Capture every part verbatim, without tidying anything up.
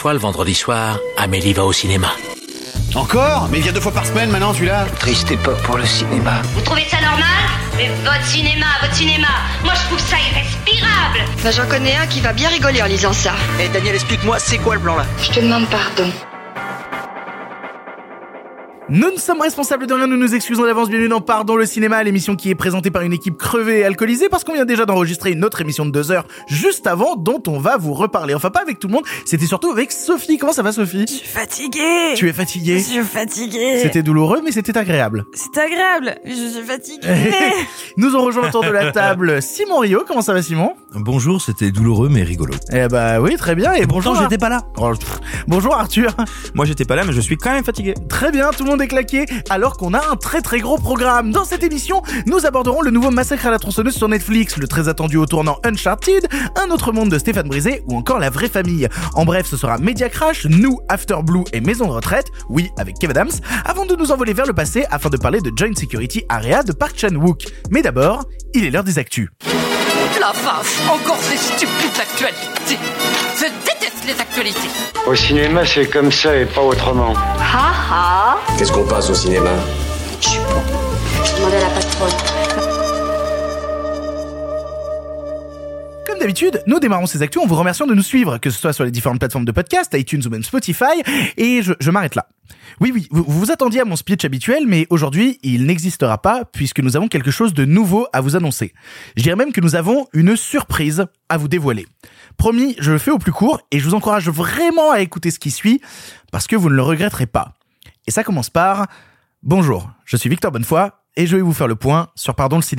fois le vendredi soir, Amélie va au cinéma. Encore ? Mais il vient deux fois par semaine maintenant, celui-là. Triste époque pour le cinéma. Vous trouvez ça normal ? Mais votre cinéma, votre cinéma, moi je trouve ça irrespirable. Bah j'en connais un qui va bien rigoler en lisant ça. Eh hey, Daniel, explique-moi, c'est quoi le plan là ? Je te demande pardon. Nous ne sommes responsables de rien, nous nous excusons d'avance. Bienvenue dans Pardon le cinéma, l'émission qui est présentée par une équipe crevée et alcoolisée parce qu'on vient déjà d'enregistrer une autre émission de deux heures juste avant dont on va vous reparler. Enfin pas avec tout le monde, c'était surtout avec Sophie. Comment ça va Sophie ? Je suis fatiguée. Tu es fatiguée ? Je suis fatiguée. C'était douloureux mais c'était agréable. C'est agréable, je suis fatiguée. Nous ont rejoint autour de la table Simon Rio. Comment ça va Simon ? Bonjour, c'était douloureux mais rigolo. Eh bah oui, très bien. Et bonjour. Pourtant j'étais pas là. Oh, pff. Bonjour Arthur. Moi j'étais pas là mais je suis quand même fatigué. Très bien, tout le monde est claqué. Alors qu'on a un très très gros programme. Dans cette émission, nous aborderons le nouveau Massacre à la tronçonneuse sur Netflix, le très attendu au tournant Uncharted, Un autre monde de Stéphane Brisé ou encore La vraie famille. En bref, ce sera Media Crash, nous, After Blue et Maison de retraite, oui, avec Kev Adams, avant de nous envoler vers le passé afin de parler de Joint Security Area de Park Chan-wook. Mais d'abord, il est l'heure des actus. La vache, encore ces stupides actualités. Je déteste les actualités. Au cinéma, c'est comme ça et pas autrement. Ha ha. Qu'est-ce qu'on passe au cinéma ? Je suis bon. Je demandais à la patronne. Comme d'habitude, nous démarrons ces actus en vous remerciant de nous suivre, que ce soit sur les différentes plateformes de podcast, iTunes ou même Spotify, et je, je m'arrête là. Oui, oui, vous, vous vous attendiez à mon speech habituel, mais aujourd'hui, il n'existera pas puisque nous avons quelque chose de nouveau à vous annoncer. Je dirais même que nous avons une surprise à vous dévoiler. Promis, je le fais au plus court et je vous encourage vraiment à écouter ce qui suit parce que vous ne le regretterez pas. Et ça commence par « Bonjour, je suis Victor Bonnefoy et je vais vous faire le point sur Pardon le cinéma ».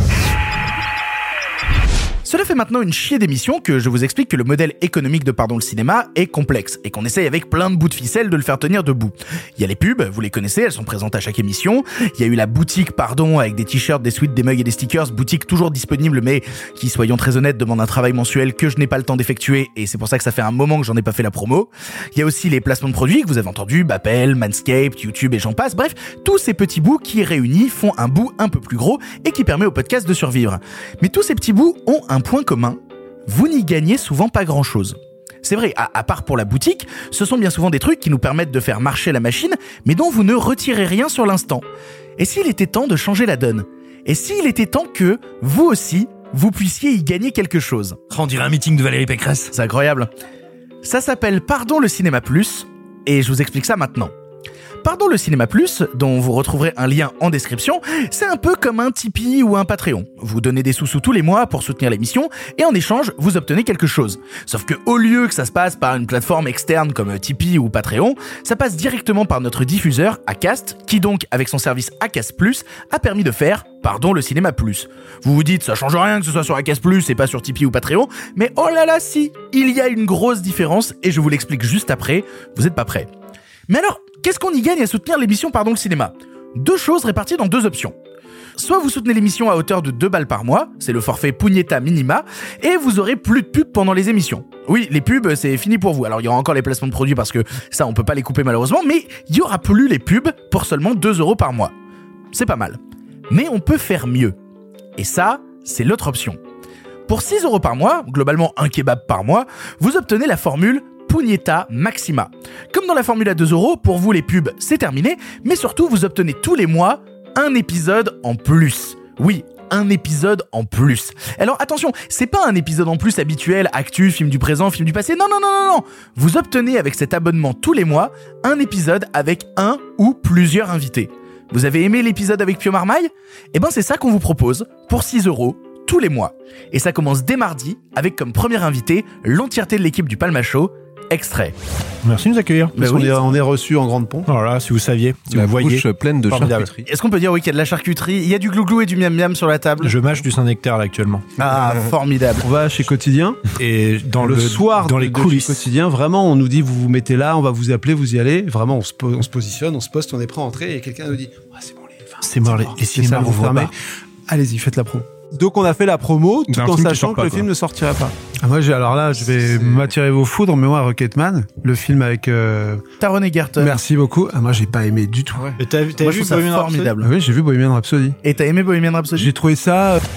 Cela fait maintenant une chier d'émission que je vous explique que le modèle économique de Pardon le cinéma est complexe et qu'on essaye avec plein de bouts de ficelle de le faire tenir debout. Il y a les pubs, vous les connaissez, elles sont présentes à chaque émission. Il y a eu la boutique Pardon avec des t-shirts, des sweats, des mugs et des stickers, boutique toujours disponible mais qui, soyons très honnêtes, demande un travail mensuel que je n'ai pas le temps d'effectuer et c'est pour ça que ça fait un moment que j'en ai pas fait la promo. Il y a aussi les placements de produits que vous avez entendus, Bappel, Manscaped, YouTube et j'en passe, bref, tous ces petits bouts qui réunis font un bout un peu plus gros et qui permet au podcast de survivre. Mais tous ces petits bouts ont un point commun, vous n'y gagnez souvent pas grand-chose. C'est vrai, à, à part pour la boutique, ce sont bien souvent des trucs qui nous permettent de faire marcher la machine, mais dont vous ne retirez rien sur l'instant. Et s'il était temps de changer la donne ? Et s'il était temps que, vous aussi, vous puissiez y gagner quelque chose ? On dirait un meeting de Valérie Pécresse. C'est incroyable. Ça s'appelle Pardon le cinéma plus, et je vous explique ça maintenant. Pardon le cinéma plus, dont vous retrouverez un lien en description, c'est un peu comme un Tipeee ou un Patreon. Vous donnez des sous-sous tous les mois pour soutenir l'émission, et en échange, vous obtenez quelque chose. Sauf que au lieu que ça se passe par une plateforme externe comme Tipeee ou Patreon, ça passe directement par notre diffuseur, Acast, qui donc, avec son service Acast Plus, a permis de faire Pardon le cinéma plus. Vous vous dites, ça change rien que ce soit sur Acast Plus et pas sur Tipeee ou Patreon, mais oh là là si, il y a une grosse différence, et je vous l'explique juste après, vous êtes pas prêts. Mais alors, qu'est-ce qu'on y gagne à soutenir l'émission Pardon le cinéma ? Deux choses réparties dans deux options. Soit vous soutenez l'émission à hauteur de deux balles par mois, c'est le forfait Pugnetta Minima, et vous aurez plus de pubs pendant les émissions. Oui, les pubs, c'est fini pour vous. Alors il y aura encore les placements de produits parce que ça, on peut pas les couper malheureusement, mais il y aura plus les pubs pour seulement deux euros par mois. C'est pas mal. Mais on peut faire mieux. Et ça, c'est l'autre option. Pour six euros par mois, globalement un kebab par mois, vous obtenez la formule Pugnetta Maxima. Comme dans la formule à deux euros, pour vous les pubs c'est terminé, mais surtout vous obtenez tous les mois un épisode en plus. Oui, un épisode en plus. Alors attention, c'est pas un épisode en plus habituel, actu, film du présent, film du passé, non non non non non. Vous obtenez avec cet abonnement tous les mois un épisode avec un ou plusieurs invités. Vous avez aimé l'épisode avec Pio Marmaille ? Eh ben c'est ça qu'on vous propose pour six euros tous les mois. Et ça commence dès mardi avec comme premier invité l'entièreté de l'équipe du Palma Show. Extrait. Merci de nous accueillir. Bah oui. on, est, on est reçus en grande pompe. Voilà, si vous saviez. Si la voyez. Bouche pleine de Formidable. charcuterie. Est-ce qu'on peut dire oui qu'il y a de la charcuterie ? Il y a du glouglou et du miam miam sur la table. Je mâche du Saint-Nectaire là actuellement. Ah, formidable. On va chez Quotidien et dans le, le soir dans de, les de coulisses chez Quotidien, vraiment, on nous dit vous vous mettez là, on va vous appeler, vous y allez. Vraiment, on se, on se positionne, on se poste, on est prêt à entrer et quelqu'un nous dit ah, c'est bon les, enfin, c'est mort les, les cinémas vont fermer. Allez-y, faites la promo. Donc on a fait la promo tout en sachant que pas, le quoi. film ne sortirait pas. Ah, moi j'ai alors là je vais c'est... m'attirer vos foudres, mais moi Rocketman, le film avec euh... Taron Egerton. Merci beaucoup. Ah, moi j'ai pas aimé du tout. Ouais. Et t'as, t'as moi, vu Bohemian Rhapsody ? Ah, oui, j'ai vu Bohemian Rhapsody. Et t'as aimé Bohemian Rhapsody ? J'ai trouvé ça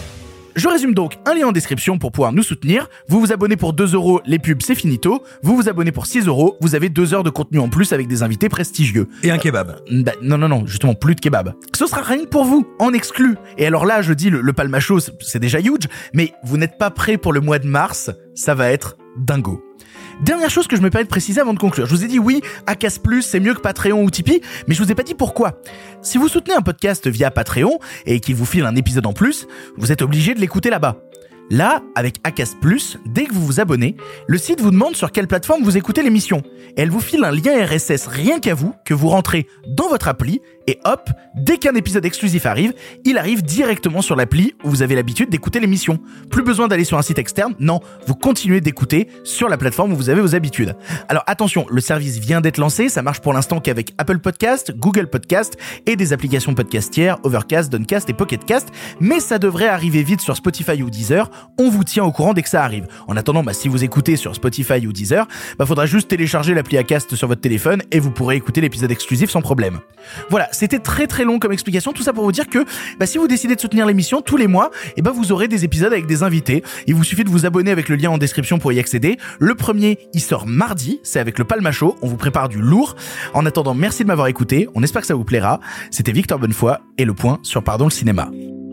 Je résume donc, un lien en description pour pouvoir nous soutenir. Vous vous abonnez pour deux euros, les pubs c'est finito. Vous vous abonnez pour six euros, vous avez deux heures de contenu en plus avec des invités prestigieux. Et un kebab. Euh, bah, non, non, non, justement, plus de kebab. Ce sera rien que pour vous, en exclu. Et alors là, je dis, le, le palmacho, c'est, c'est déjà huge, mais vous n'êtes pas prêts pour le mois de mars, ça va être dingo. Dernière chose que je me permets de préciser avant de conclure. Je vous ai dit oui, Acast Plus, c'est mieux que Patreon ou Tipeee, mais je vous ai pas dit pourquoi. Si vous soutenez un podcast via Patreon et qu'il vous file un épisode en plus, vous êtes obligé de l'écouter là-bas. Là, avec Acast Plus, dès que vous vous abonnez, le site vous demande sur quelle plateforme vous écoutez l'émission. Et elle vous file un lien R S S rien qu'à vous, que vous rentrez dans votre appli, et hop, dès qu'un épisode exclusif arrive, il arrive directement sur l'appli où vous avez l'habitude d'écouter l'émission. Plus besoin d'aller sur un site externe, non, vous continuez d'écouter sur la plateforme où vous avez vos habitudes. Alors attention, le service vient d'être lancé, ça marche pour l'instant qu'avec Apple Podcast, Google Podcast et des applications podcastières, Overcast, Downcast et Pocketcast, mais ça devrait arriver vite sur Spotify ou Deezer. On vous tient au courant dès que ça arrive. En attendant, bah, si vous écoutez sur Spotify ou Deezer, bah, faudra juste télécharger l'appli Acast sur votre téléphone et vous pourrez écouter l'épisode exclusif sans problème. Voilà, c'était très très long comme explication, tout ça pour vous dire que bah, si vous décidez de soutenir l'émission tous les mois, et bah, vous aurez des épisodes avec des invités. Il vous suffit de vous abonner avec le lien en description pour y accéder. Le premier, il sort mardi, c'est avec le Palmacho, on vous prépare du lourd. En attendant, merci de m'avoir écouté, on espère que ça vous plaira. C'était Victor Bonnefoy et le point sur Pardon le cinéma.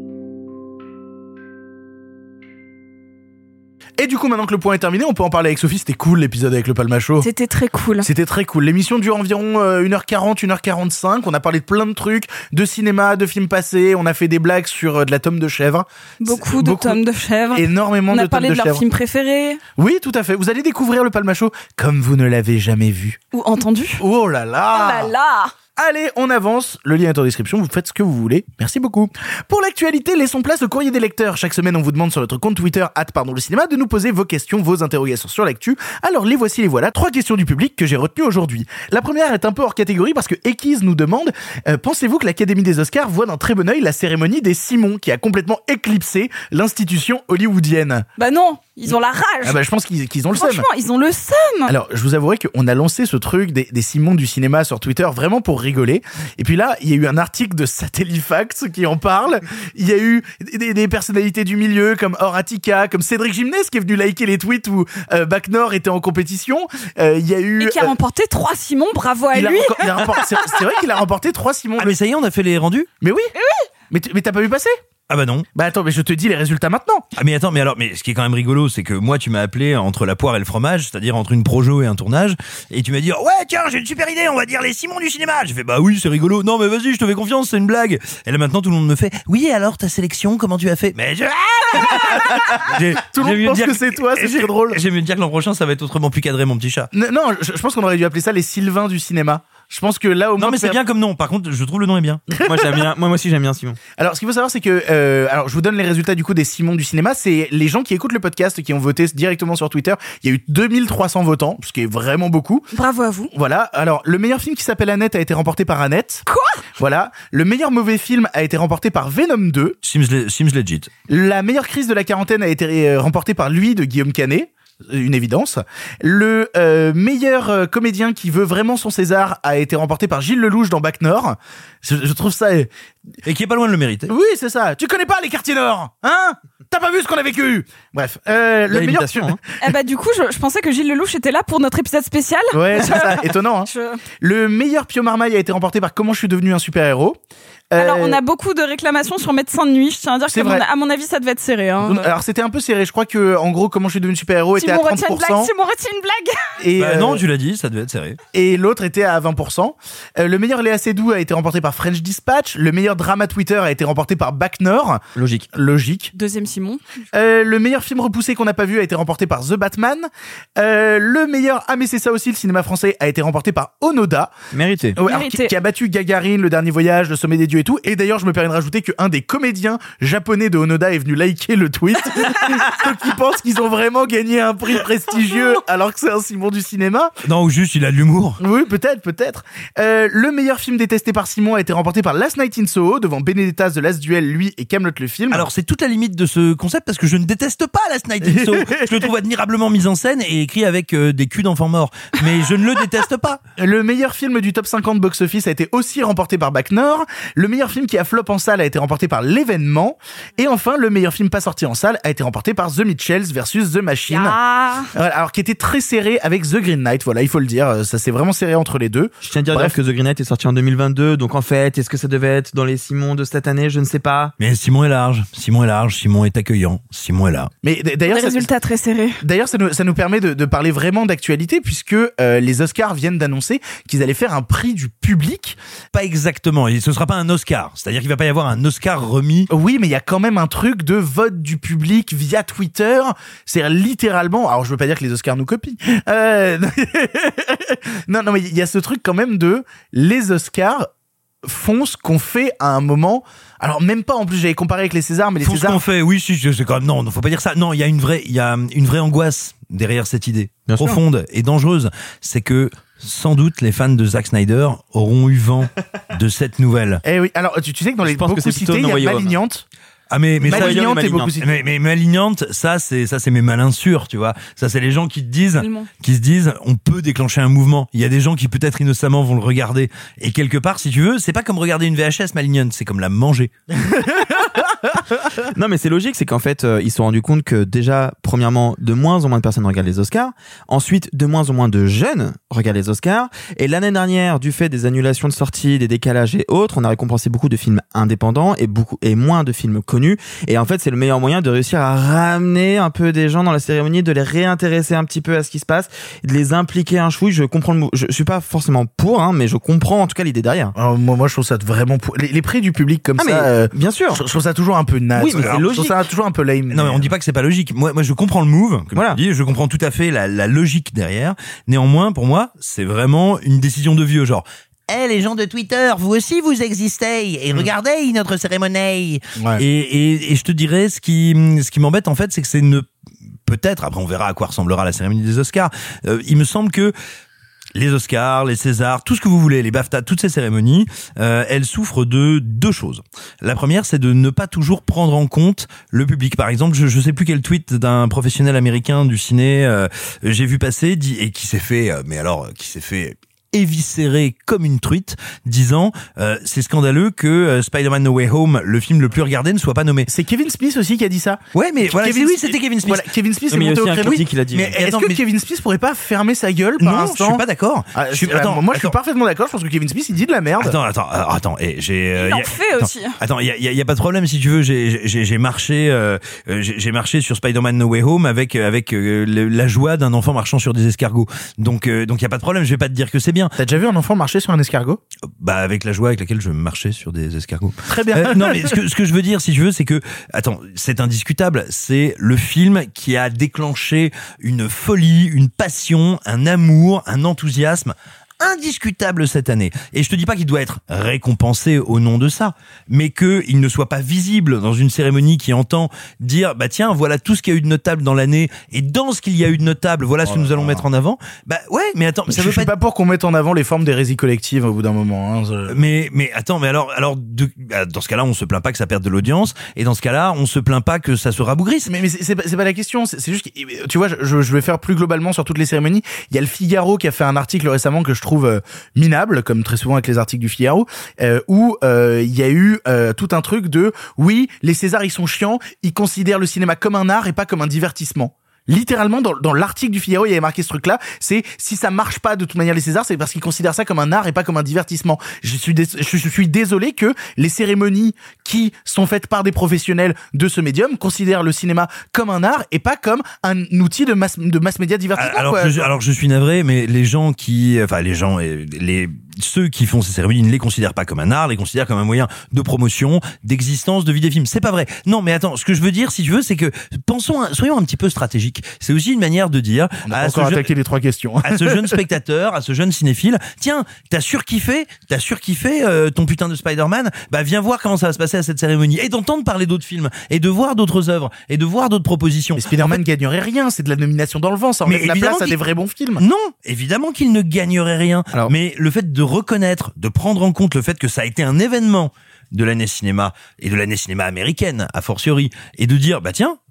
Et du coup, maintenant que le point est terminé, on peut en parler avec Sophie. C'était cool l'épisode avec le Palmacho. C'était très cool. C'était très cool. L'émission dure environ euh, une heure quarante, une heure quarante-cinq. On a parlé de plein de trucs, de cinéma, de films passés. On a fait des blagues sur euh, de la tome de chèvre. Beaucoup de Beaucoup, tomes de chèvre. Énormément de tomes de chèvre. On a parlé de, de leurs films préférés. Oui, tout à fait. Vous allez découvrir le Palmacho comme vous ne l'avez jamais vu. Ou entendu. Oh là là. Oh là là. Allez, on avance. Le lien est en description. Vous faites ce que vous voulez. Merci beaucoup. Pour l'actualité, laissons place au courrier des lecteurs. Chaque semaine, on vous demande sur notre compte Twitter, arobase pardon le cinéma, de nous poser vos questions, vos interrogations sur l'actu. Alors, les voici, les voilà. Trois questions du public que j'ai retenues aujourd'hui. La première est un peu hors catégorie parce que Ekiz nous demande, euh, pensez-vous que l'Académie des Oscars voit d'un très bon œil la cérémonie des Simons qui a complètement éclipsé l'institution hollywoodienne? Bah non. Ils ont la rage. Ah bah je pense qu'ils, qu'ils ont le seum. Franchement, ils ont le seum. Alors, je vous avouerai qu'on a lancé ce truc des, des Simons du cinéma sur Twitter vraiment pour rigoler. Et puis là, il y a eu un article de Satellifax qui en parle. Il y a eu des, des personnalités du milieu comme Horatica, comme Cédric Gimnès qui est venu liker les tweets où euh, Bac Nord était en compétition. Euh, il y a eu et qui a euh, remporté trois Simons. Bravo à il lui. A, il a remporté, c'est, c'est vrai qu'il a remporté trois Simons. Ah mais ça y est, on a fait les rendus. Mais oui. Mais oui. Mais, t- mais t'as pas vu passer? Ah bah non. Bah attends, mais je te dis les résultats maintenant. Ah mais attends, mais alors, mais ce qui est quand même rigolo, c'est que moi tu m'as appelé entre la poire et le fromage, c'est-à-dire entre une projo et un tournage, et tu m'as dit ouais tiens j'ai une super idée, on va dire les Simons du cinéma. J'ai fait bah oui c'est rigolo, non mais vas-y je te fais confiance, c'est une blague. Et là maintenant tout le monde me fait oui alors ta sélection comment tu as fait? Mais je... j'ai, tout le monde pense que, que c'est toi, c'est très drôle. J'aime dire que l'an prochain ça va être autrement plus cadré mon petit chat. N- non, je, je pense qu'on aurait dû appeler ça les Sylvains du cinéma. Je pense que là au moins. Non mais c'est bien comme nom. Par contre, je trouve le nom est bien. moi j'aime bien. Moi aussi j'aime bien Simon. Alors ce qu'il faut savoir c'est que euh, alors je vous donne les résultats du coup des Simons du cinéma. C'est les gens qui écoutent le podcast qui ont voté directement sur Twitter. Il y a eu deux mille trois cents votants, ce qui est vraiment beaucoup. Bravo à vous. Voilà. Alors le meilleur film qui s'appelle Annette a été remporté par Annette. Quoi? Voilà. Le meilleur mauvais film a été remporté par Venom deux. Sims, le- Sims legit. La meilleure crise de la quarantaine a été euh, remportée par Lui de Guillaume Canet. Une évidence. Le euh, meilleur euh, comédien qui veut vraiment son César a été remporté par Gilles Lelouch dans Bac Nord. Je, je trouve ça... Euh... Et qui est pas loin de le mériter. Oui, c'est ça. Tu connais pas les quartiers nord, hein? T'as pas vu ce qu'on a vécu? Bref, euh, le meilleur... Hein. Eh bah du coup, je, je pensais que Gilles Lelouch était là pour notre épisode spécial. Ouais, c'est ça. Étonnant, hein. Je... Le meilleur Pio Marmaille a été remporté par Comment je suis devenu un super-héros. Alors, on a beaucoup de réclamations sur Médecin de nuit. Je tiens à dire c'est qu'à vrai. mon, à mon avis, ça devait être serré. Hein. Alors, c'était un peu serré. Je crois que, en gros, Comment je suis devenu super-héros était à trente pour cent. Si on retient une blague. Et bah euh, non, tu l'as dit, ça devait être serré. Et l'autre était à vingt pour cent. Euh, le meilleur Léa Seydoux a été remporté par French Dispatch. Le meilleur drama Twitter a été remporté par Bac Nord. Logique. Logique. Deuxième Simon. Euh, le meilleur film repoussé qu'on n'a pas vu a été remporté par The Batman. Euh, le meilleur Ah mais c'est ça aussi, le cinéma français, a été remporté par Onoda. Mérité. Ouais, alors, Mérité. qui, qui a battu Gagarine, Le Dernier Voyage, Le Sommet des Dieux et tout. Et d'ailleurs, je me permets de rajouter qu'un des comédiens japonais de Onoda est venu liker le tweet. Ceux qui pensent qu'ils ont vraiment gagné un prix prestigieux alors que c'est un Simon du cinéma. Non, ou juste il a de l'humour. Oui, peut-être, peut-être. Euh, le meilleur film détesté par Simon a été remporté par Last Night in Soho, devant Benedetta, The Last Duel, lui et Kaamelott le film. Alors c'est toute la limite de ce concept parce que je ne déteste pas Last Night in Soho. Je le trouve admirablement mis en scène et écrit avec euh, des culs d'enfants morts. Mais je ne le déteste pas. Le meilleur film du top cinquante box-office a été aussi remporté par Bac Nord. Le Le meilleur film qui a flop en salle a été remporté par L'événement. Et enfin, le meilleur film pas sorti en salle a été remporté par The Mitchells versus The Machine. Ah. Alors, qui était très serré avec The Green Knight. Voilà, il faut le dire. Ça s'est vraiment serré entre les deux. Je tiens à dire Bref. que The Green Knight est sorti en deux mille vingt-deux. Donc, en fait, est-ce que ça devait être dans les Simon de cette année? Je ne sais pas. Mais Simon est large. Simon est large. Simon est accueillant. Simon est là. Mais d'ailleurs, des ça, résultats très serrés. D'ailleurs, ça nous, ça nous permet de, de parler vraiment d'actualité puisque euh, les Oscars viennent d'annoncer qu'ils allaient faire un prix du public. Pas exactement. Et ce sera pas un Oscar. C'est-à-dire qu'il va pas y avoir un Oscar remis. Oui, mais il y a quand même un truc de vote du public via Twitter. C'est littéralement. Alors, je veux pas dire que les Oscars nous copient. Euh... non, non, mais il y a ce truc quand même de les Oscars font ce qu'on fait à un moment. Alors même pas en plus, j'avais comparé avec les Césars, mais les font Césars. Ce qu'on fait, oui, si, c'est quand même non, non, faut pas dire ça. Non, il y a une vraie, il y a une vraie angoisse derrière cette idée Bien profonde sûr. et dangereuse. C'est que sans doute les fans de Zack Snyder auront eu vent de cette nouvelle. Eh oui. Alors tu, tu sais que dans Je les pense beaucoup que c'est cités, il y a plutôt Malignante. Ah mais mais Malignante ça, est beaucoup cité. mais, mais Malignante, ça c'est ça c'est mes malins sûrs, tu vois. Ça c'est les gens qui te disent Tellement. qui se disent on peut déclencher un mouvement. Il y a des gens qui peut-être innocemment vont le regarder et quelque part si tu veux, c'est pas comme regarder une V H S Malignante, c'est comme la manger. Non, mais c'est logique, c'est qu'en fait, euh, ils se sont rendus compte que déjà, premièrement, de moins en moins de personnes regardent les Oscars. Ensuite, de moins en moins de jeunes regardent les Oscars. Et l'année dernière, du fait des annulations de sorties, des décalages et autres, on a récompensé beaucoup de films indépendants et beaucoup et moins de films connus. Et en fait, c'est le meilleur moyen de réussir à ramener un peu des gens dans la cérémonie, de les réintéresser un petit peu à ce qui se passe, de les impliquer un chouï. Je comprends le mot. Je, je suis pas forcément pour, hein, mais je comprends en tout cas l'idée derrière. Alors, moi, moi, je trouve ça vraiment pour... les, les prix du public comme ah, ça. Mais, euh, bien sûr. Je, je trouve ça toujours un peu naze. Oui, mais c'est Alors, logique. Je trouve ça toujours un peu lame. Non, mais on dit pas que c'est pas logique. Moi, moi, je comprends le move. Comme Voilà. tu dis, je comprends tout à fait la, la logique derrière. Néanmoins, pour moi, c'est vraiment une décision de vieux, genre. Eh hey, les gens de Twitter, vous aussi vous existez et mmh. regardez notre cérémonie. Ouais. Et, et, et je te dirais, ce qui, ce qui m'embête en fait, c'est que c'est une peut-être. Après, on verra à quoi ressemblera la cérémonie des Oscars. Euh, il me semble que les Oscars, les Césars, tout ce que vous voulez, les BAFTA, toutes ces cérémonies, euh, elles souffrent de deux choses. La première, c'est de ne pas toujours prendre en compte le public. Par exemple, je, je sais plus quel tweet d'un professionnel américain du ciné euh, j'ai vu passer dit, et qui s'est fait, euh, mais alors, qui s'est fait éviscéré comme une truite, disant euh, c'est scandaleux que euh, Spider-Man No Way Home, le film le plus regardé, ne soit pas nommé. C'est Kevin Smith aussi qui a dit ça. Ouais, mais voilà, Kevin, oui, c'était Kevin Smith. Voilà, Kevin Smith est mais monté au il y a aussi un créneau. critique qui l'a dit. Mais est-ce attends, que mais... Kevin Smith pourrait pas fermer sa gueule par non, instant? je suis pas d'accord. Ah, je suis, euh, attends, moi, je suis attends. parfaitement d'accord. Je pense que Kevin Smith, il dit de la merde. Attends, attends, alors, attends. Et j'ai. Il euh, en y a, fait attends, aussi. Attends, il y a, y, a, y a pas de problème si tu veux. J'ai, j'ai, j'ai marché, euh, j'ai, j'ai marché sur Spider-Man No Way Home avec avec euh, le, la joie d'un enfant marchant sur des escargots. Donc euh, donc il y a pas de problème. Je vais pas te dire que c'est bien. T'as déjà vu un enfant marcher sur un escargot? Bah avec la joie avec laquelle je marchais sur des escargots. Très bien. Euh, non mais ce que ce que je veux dire si tu veux c'est que attends, c'est indiscutable, c'est le film qui a déclenché une folie, une passion, un amour, un enthousiasme indiscutable cette année. Et je te dis pas qu'il doit être récompensé au nom de ça, mais qu'il ne soit pas visible dans une cérémonie qui entend dire bah tiens, voilà tout ce qu'il y a eu de notable dans l'année et dans ce qu'il y a eu de notable, voilà ce que nous allons mettre en avant. Bah ouais, mais attends, mais ça je veut suis pas pas pour qu'on mette en avant les formes d'hérésie collective au bout d'un moment. Hein, je... Mais mais attends, mais alors alors de, dans ce cas-là, on se plaint pas que ça perde de l'audience et dans ce cas-là, on se plaint pas que ça se rabougrisse. Mais mais c'est c'est pas, c'est pas la question, c'est, c'est juste que, tu vois, je je vais faire plus globalement sur toutes les cérémonies. Il y a le Figaro qui a fait un article récemment que je trouve euh, minable, comme très souvent avec les articles du Figaro, euh, où euh, il y a eu euh, tout un truc de oui, les Césars ils sont chiants, ils considèrent le cinéma comme un art et pas comme un divertissement. Littéralement, dans, dans l'article du Figaro, il y avait marqué ce truc-là, c'est si ça marche pas de toute manière les Césars, c'est parce qu'ils considèrent ça comme un art et pas comme un divertissement. Je suis, dés- je, je suis désolé que les cérémonies qui sont faites par des professionnels de ce médium considèrent le cinéma comme un art et pas comme un outil de mass, de mass média divertissement. Alors, quoi. je, alors je suis navré, mais les gens qui, enfin les gens, les ceux qui font ces cérémonies ne les considèrent pas comme un art, les considèrent comme un moyen de promotion, d'existence, de vie des films. C'est pas vrai. Non, mais attends, ce que je veux dire, si tu veux, c'est que pensons, à, soyons un petit peu stratégiques. C'est aussi une manière de dire On a à encore ce attaqué jeune, les trois questions. à ce jeune spectateur, à ce jeune cinéphile, tiens, t'as surkiffé, t'as surkiffé euh, ton putain de Spider-Man, bah viens voir comment ça va se passer à cette cérémonie et d'entendre parler d'autres films et de voir d'autres œuvres et de voir d'autres propositions. Mais Spider-Man En fait, gagnerait rien, c'est de la nomination dans le vent, ça Mais enlève la évidemment place à qu'il- des vrais bons films. Non, évidemment qu'il ne gagnerait rien. Alors- mais le fait de reconnaître, de prendre en compte le fait que ça a été un événement de l'année cinéma et de l'année cinéma américaine, a fortiori, et de dire, bah tiens,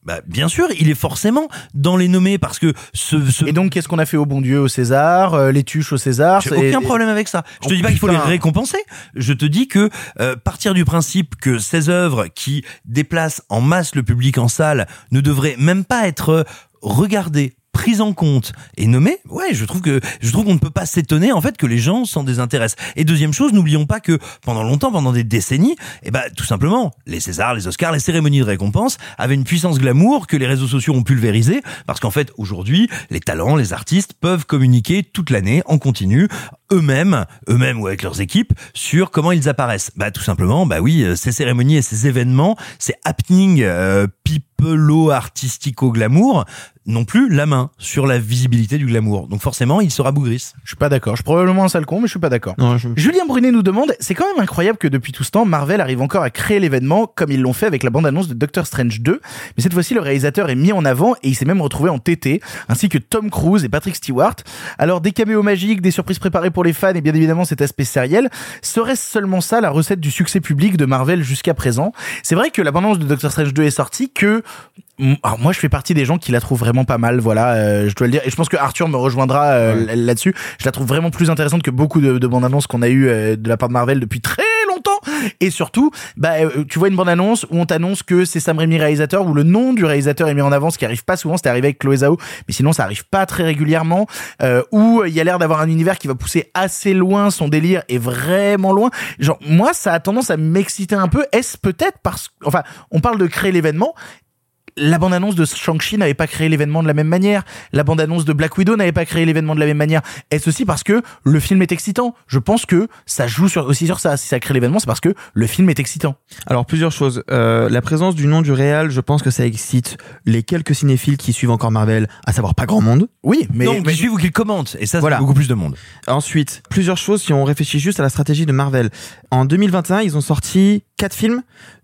Bah, bien sûr, il est forcément dans les nommés parce que ce, ce... Et donc, qu'est-ce qu'on a fait au bon Dieu au César, euh, les tuches au César? J'ai aucun et... problème avec ça. Je oh, te dis pas qu'il faut les putain. récompenser. Je te dis que euh, partir du principe que ces œuvres qui déplacent en masse le public en salle ne devraient même pas être regardées, prise en compte et nommée, ouais, je trouve que je trouve qu'on ne peut pas s'étonner en fait que les gens s'en désintéressent. Et deuxième chose, n'oublions pas que pendant longtemps, pendant des décennies, eh ben tout simplement, les Césars, les Oscars, les cérémonies de récompense avaient une puissance glamour que les réseaux sociaux ont pulvérisé parce qu'en fait, aujourd'hui, les talents, les artistes peuvent communiquer toute l'année en continu eux-mêmes, eux-mêmes ou avec leurs équipes sur comment ils apparaissent. Bah tout simplement, bah oui, ces cérémonies et ces événements, ces happenings euh, pipelo artistico glamour non plus la main sur la visibilité du glamour. Donc forcément, il se rabougrisse. Je suis pas d'accord. Je suis probablement un sale con, mais je suis pas d'accord. Non, je... Julien Brunet nous demande, c'est quand même incroyable que depuis tout ce temps, Marvel arrive encore à créer l'événement comme ils l'ont fait avec la bande-annonce de Doctor Strange deux. Mais cette fois-ci, le réalisateur est mis en avant et il s'est même retrouvé en T T, ainsi que Tom Cruise et Patrick Stewart. Alors, des caméos magiques, des surprises préparées pour les fans et bien évidemment cet aspect sériel. Serait-ce seulement ça la recette du succès public de Marvel jusqu'à présent? C'est vrai que la bande-annonce de Doctor Strange deux est sortie que... Alors moi je fais partie des gens qui la trouvent vraiment pas mal, voilà, euh, je dois le dire, et je pense que Arthur me rejoindra euh, ouais. là-dessus. Je la trouve vraiment plus intéressante que beaucoup de, de bandes annonces qu'on a eu euh, de la part de Marvel depuis très longtemps. Et surtout, bah euh, tu vois une bande annonce où on t'annonce que c'est Sam Raimi réalisateur, où le nom du réalisateur est mis en avant, ce qui arrive pas souvent. C'était arrivé avec Chloé Zhao, mais sinon ça arrive pas très régulièrement. Euh, où il y a l'air d'avoir un univers qui va pousser assez loin, son délire est vraiment loin. Genre moi ça a tendance à m'exciter un peu. Est-ce peut-être parce, enfin, on parle de créer l'événement. La bande-annonce de Shang-Chi n'avait pas créé l'événement de la même manière. La bande-annonce de Black Widow n'avait pas créé l'événement de la même manière. Est-ce aussi parce que le film est excitant? Je pense que ça joue sur, aussi sur ça. Si ça crée l'événement, c'est parce que le film est excitant. Alors, plusieurs choses. Euh, la présence du nom du réal, je pense que ça excite les quelques cinéphiles qui suivent encore Marvel, à savoir pas grand monde. Oui, mais... Non, mais... qui suivent ou qui commentent. Et ça, voilà. C'est beaucoup plus de monde. Ensuite, plusieurs choses si on réfléchit juste à la stratégie de Marvel. En deux mille vingt et un, ils ont sorti quatre films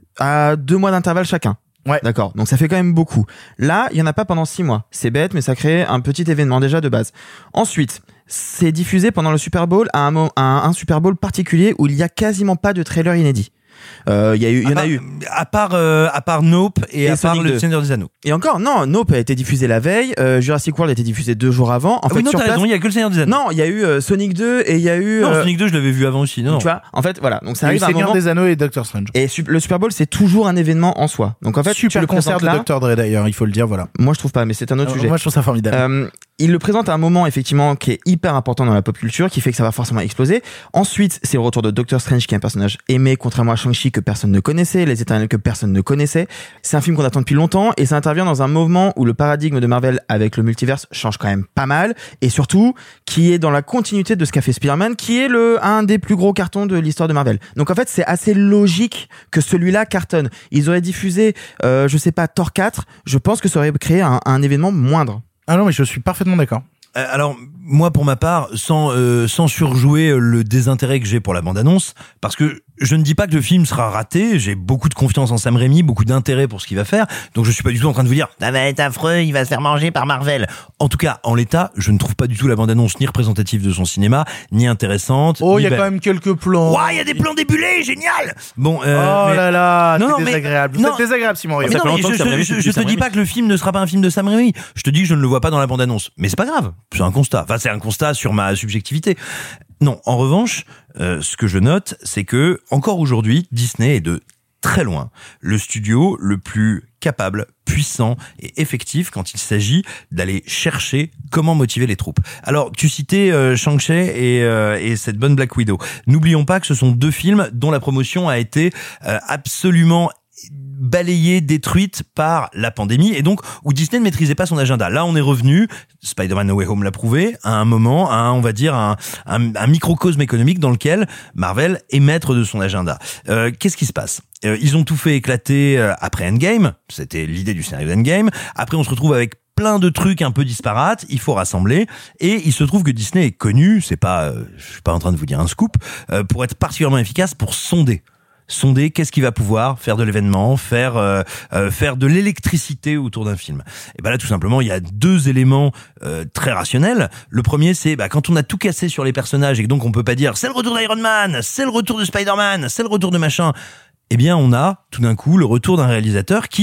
à deux mois d'intervalle chacun. Ouais. D'accord. Donc ça fait quand même beaucoup. Là, il y en a pas pendant six mois. C'est bête, mais ça crée un petit événement déjà de base. Ensuite, c'est diffusé pendant le Super Bowl à un, mo- à un Super Bowl particulier où il y a quasiment pas de trailer inédit. Euh, il y a eu, il y en part, a eu. À part, euh, à part Nope et, et à Sonic part le deux. Seigneur des Anneaux. Et encore, non, Nope a été diffusé la veille, euh, Jurassic World a été diffusé deux jours avant. En ah fait, oui, non, sur t'as place, raison, il y a que le Seigneur des Anneaux. non, il y a eu euh, Sonic deux et il y a eu. Non, euh, Sonic deux, je l'avais vu avant aussi, non. Tu vois, en fait, voilà. Donc ça Il y a eu arrive à un Seigneur moment. des Anneaux et Doctor Strange. Et su- le Super Bowl, c'est toujours un événement en soi. Donc en fait, super tu le concert présentes de là. docteur Dre d'ailleurs, il faut le dire, voilà. Moi, je trouve pas, mais c'est un autre Euh, sujet. Moi, je trouve ça formidable. Euh, il le présente à un moment effectivement qui est hyper important dans la pop culture, qui fait que ça va forcément exploser. Ensuite, c'est le retour de Doctor Strange, qui est un personnage aimé, contrairement à Shang-Chi que personne ne connaissait, les Éternels que personne ne connaissait. C'est un film qu'on attend depuis longtemps et ça intervient dans un moment où le paradigme de Marvel avec le multiverse change quand même pas mal et surtout qui est dans la continuité de ce qu'a fait Spider-Man, qui est le un des plus gros cartons de l'histoire de Marvel. Donc en fait, c'est assez logique que celui-là cartonne. Ils auraient diffusé, euh, je sais pas, Thor quatre. Je pense que ça aurait créé un, un événement moindre. Ah non, mais je suis parfaitement d'accord. Euh, alors, moi, pour ma part, sans, euh, sans surjouer le désintérêt que j'ai pour la bande-annonce, parce que je ne dis pas que le film sera raté, j'ai beaucoup de confiance en Sam Raimi, beaucoup d'intérêt pour ce qu'il va faire, donc je suis pas du tout en train de vous dire « ça va être affreux, il va se faire manger par Marvel ». En tout cas, en l'état, je ne trouve pas du tout la bande-annonce ni représentative de son cinéma, ni intéressante. Oh, il ni y a belle. quand même quelques plans. Ouais, il y a des plans débulés, génial. Bon, euh, oh mais... là là, non, c'est non, mais... désagréable. Non. C'est désagréable, Simon. Mais non, mais je, je, je, je te dis pas que le film ne sera pas un film de Sam Raimi. Je te dis que je ne le vois pas dans la bande-annonce. Mais c'est pas grave. C'est un constat. Enfin, c'est un constat sur ma subjectivité. Non, en revanche, euh, ce que je note, c'est que, encore aujourd'hui, Disney est de très loin le studio le plus capable, puissant et effectif quand il s'agit d'aller chercher comment motiver les troupes. Alors, tu citais euh, Shang-Chi et, euh, et cette bonne Black Widow. N'oublions pas que ce sont deux films dont la promotion a été euh, absolument balayée, détruite par la pandémie et donc où Disney ne maîtrisait pas son agenda. Là, on est revenu, Spider-Man No Way Home l'a prouvé, à un moment, à un, on va dire, un, un, un microcosme économique dans lequel Marvel est maître de son agenda. Euh, qu'est-ce qui se passe ? Euh, ils ont tout fait éclater euh, après Endgame, c'était l'idée du scénario d'Endgame. Après, on se retrouve avec plein de trucs un peu disparates, il faut rassembler, et il se trouve que Disney est connu, c'est pas, euh, je suis pas en train de vous dire un scoop, euh, pour être particulièrement efficace pour sonder. Sonder qu'est-ce qui va pouvoir faire de l'événement, faire euh, euh, faire de l'électricité autour d'un film. Et ben là, tout simplement, il y a deux éléments euh, très rationnels. Le premier, c'est bah, quand on a tout cassé sur les personnages et que donc on peut pas dire c'est le retour d'Iron Man, c'est le retour de Spider-Man, c'est le retour de machin. Eh bien, on a tout d'un coup le retour d'un réalisateur qui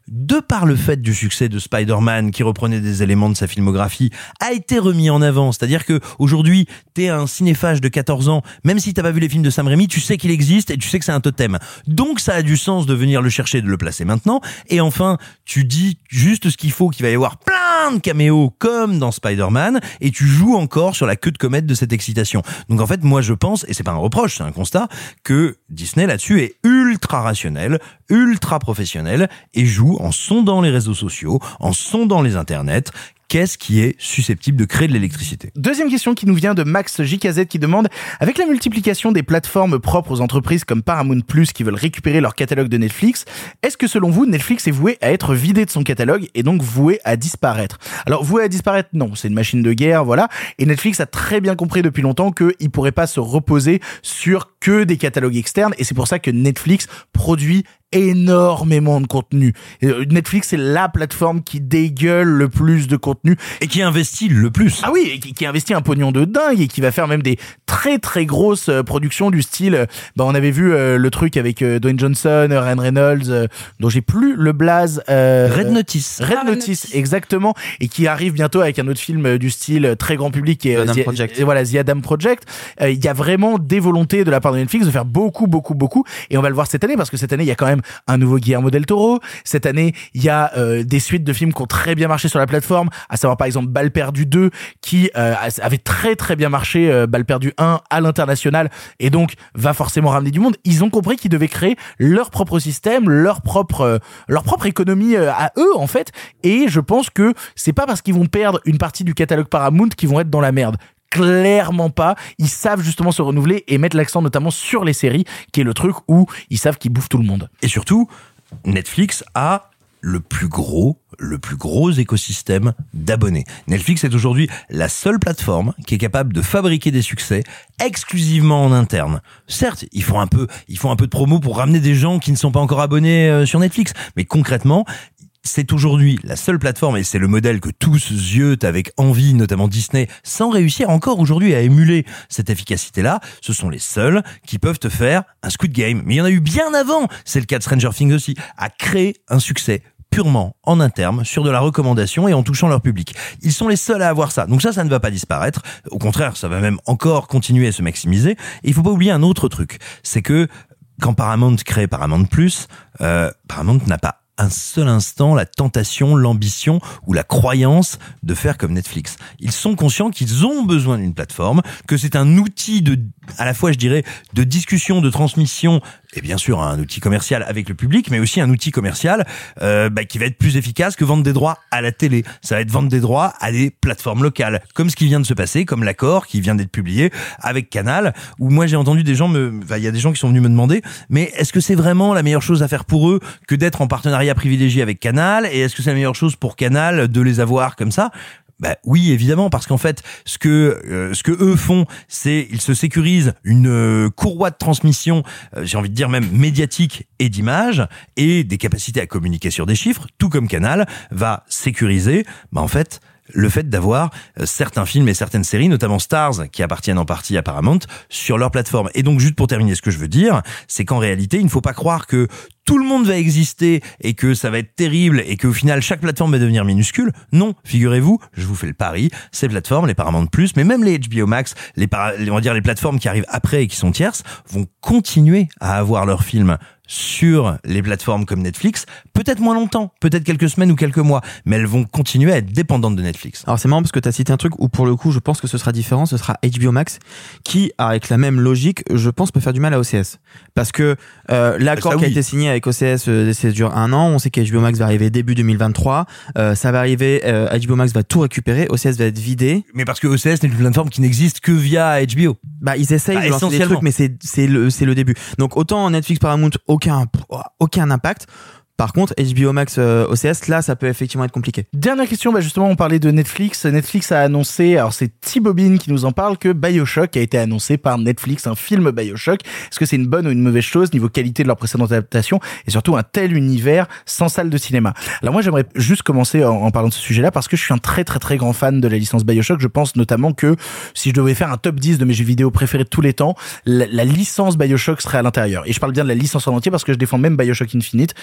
de par le fait du succès de Spider-Man, qui reprenait des éléments de sa filmographie, a été remis en avant. C'est-à-dire que aujourd'hui, t'es un cinéphage de quatorze ans, même si t'as pas vu les films de Sam Raimi, tu sais qu'il existe et tu sais que c'est un totem. Donc ça a du sens de venir le chercher, de le placer maintenant. Et enfin, tu dis juste ce qu'il faut, qu'il va y avoir plein de caméos comme dans Spider-Man, et tu joues encore sur la queue de comète de cette excitation. Donc en fait, moi je pense, et c'est pas un reproche, c'est un constat, que Disney là-dessus est ultra rationnel, ultra professionnel, et joue en sondant les réseaux sociaux, en sondant les internets, qu'est-ce qui est susceptible de créer de l'électricité. Deuxième question qui nous vient de Max J K Z qui demande, avec la multiplication des plateformes propres aux entreprises comme Paramount Plus qui veulent récupérer leur catalogue de Netflix, est-ce que selon vous, Netflix est voué à être vidé de son catalogue et donc voué à disparaître? Alors, voué à disparaître, non, c'est une machine de guerre, voilà. Et Netflix a très bien compris depuis longtemps qu'il pourrait pas se reposer sur que des catalogues externes, et c'est pour ça que Netflix produit énormément de contenu. Netflix, c'est la plateforme qui dégueule le plus de contenu. Et qui investit le plus. Ah oui, et qui, qui investit un pognon de dingue et qui va faire même des très très grosses euh, productions du style, euh, bah on avait vu euh, le truc avec euh, Dwayne Johnson, Ryan Reynolds, euh, dont j'ai plus le blaze. Euh, Red Notice. Red Ah, Notice, Notice. exactement. Et qui arrive bientôt avec un autre film euh, du style euh, très grand public qui est Adam The, Project. et voilà, The Adam Project. Euh, Il y a vraiment des volontés de la part de Netflix de faire beaucoup, beaucoup, beaucoup. Et on va le voir cette année parce que cette année, il y a quand même un nouveau Guillermo del Toro. Cette année, il y a euh, des suites de films qui ont très bien marché sur la plateforme, à savoir par exemple Balle perdue deux, qui euh, avait très très bien marché, euh, Balle perdue un à l'international, et donc va forcément ramener du monde. Ils ont compris qu'ils devaient créer leur propre système, leur propre euh, leur propre économie euh, à eux en fait. Et je pense que c'est pas parce qu'ils vont perdre une partie du catalogue Paramount qu'ils vont être dans la merde. Clairement pas. Ils savent justement se renouveler et mettre l'accent notamment sur les séries, qui est le truc où ils savent qu'ils bouffent tout le monde. Et surtout, Netflix a le plus gros, le plus gros écosystème d'abonnés. Netflix est aujourd'hui la seule plateforme qui est capable de fabriquer des succès exclusivement en interne. Certes, ils font un peu, ils font un peu de promo pour ramener des gens qui ne sont pas encore abonnés euh, sur Netflix, mais concrètement, c'est aujourd'hui la seule plateforme, et c'est le modèle que tous ziotent avec envie, notamment Disney, sans réussir encore aujourd'hui à émuler cette efficacité-là. Ce sont les seuls qui peuvent te faire un Squid Game. Mais il y en a eu bien avant, c'est le cas de Stranger Things aussi, à créer un succès purement en interne, sur de la recommandation et en touchant leur public. Ils sont les seuls à avoir ça. Donc ça, ça ne va pas disparaître. Au contraire, ça va même encore continuer à se maximiser. Et il faut pas oublier un autre truc, c'est que quand Paramount crée Paramount Plus, euh, Paramount n'a pas un seul instant la tentation, l'ambition ou la croyance de faire comme Netflix. Ils sont conscients qu'ils ont besoin d'une plateforme, que c'est un outil de, à la fois, je dirais, de discussion, de transmission, et bien sûr un outil commercial avec le public, mais aussi un outil commercial euh, bah, qui va être plus efficace que vendre des droits à la télé. Ça va être vendre des droits à des plateformes locales, comme ce qui vient de se passer, comme l'accord qui vient d'être publié avec Canal, où moi j'ai entendu des gens me, enfin, il y a des gens qui sont venus me demander, mais est-ce que c'est vraiment la meilleure chose à faire pour eux que d'être en partenariat privilégié avec Canal, et est-ce que c'est la meilleure chose pour Canal de les avoir comme ça? Bah oui, évidemment, parce qu'en fait, ce que euh, ce que eux font, c'est ils se sécurisent une euh, courroie de transmission, euh, j'ai envie de dire même médiatique et d'image, et des capacités à communiquer sur des chiffres, tout comme Canal va sécuriser, bah en fait, le fait d'avoir euh, certains films et certaines séries, notamment Stars, qui appartiennent en partie à Paramount, sur leur plateforme. Et donc, juste pour terminer, ce que je veux dire, c'est qu'en réalité, il ne faut pas croire que tout le monde va exister et que ça va être terrible et qu'au final, chaque plateforme va devenir minuscule. Non, figurez-vous, je vous fais le pari, ces plateformes, les Paramount Plus, mais même les H B O Max, les, para- on va dire les plateformes qui arrivent après et qui sont tierces, vont continuer à avoir leurs films sur les plateformes comme Netflix, peut-être moins longtemps, peut-être quelques semaines ou quelques mois, mais elles vont continuer à être dépendantes de Netflix. Alors c'est marrant parce que tu as cité un truc où pour le coup je pense que ce sera différent, ce sera H B O Max qui, avec la même logique, je pense peut faire du mal à O C S. Parce que euh, l'accord ça, qui a oui. été signé avec O C S, euh, ça dure un an, on sait qu'H B O Max va arriver début deux mille vingt-trois, euh, ça va arriver, euh, H B O Max va tout récupérer, O C S va être vidé. Mais parce que O C S n'est une plateforme qui n'existe que via H B O. Bah ils essayent Bah, de lancer des essentiellement. trucs, mais c'est c'est le c'est le début. Donc autant Netflix, Paramount, aucun aucun impact. Par contre, H B O Max, euh, O C S, là, ça peut effectivement être compliqué. Dernière question, bah justement, on parlait de Netflix. Netflix a annoncé, alors c'est T-Bobine qui nous en parle, que BioShock a été annoncé par Netflix, un film BioShock. Est-ce que c'est une bonne ou une mauvaise chose niveau qualité de leur précédente adaptation et surtout un tel univers sans salle de cinéma? Alors moi, j'aimerais juste commencer en, en parlant de ce sujet-là parce que je suis un très très très grand fan de la licence BioShock. Je pense notamment que si je devais faire un top dix de mes jeux vidéo préférés de tous les temps, la, la licence BioShock serait à l'intérieur. Et je parle bien de la licence en entier parce que je défends même BioShock Infinite, que j'aime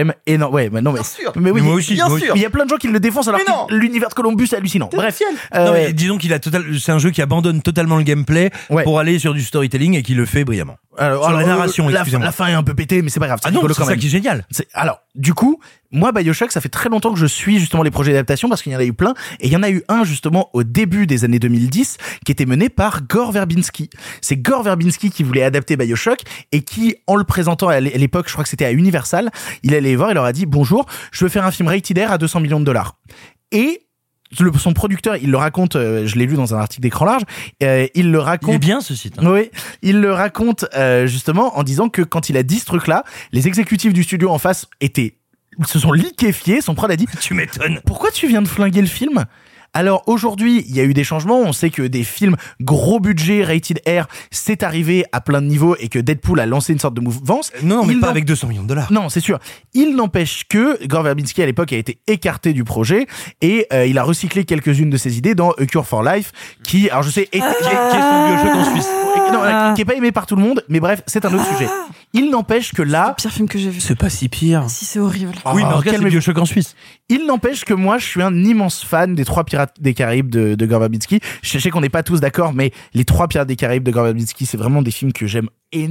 j'aime énormément. Ouais, mais non, mais, Bien sûr. mais oui, Mais moi aussi, bien moi sûr. aussi. Mais il y a plein de gens qui le défoncent alors Mais non. que l'univers de Columbus est hallucinant. Bref, Non, euh, mais disons qu'il a total, c'est un jeu qui abandonne totalement le gameplay Ouais. pour aller sur du storytelling et qui le fait brillamment. alors, sur la alors, narration, la, excusez-moi. la fin est un peu pétée, mais c'est pas grave. Ah non, rigolo c'est quand ça même. qui est génial. C'est- Alors, du coup, moi, BioShock, ça fait très longtemps que je suis justement les projets d'adaptation parce qu'il y en a eu plein. Et il y en a eu un justement au début des années deux mille dix qui était mené par Gore Verbinski. C'est Gore Verbinski qui voulait adapter BioShock et qui, en le présentant à l'époque, je crois que c'était à Universal, il allait les voir, il leur a dit « Bonjour, je veux faire un film rated R à deux cents millions de dollars. » Et le, son producteur, il le raconte, euh, je l'ai lu dans un article d'Écran Large, euh, il le raconte... Il est bien ce site. Hein. Oui, il le raconte euh, justement en disant que quand il a dit ce truc-là, les exécutifs du studio en face étaient se sont liquéfiés. Son prod a dit Tu m'étonnes. pourquoi tu viens de flinguer le film ? Alors aujourd'hui, il y a eu des changements. On sait que des films gros budget, rated R, c'est arrivé à plein de niveaux et que Deadpool a lancé une sorte de mouvance. Non, non mais Il pas n'en- avec deux cents millions de dollars. Non, c'est sûr. Il n'empêche que Gore Verbinski à l'époque a été écarté du projet et euh, il a recyclé quelques-unes de ses idées dans A Cure for Life, qui, alors je sais, est, qui est, qui est son BioShock en Suisse. Non, Ah. qui est pas aimé par tout le monde, mais bref, c'est un autre sujet. Il n'empêche que C'est le là, pire film que j'ai vu. C'est pas si pire. Si, c'est horrible. Oui, mais en Oh, tout cas, c'est calmez-vous. BioShock en Suisse. Il n'empêche que moi, je suis un immense fan des Trois Pirates des Caraïbes de, de Gore Verbinski. Je sais qu'on n'est pas tous d'accord, mais les Trois Pirates des Caraïbes de Gore Verbinski, c'est vraiment des films que j'aime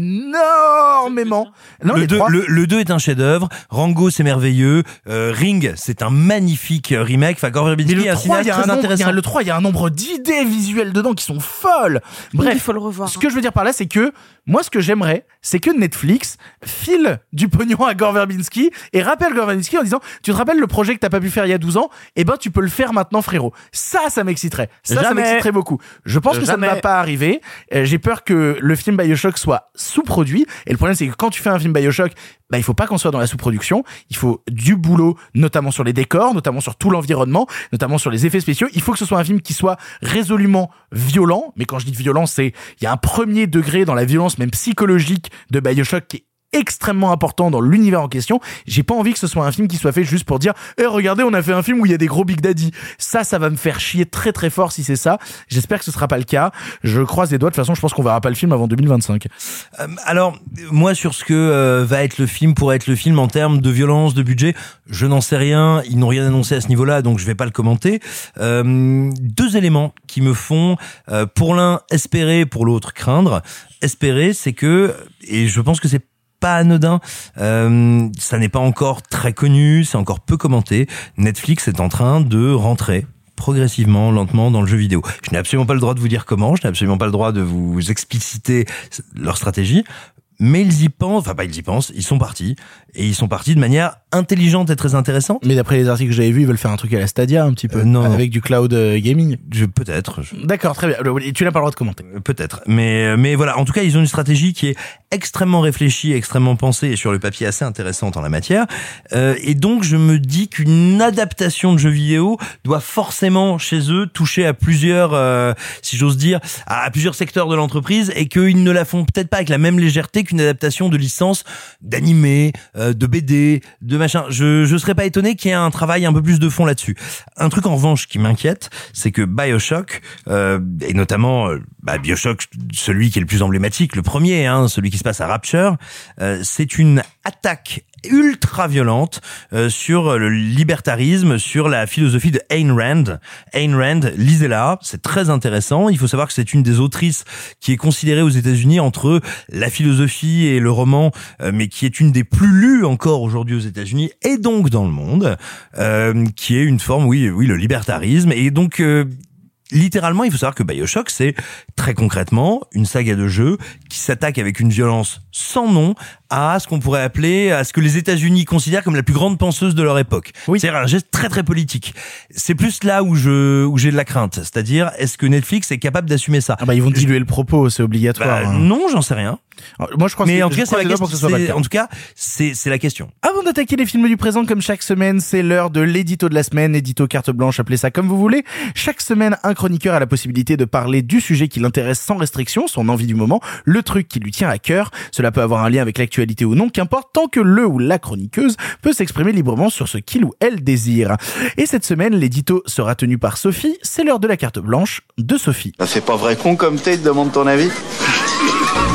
énormément. Non, le, les deux, trois. le, le deux est un chef-d'œuvre. Rango, c'est merveilleux. Euh, Ring, c'est un magnifique euh, remake. Enfin, Gore Mais Verbinski le est un trois, il y cinéaste a un très nombre, il y intéressant. a, le trois, il y a un nombre d'idées visuelles dedans qui sont folles. Bref, il Bref, faut le revoir. ce que je veux dire par là, c'est que moi, ce que j'aimerais, c'est que Netflix file du pognon à Gore Verbinski et rappelle Gore Verbinski en disant, tu te rappelles le projet que t'as pas pu faire il y a douze ans? Eh ben, tu peux le faire maintenant, frérot. Ça, ça m'exciterait. Ça, ça Jamais. m'exciterait beaucoup. Je pense que ça ne Jamais. va pas arriver. Euh, j'ai peur que le film BioShock soit sous-produit. Et le problème, c'est que quand tu fais un film BioShock, bah, il faut pas qu'on soit dans la sous-production. Il faut du boulot, notamment sur les décors, notamment sur tout l'environnement, notamment sur les effets spéciaux. Il faut que ce soit un film qui soit résolument violent. Mais quand je dis violent, c'est, il y a un premier degré dans la violence, même psychologique, de BioShock qui est extrêmement important dans l'univers en question. J'ai pas envie que ce soit un film qui soit fait juste pour dire eh regardez, on a fait un film où il y a des gros Big Daddy. Ça, ça va me faire chier très très fort si c'est ça. J'espère que ce sera pas le cas. Je croise les doigts. De toute façon, je pense qu'on verra pas le film avant deux mille vingt-cinq. Euh, alors, moi, sur ce que euh, va être le film, pourrait être le film en termes de violence, de budget, je n'en sais rien. Ils n'ont rien annoncé à ce niveau-là, donc je vais pas le commenter. Euh, deux éléments qui me font, euh, pour l'un, espérer, pour l'autre, craindre. Espérer, c'est que, et je pense que c'est pas anodin, euh, ça n'est pas encore très connu, c'est encore peu commenté. Netflix est en train de rentrer progressivement, lentement dans le jeu vidéo. Je n'ai absolument pas le droit de vous dire comment, je n'ai absolument pas le droit de vous expliciter leur stratégie, mais ils y pensent, enfin pas ils y pensent, ils sont partis, et ils sont partis de manière intelligente et très intéressante. Mais d'après les articles que j'avais vus, ils veulent faire un truc à la Stadia un petit peu, Euh, non. avec du cloud euh, gaming. Je, peut-être. je- D'accord, très bien. Et tu n'as pas le droit de commenter. Euh, Peut-être, mais mais voilà. En tout cas, ils ont une stratégie qui est extrêmement réfléchie, extrêmement pensée et sur le papier assez intéressante en la matière. Euh, et donc, je me dis qu'une adaptation de jeu vidéo doit forcément chez eux toucher à plusieurs, euh, si j'ose dire, à, à plusieurs secteurs de l'entreprise et qu'ils ne la font peut-être pas avec la même légèreté qu'une adaptation de licence d'animé, euh, de B D, de machin. Je je serais pas étonné qu'il y ait un travail un peu plus de fond là-dessus. Un truc en revanche qui m'inquiète, c'est que BioShock euh, et notamment euh, bah, BioShock, celui qui est le plus emblématique, le premier, hein, celui qui se passe à Rapture, euh, c'est une attaque ultra violente euh, sur le libertarisme, sur la philosophie de Ayn Rand. Ayn Rand, lisez-la, c'est très intéressant. Il faut savoir que c'est une des autrices qui est considérée aux États-Unis entre la philosophie et le roman, euh, mais qui est une des plus lues encore aujourd'hui aux États-Unis et donc dans le monde, euh, qui est une forme, oui, oui, le libertarisme. Et donc euh, littéralement, il faut savoir que BioShock, c'est très concrètement une saga de jeux qui s'attaque avec une violence sans nom à ce qu'on pourrait appeler, à ce que les États-Unis considèrent comme la plus grande penseuse de leur époque. Oui. C'est-à-dire un geste très très politique. C'est plus là où je où j'ai de la crainte. C'est-à-dire, est-ce que Netflix est capable d'assumer ça? Ah bah ils vont diluer le propos, c'est obligatoire. Bah, hein. non, j'en sais rien. Alors, moi je crois Mais que en tout je cas, c'est croise la les doigts pour que ce soit pas le question. cas. En tout cas, c'est c'est la question. Avant d'attaquer les films du présent comme chaque semaine, c'est l'heure de l'édito de la semaine, édito carte blanche, appelez ça comme vous voulez. Chaque semaine, un chroniqueur a la possibilité de parler du sujet qui l'intéresse sans restriction, son envie du moment, le truc qui lui tient à cœur. Cela peut avoir un lien avec l'actualité ou non, qu'importe, tant que le ou la chroniqueuse peut s'exprimer librement sur ce qu'il ou elle désire. Et cette semaine, l'édito sera tenu par Sophie, c'est l'heure de la carte blanche de Sophie. Ça fait pas vrai con comme t'es, te demande ton avis.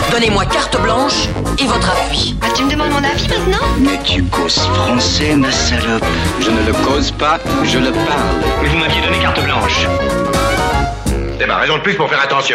Donnez-moi carte blanche et votre appui. Ah, tu me demandes mon avis maintenant? Mais tu causes français, ma salope. Je ne le cause pas, je le parle. Mais vous m'aviez donné carte blanche. C'est ma raison de plus pour faire attention.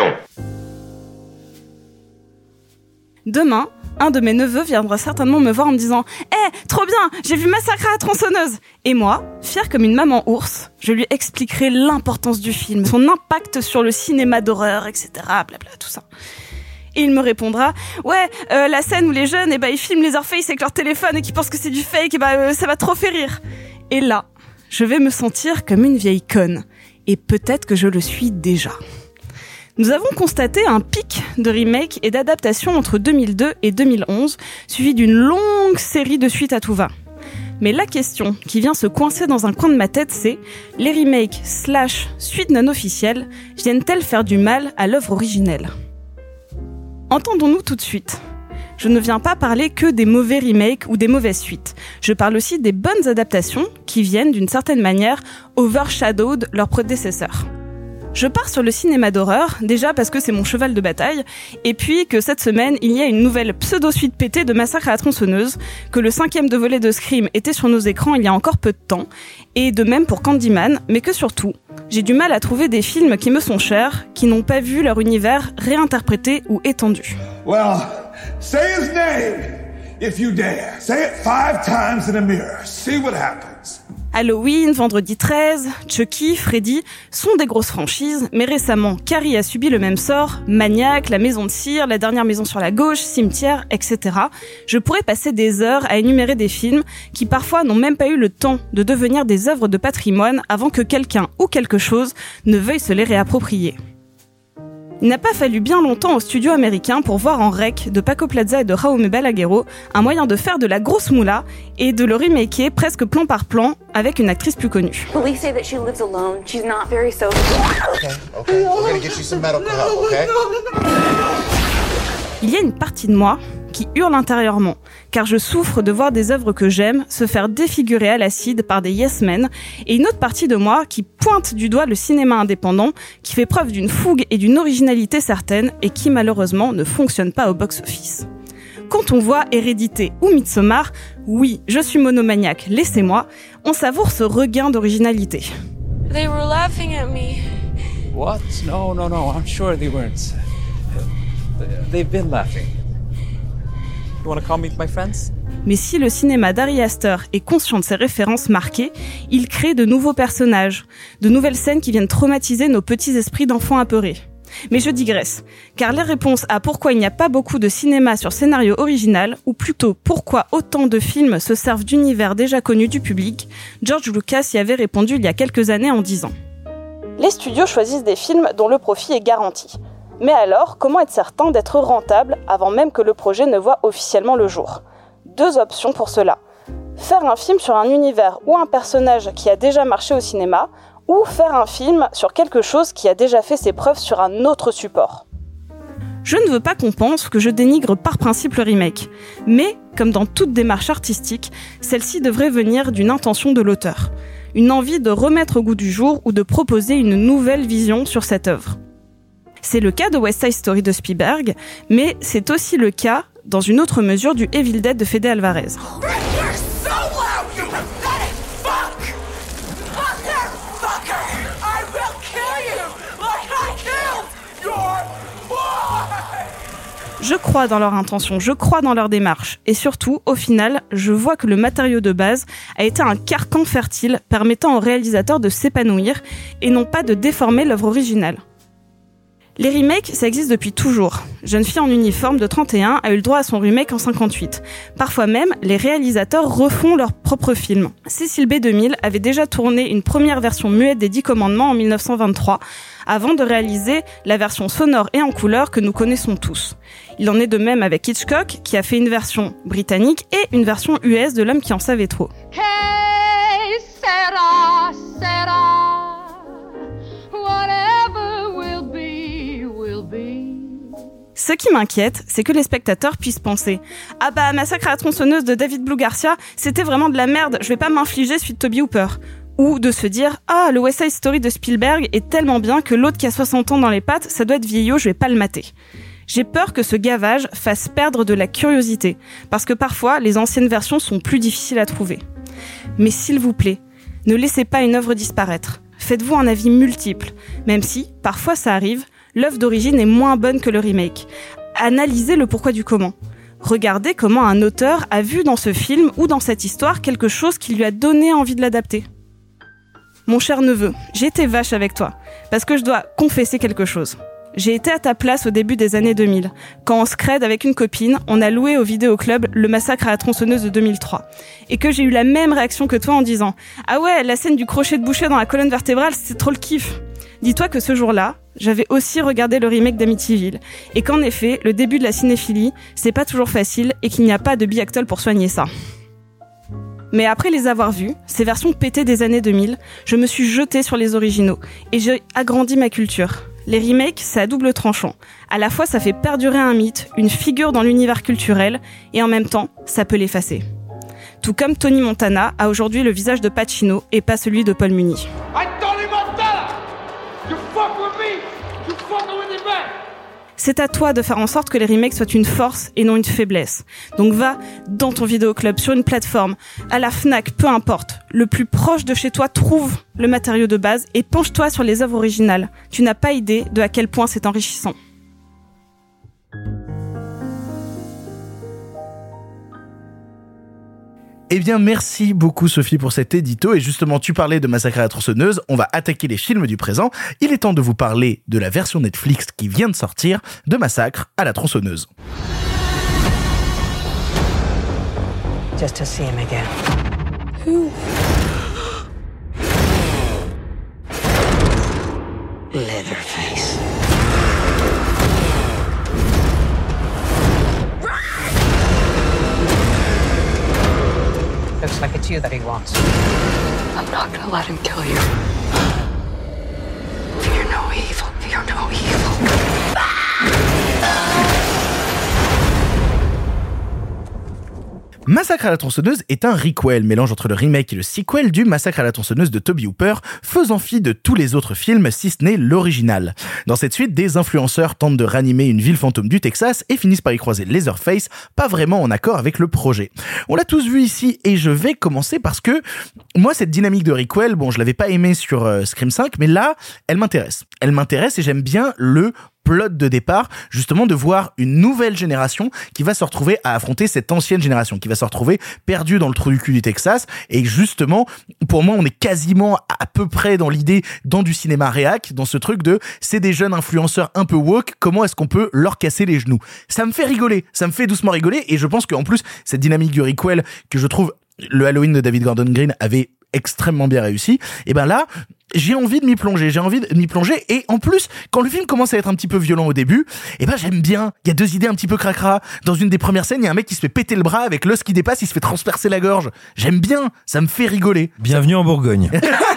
Demain, un de mes neveux viendra certainement me voir en me disant « Eh, hey, trop bien, j'ai vu Massacre à la tronçonneuse !» Et moi, fière comme une maman ours, je lui expliquerai l'importance du film, son impact sur le cinéma d'horreur, et cetera, blabla, tout ça. Et il me répondra « Ouais, euh, la scène où les jeunes, eh ben, ils filment les Orpheus avec leur téléphone et qu'ils pensent que c'est du fake, eh ben, euh, ça va trop faire rire. » Et là, je vais me sentir comme une vieille conne. Et peut-être que je le suis déjà. Nous avons constaté un pic de remakes et d'adaptations entre deux mille deux et deux mille onze, suivi d'une longue série de suites à tout va. Mais la question qui vient se coincer dans un coin de ma tête, c'est les remakes slash suites non officielles viennent-elles faire du mal à l'œuvre originelle ? Entendons-nous tout de suite. Je ne viens pas parler que des mauvais remakes ou des mauvaises suites. Je parle aussi des bonnes adaptations qui viennent d'une certaine manière overshadow leurs prédécesseurs. Je pars sur le cinéma d'horreur, déjà parce que c'est mon cheval de bataille, et puis que cette semaine, il y a une nouvelle pseudo-suite pétée de Massacre à la tronçonneuse, que le cinquième de volet de Scream était sur nos écrans il y a encore peu de temps, et de même pour Candyman, mais que surtout, j'ai du mal à trouver des films qui me sont chers, qui n'ont pas vu leur univers réinterprété ou étendu. Well, say his name, if you dare. Say it five times in a mirror. See what happens. Halloween, Vendredi treize, Chucky, Freddy sont des grosses franchises, mais récemment, Carrie a subi le même sort, Maniac, La Maison de Cire, La Dernière Maison sur la Gauche, Cimetière, et cetera. Je pourrais passer des heures à énumérer des films qui parfois n'ont même pas eu le temps de devenir des œuvres de patrimoine avant que quelqu'un ou quelque chose ne veuille se les réapproprier. Il n'a pas fallu bien longtemps aux studios américains pour voir en rec de Paco Plaza et de Jaume Balaguerro un moyen de faire de la grosse moula et de le remaker presque plan par plan avec une actrice plus connue. Police say that she lives alone. She's not very social. Okay, okay. We're gonna get you some medical help, okay? Il y a une partie de moi qui hurle intérieurement, car je souffre de voir des œuvres que j'aime se faire défigurer à l'acide par des yes men, et une autre partie de moi qui pointe du doigt le cinéma indépendant, qui fait preuve d'une fougue et d'une originalité certaine, et qui malheureusement ne fonctionne pas au box-office. Quand on voit Hérédité ou Midsommar, oui, je suis monomaniaque, laissez-moi, on savoure ce regain d'originalité. They were laughing at me. What? No, no, no, I'm sure they weren't. They've been laughing. You want to come meet my friends? Mais si le cinéma d'Ari Aster est conscient de ses références marquées, il crée de nouveaux personnages, de nouvelles scènes qui viennent traumatiser nos petits esprits d'enfants apeurés. Mais je digresse, car les réponses à pourquoi il n'y a pas beaucoup de cinéma sur scénario original, ou plutôt pourquoi autant de films se servent d'univers déjà connus du public, George Lucas y avait répondu il y a quelques années en disant « Les studios choisissent des films dont le profit est garanti. Mais alors, comment être certain d'être rentable avant même que le projet ne voit officiellement le jour ? Deux options pour cela. Faire un film sur un univers ou un personnage qui a déjà marché au cinéma, ou faire un film sur quelque chose qui a déjà fait ses preuves sur un autre support. Je ne veux pas qu'on pense que je dénigre par principe le remake, mais, comme dans toute démarche artistique, celle-ci devrait venir d'une intention de l'auteur. Une envie de remettre au goût du jour ou de proposer une nouvelle vision sur cette œuvre. C'est le cas de West Side Story de Spielberg, mais c'est aussi le cas, dans une autre mesure, du Evil Dead de Fede Alvarez. Je crois dans leur intention, je crois dans leur démarche. Et surtout, au final, je vois que le matériau de base a été un carcan fertile permettant au réalisateur de s'épanouir et non pas de déformer l'œuvre originale. Les remakes, ça existe depuis toujours. Jeune fille en uniforme de trente et un a eu le droit à son remake en cinquante-huit. Parfois même, les réalisateurs refont leur propre film. Cécile B deux mille avait déjà tourné une première version muette des Dix Commandements en mille neuf cent vingt-trois, avant de réaliser la version sonore et en couleur que nous connaissons tous. Il en est de même avec Hitchcock, qui a fait une version britannique et une version U S de L'homme qui en savait trop. Hey, Sarah, Sarah, whatever will be, will be. Ce qui m'inquiète, c'est que les spectateurs puissent penser « Ah bah, Massacre à la tronçonneuse de David Blue Garcia, c'était vraiment de la merde, je vais pas m'infliger celui de Toby Hooper. » Ou de se dire « Ah, le West Side Story de Spielberg est tellement bien que l'autre qui a soixante ans dans les pattes, ça doit être vieillot, je vais pas le mater. » J'ai peur que ce gavage fasse perdre de la curiosité, parce que parfois, les anciennes versions sont plus difficiles à trouver. Mais s'il vous plaît, ne laissez pas une œuvre disparaître. Faites-vous un avis multiple, même si, parfois ça arrive, l'œuvre d'origine est moins bonne que le remake. Analysez le pourquoi du comment. Regardez comment un auteur a vu dans ce film ou dans cette histoire quelque chose qui lui a donné envie de l'adapter. Mon cher neveu, j'ai été vache avec toi, parce que je dois confesser quelque chose. J'ai été à ta place au début des années deux mille, quand en scred avec une copine, on a loué au vidéoclub Le Massacre à la tronçonneuse de deux mille trois, et que j'ai eu la même réaction que toi en disant « Ah ouais, la scène du crochet de boucher dans la colonne vertébrale, c'est trop le kiff !» Dis-toi que ce jour-là, j'avais aussi regardé le remake d'Amityville, et qu'en effet, le début de la cinéphilie, c'est pas toujours facile, et qu'il n'y a pas de Biactol pour soigner ça. Mais après les avoir vus, ces versions pétées des années deux mille, je me suis jetée sur les originaux, et j'ai agrandi ma culture. Les remakes, c'est à double tranchant. À la fois, ça fait perdurer un mythe, une figure dans l'univers culturel, et en même temps, ça peut l'effacer. Tout comme Tony Montana a aujourd'hui le visage de Pacino et pas celui de Paul Muni. C'est à toi de faire en sorte que les remakes soient une force et non une faiblesse. Donc va dans ton vidéoclub, sur une plateforme, à la Fnac, peu importe. Le plus proche de chez toi, trouve le matériau de base et penche-toi sur les œuvres originales. Tu n'as pas idée de à quel point c'est enrichissant. Eh bien, merci beaucoup Sophie pour cet édito. Et justement, tu parlais de Massacre à la tronçonneuse. On va attaquer les films du présent. Il est temps de vous parler de la version Netflix qui vient de sortir de Massacre à la tronçonneuse. Just to see him again. Who? Leatherface. Looks like it's you that he wants. I'm not gonna let him kill you. Fear no evil, fear no evil. Massacre à la tronçonneuse est un requel, mélange entre le remake et le sequel du Massacre à la tronçonneuse de Toby Hooper, faisant fi de tous les autres films si ce n'est l'original. Dans cette suite, des influenceurs tentent de ranimer une ville fantôme du Texas et finissent par y croiser Leatherface, pas vraiment en accord avec le projet. On l'a tous vu ici et je vais commencer parce que moi cette dynamique de requel, bon je l'avais pas aimée sur euh, Scream cinq, mais là elle m'intéresse. Elle m'intéresse et j'aime bien le plot de départ, justement de voir une nouvelle génération qui va se retrouver à affronter cette ancienne génération, qui va se retrouver perdue dans le trou du cul du Texas. Et justement, pour moi, on est quasiment à peu près dans l'idée, dans du cinéma réac, dans ce truc de c'est des jeunes influenceurs un peu woke, comment est-ce qu'on peut leur casser les genoux? Ça me fait rigoler, ça me fait doucement rigoler, et je pense qu'en plus, cette dynamique du requel, que je trouve le Halloween de David Gordon Green avait extrêmement bien réussi, et ben là, j'ai envie de m'y plonger, j'ai envie de m'y plonger, et en plus, quand le film commence à être un petit peu violent au début, et ben j'aime bien, il y a deux idées un petit peu cracra. Dans une des premières scènes, il y a un mec qui se fait péter le bras avec l'os qui dépasse, il se fait transpercer la gorge. J'aime bien, ça me fait rigoler. Bienvenue en Bourgogne.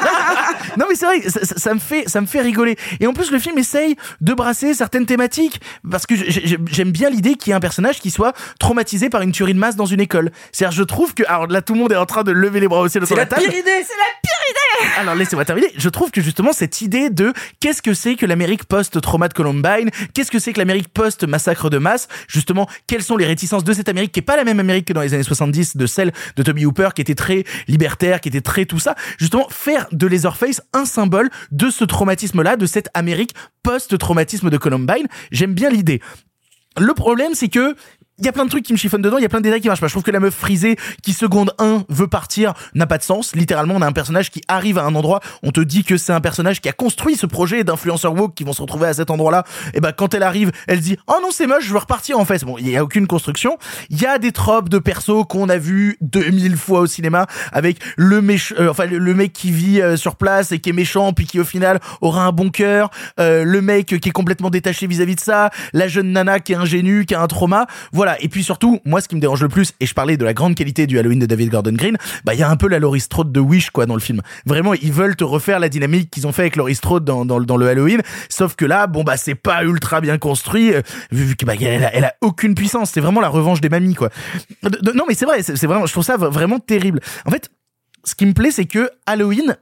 Non mais c'est vrai, ça, ça, ça me fait, ça me fait rigoler. Et en plus le film essaye de brasser certaines thématiques parce que j'aime bien l'idée qu'il y ait un personnage qui soit traumatisé par une tuerie de masse dans une école. C'est-à-dire je trouve que, alors là tout le monde est en train de lever les bras au ciel autour de la table. C'est la pire idée, c'est la pire idée. Alors laissez-moi terminer. Je trouve que justement cette idée de qu'est-ce que c'est que l'Amérique post-trauma de Columbine, qu'est-ce que c'est que l'Amérique post-massacre de masse, justement quelles sont les réticences de cette Amérique qui est pas la même Amérique que dans les années soixante-dix, de celle de Toby Hooper qui était très libertaire, qui était très tout ça. Justement faire de Leatherface un symbole de ce traumatisme-là, de cette Amérique post-traumatisme de Columbine. J'aime bien l'idée. Le problème, c'est que il y a plein de trucs qui me chiffonnent dedans, il y a plein de détails qui marchent pas. Je trouve que la meuf frisée qui seconde un veut partir n'a pas de sens. Littéralement, on a un personnage qui arrive à un endroit, on te dit que c'est un personnage qui a construit ce projet d'influenceurs woke qui vont se retrouver à cet endroit-là. Et ben quand elle arrive, elle dit "Oh non, c'est moche, je veux repartir en fait." Bon, il y a aucune construction. Il y a des tropes de persos qu'on a vu deux mille fois au cinéma avec le méch euh, enfin le, le mec qui vit euh, sur place et qui est méchant puis qui au final aura un bon cœur, euh, le mec qui est complètement détaché vis-à-vis de ça, la jeune nana qui est ingénue, qui a un trauma. Voilà. Et puis surtout, moi, ce qui me dérange le plus, et je parlais de la grande qualité du Halloween de David Gordon Green, bah, il y a un peu la Laurie Strode de Wish, quoi, dans le film. Vraiment, ils veulent te refaire la dynamique qu'ils ont fait avec Laurie Strode dans, dans, dans le Halloween. Sauf que là, bon, bah, c'est pas ultra bien construit, euh, vu que, bah, elle a, elle a aucune puissance. C'est vraiment la revanche des mamies, quoi. De, de, non, mais c'est vrai, c'est, c'est vraiment, je trouve ça vraiment terrible. En fait, ce qui me plaît, c'est que Halloween,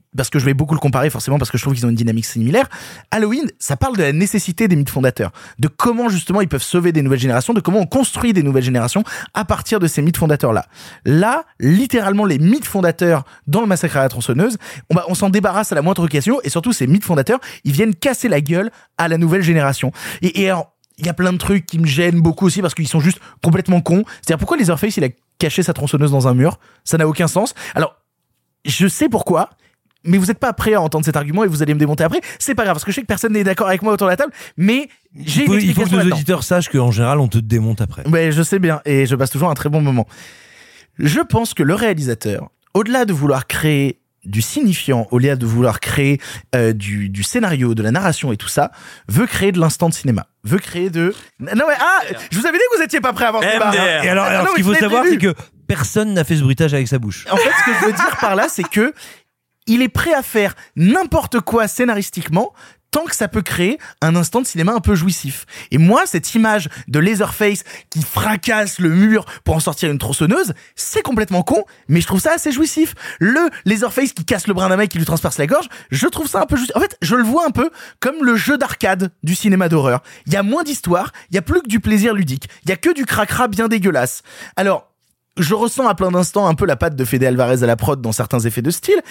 parce que je vais beaucoup le comparer forcément parce que je trouve qu'ils ont une dynamique similaire. Halloween, ça parle de la nécessité des mythes fondateurs, de comment justement ils peuvent sauver des nouvelles générations, de comment on construit des nouvelles générations à partir de ces mythes fondateurs-là. Là, littéralement, les mythes fondateurs dans le Massacre à la tronçonneuse, on, va, on s'en débarrasse à la moindre occasion et surtout ces mythes fondateurs, ils viennent casser la gueule à la nouvelle génération. Et, et alors, il y a plein de trucs qui me gênent beaucoup aussi parce qu'ils sont juste complètement cons. C'est-à-dire pourquoi Leatherface, il a caché sa tronçonneuse dans un mur? Ça n'a aucun sens. Alors, je sais pourquoi. Mais vous n'êtes pas prêt à entendre cet argument et vous allez me démonter après. C'est pas grave, parce que je sais que personne n'est d'accord avec moi autour de la table, mais j'ai il faut, une explication il faut que nos là-dedans. auditeurs sachent qu'en général, on te démonte après. Ouais, je sais bien, et je passe toujours un très bon moment. Je pense que le réalisateur, au-delà de vouloir créer du signifiant, au-delà de vouloir créer euh, du, du scénario, de la narration et tout ça, veut créer de l'instant de cinéma. Veut créer de... Non mais, ah, je vous avais dit que vous étiez pas prêt à avoir ce débat. Et alors, alors non, ce qu'il faut savoir, c'est que personne n'a fait ce bruitage avec sa bouche. En fait, ce que je veux dire par là, c'est que il est prêt à faire n'importe quoi scénaristiquement tant que ça peut créer un instant de cinéma un peu jouissif. Et moi, cette image de Leatherface qui fracasse le mur pour en sortir une tronçonneuse, c'est complètement con, mais je trouve ça assez jouissif. Le Leatherface qui casse le bras d'un mec qui lui transperce la gorge, je trouve ça un peu jouissif. En fait, je le vois un peu comme le jeu d'arcade du cinéma d'horreur. Il y a moins d'histoire, il y a plus que du plaisir ludique, il y a que du cracra bien dégueulasse. Alors, je ressens à plein d'instants un peu la patte de Fede Alvarez à la prod dans certains effets de style.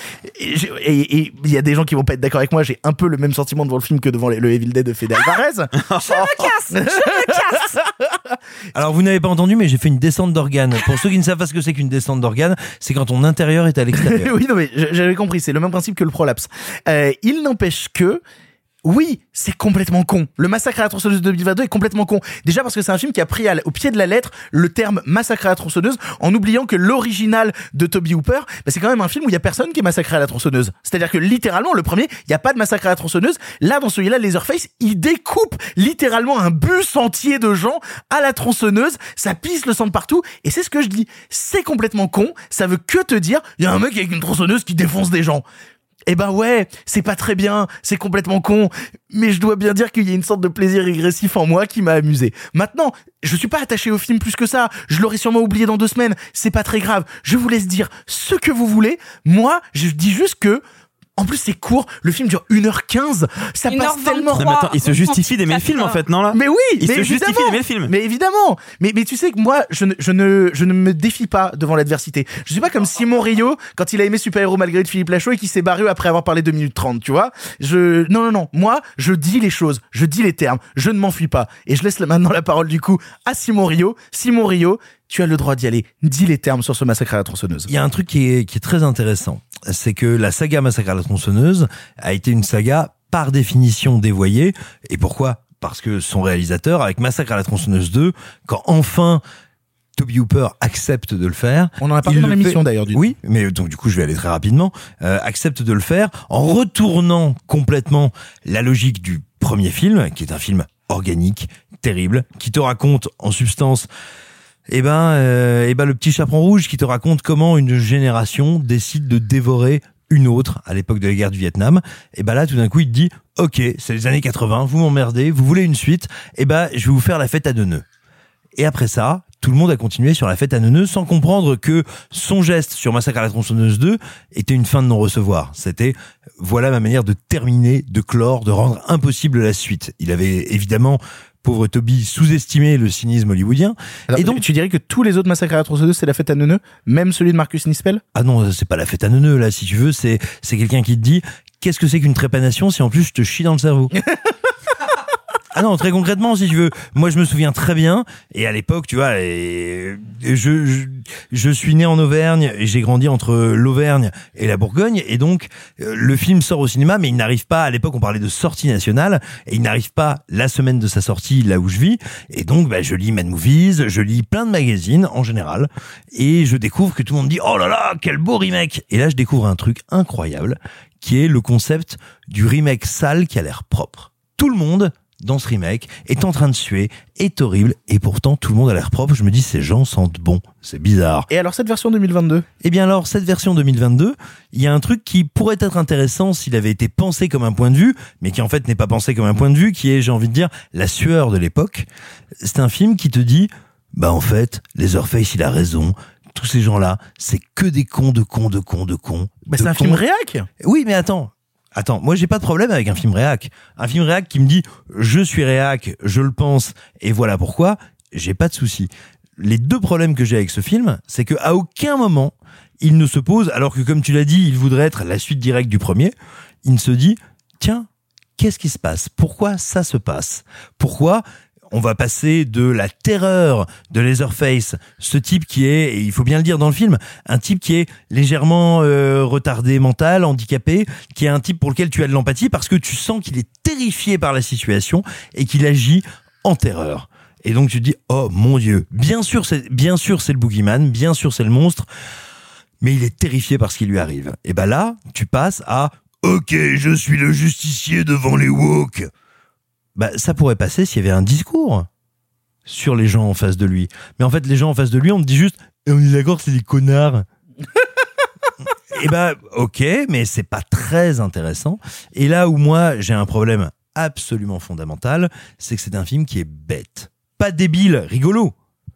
Et il y a des gens qui vont pas être d'accord avec moi. J'ai un peu le même sentiment devant le film que devant le Evil Dead de Fede Alvarez. Je me casse, je me casse. Alors vous n'avez pas entendu, mais j'ai fait une descente d'organes. Pour ceux qui ne savent pas ce que c'est qu'une descente d'organes, c'est quand ton intérieur est à l'extérieur. Oui, non mais j'avais compris. C'est le même principe que le prolapse. Euh, il n'empêche que oui, c'est complètement con. Le Massacre à la tronçonneuse de deux mille vingt-deux est complètement con. Déjà parce que c'est un film qui a pris à, au pied de la lettre le terme Massacre à la tronçonneuse en oubliant que l'original de Toby Hooper, bah, c'est quand même un film où il y a personne qui est massacré à la tronçonneuse. C'est-à-dire que littéralement, le premier, il y a pas de massacre à la tronçonneuse. Là, dans celui-là, Leatherface, il découpe littéralement un bus entier de gens à la tronçonneuse. Ça pisse le sang de partout. Et c'est ce que je dis. C'est complètement con. Ça veut que te dire, il y a un mec avec une tronçonneuse qui défonce des gens. Eh ben ouais, c'est pas très bien, c'est complètement con, mais je dois bien dire qu'il y a une sorte de plaisir régressif en moi qui m'a amusé. Maintenant, je suis pas attaché au film plus que ça, je l'aurais sûrement oublié dans deux semaines, c'est pas très grave, je vous laisse dire ce que vous voulez, moi, je dis juste que... En plus, c'est court. Le film dure une heure quinze. Ça passe tellement. Non, mais attends, il se justifie d'aimer le film, en fait, non, là? Mais oui! Il mais se justifie évidemment. d'aimer le film. Mais évidemment! Mais, mais tu sais que moi, je ne, je ne, je ne me défie pas devant l'adversité. Je suis pas comme Simon Rio quand il a aimé Super Héros malgré de Philippe Lachaud et qui s'est barré après avoir parlé deux minutes trente, tu vois? Je, non, non, non. Moi, je dis les choses. Je dis les termes. Je ne m'enfuis pas. Et je laisse maintenant la parole, du coup, à Simon Rio. Simon Rio, tu as le droit d'y aller. Dis les termes sur ce Massacre à la tronçonneuse. Il y a un truc qui est, qui est très intéressant. C'est que la saga Massacre à la tronçonneuse a été une saga par définition dévoyée. Et pourquoi? Parce que son réalisateur, avec Massacre à la tronçonneuse deux, quand enfin Toby Hooper accepte de le faire. On en a parlé dans l'émission d'ailleurs. Du oui, mais donc du coup je vais aller très rapidement. Euh, accepte de le faire en retournant complètement la logique du premier film, qui est un film organique, terrible, qui te raconte en substance... Eh ben, euh, eh ben, le petit chaperon rouge qui te raconte comment une génération décide de dévorer une autre à l'époque de la guerre du Vietnam. Et ben là, tout d'un coup, il te dit, ok, c'est les années quatre-vingts, vous m'emmerdez, vous voulez une suite, eh ben, je vais vous faire la fête à neuneux. Et après ça, tout le monde a continué sur la fête à neuneux sans comprendre que son geste sur Massacre à la tronçonneuse deux était une fin de non-recevoir. C'était, voilà ma manière de terminer, de clore, de rendre impossible la suite. Il avait évidemment... Pauvre Toby, sous-estimé le cynisme hollywoodien. Alors, et donc, tu dirais que tous les autres Massacres à la tronçonneuse, c'est la fête à neuneux, même celui de Marcus Nispel? Ah non, c'est pas la fête à neuneux, là, si tu veux, c'est, c'est quelqu'un qui te dit, qu'est-ce que c'est qu'une trépanation si en plus je te chie dans le cerveau? Ah non, très concrètement, si tu veux. Moi, je me souviens très bien. Et à l'époque, tu vois, et je, je, je suis né en Auvergne et j'ai grandi entre l'Auvergne et la Bourgogne. Et donc, le film sort au cinéma, mais il n'arrive pas, à l'époque, on parlait de sortie nationale, et il n'arrive pas la semaine de sa sortie, là où je vis. Et donc, bah, je lis Mad Movies, je lis plein de magazines, en général. Et je découvre que tout le monde dit, oh là là, quel beau remake! Et là, je découvre un truc incroyable, qui est le concept du remake sale qui a l'air propre. Tout le monde, dans ce remake, est en train de suer, est horrible, et pourtant tout le monde a l'air propre. Je me dis, ces gens sentent bon, c'est bizarre. Et alors cette version deux mille vingt-deux? Eh bien alors, cette version deux mille vingt-deux, il y a un truc qui pourrait être intéressant s'il avait été pensé comme un point de vue, mais qui en fait n'est pas pensé comme un point de vue, qui est, j'ai envie de dire, la sueur de l'époque. C'est un film qui te dit, bah en fait, Leatherface il a raison, tous ces gens-là, c'est que des cons, de cons, de cons, de cons. Bah, de c'est un cons. film réac. Oui, mais attends. Attends, moi j'ai pas de problème avec un film réac. Un film réac qui me dit je suis réac, je le pense et voilà pourquoi, j'ai pas de souci. Les deux problèmes que j'ai avec ce film, c'est que à aucun moment il ne se pose, alors que comme tu l'as dit, il voudrait être la suite directe du premier, il ne se dit tiens, qu'est-ce qui se passe ? Pourquoi ça se passe ? Pourquoi on va passer de la terreur de Leatherface, ce type qui est, et il faut bien le dire dans le film, un type qui est légèrement euh, retardé mental, handicapé, qui est un type pour lequel tu as de l'empathie parce que tu sens qu'il est terrifié par la situation et qu'il agit en terreur. Et donc tu te dis, oh mon Dieu, bien sûr c'est, bien sûr c'est le boogeyman, bien sûr c'est le monstre, mais il est terrifié par ce qui lui arrive. Et ben là, tu passes à, ok, je suis le justicier devant les woke. Bah, ça pourrait passer s'il y avait un discours sur les gens en face de lui. Mais en fait, les gens en face de lui, on te dit juste, on est d'accord, c'est des connards. Et bah, ok, mais c'est pas très intéressant. Et là où moi, j'ai un problème absolument fondamental, c'est que c'est un film qui est bête. Pas débile, rigolo.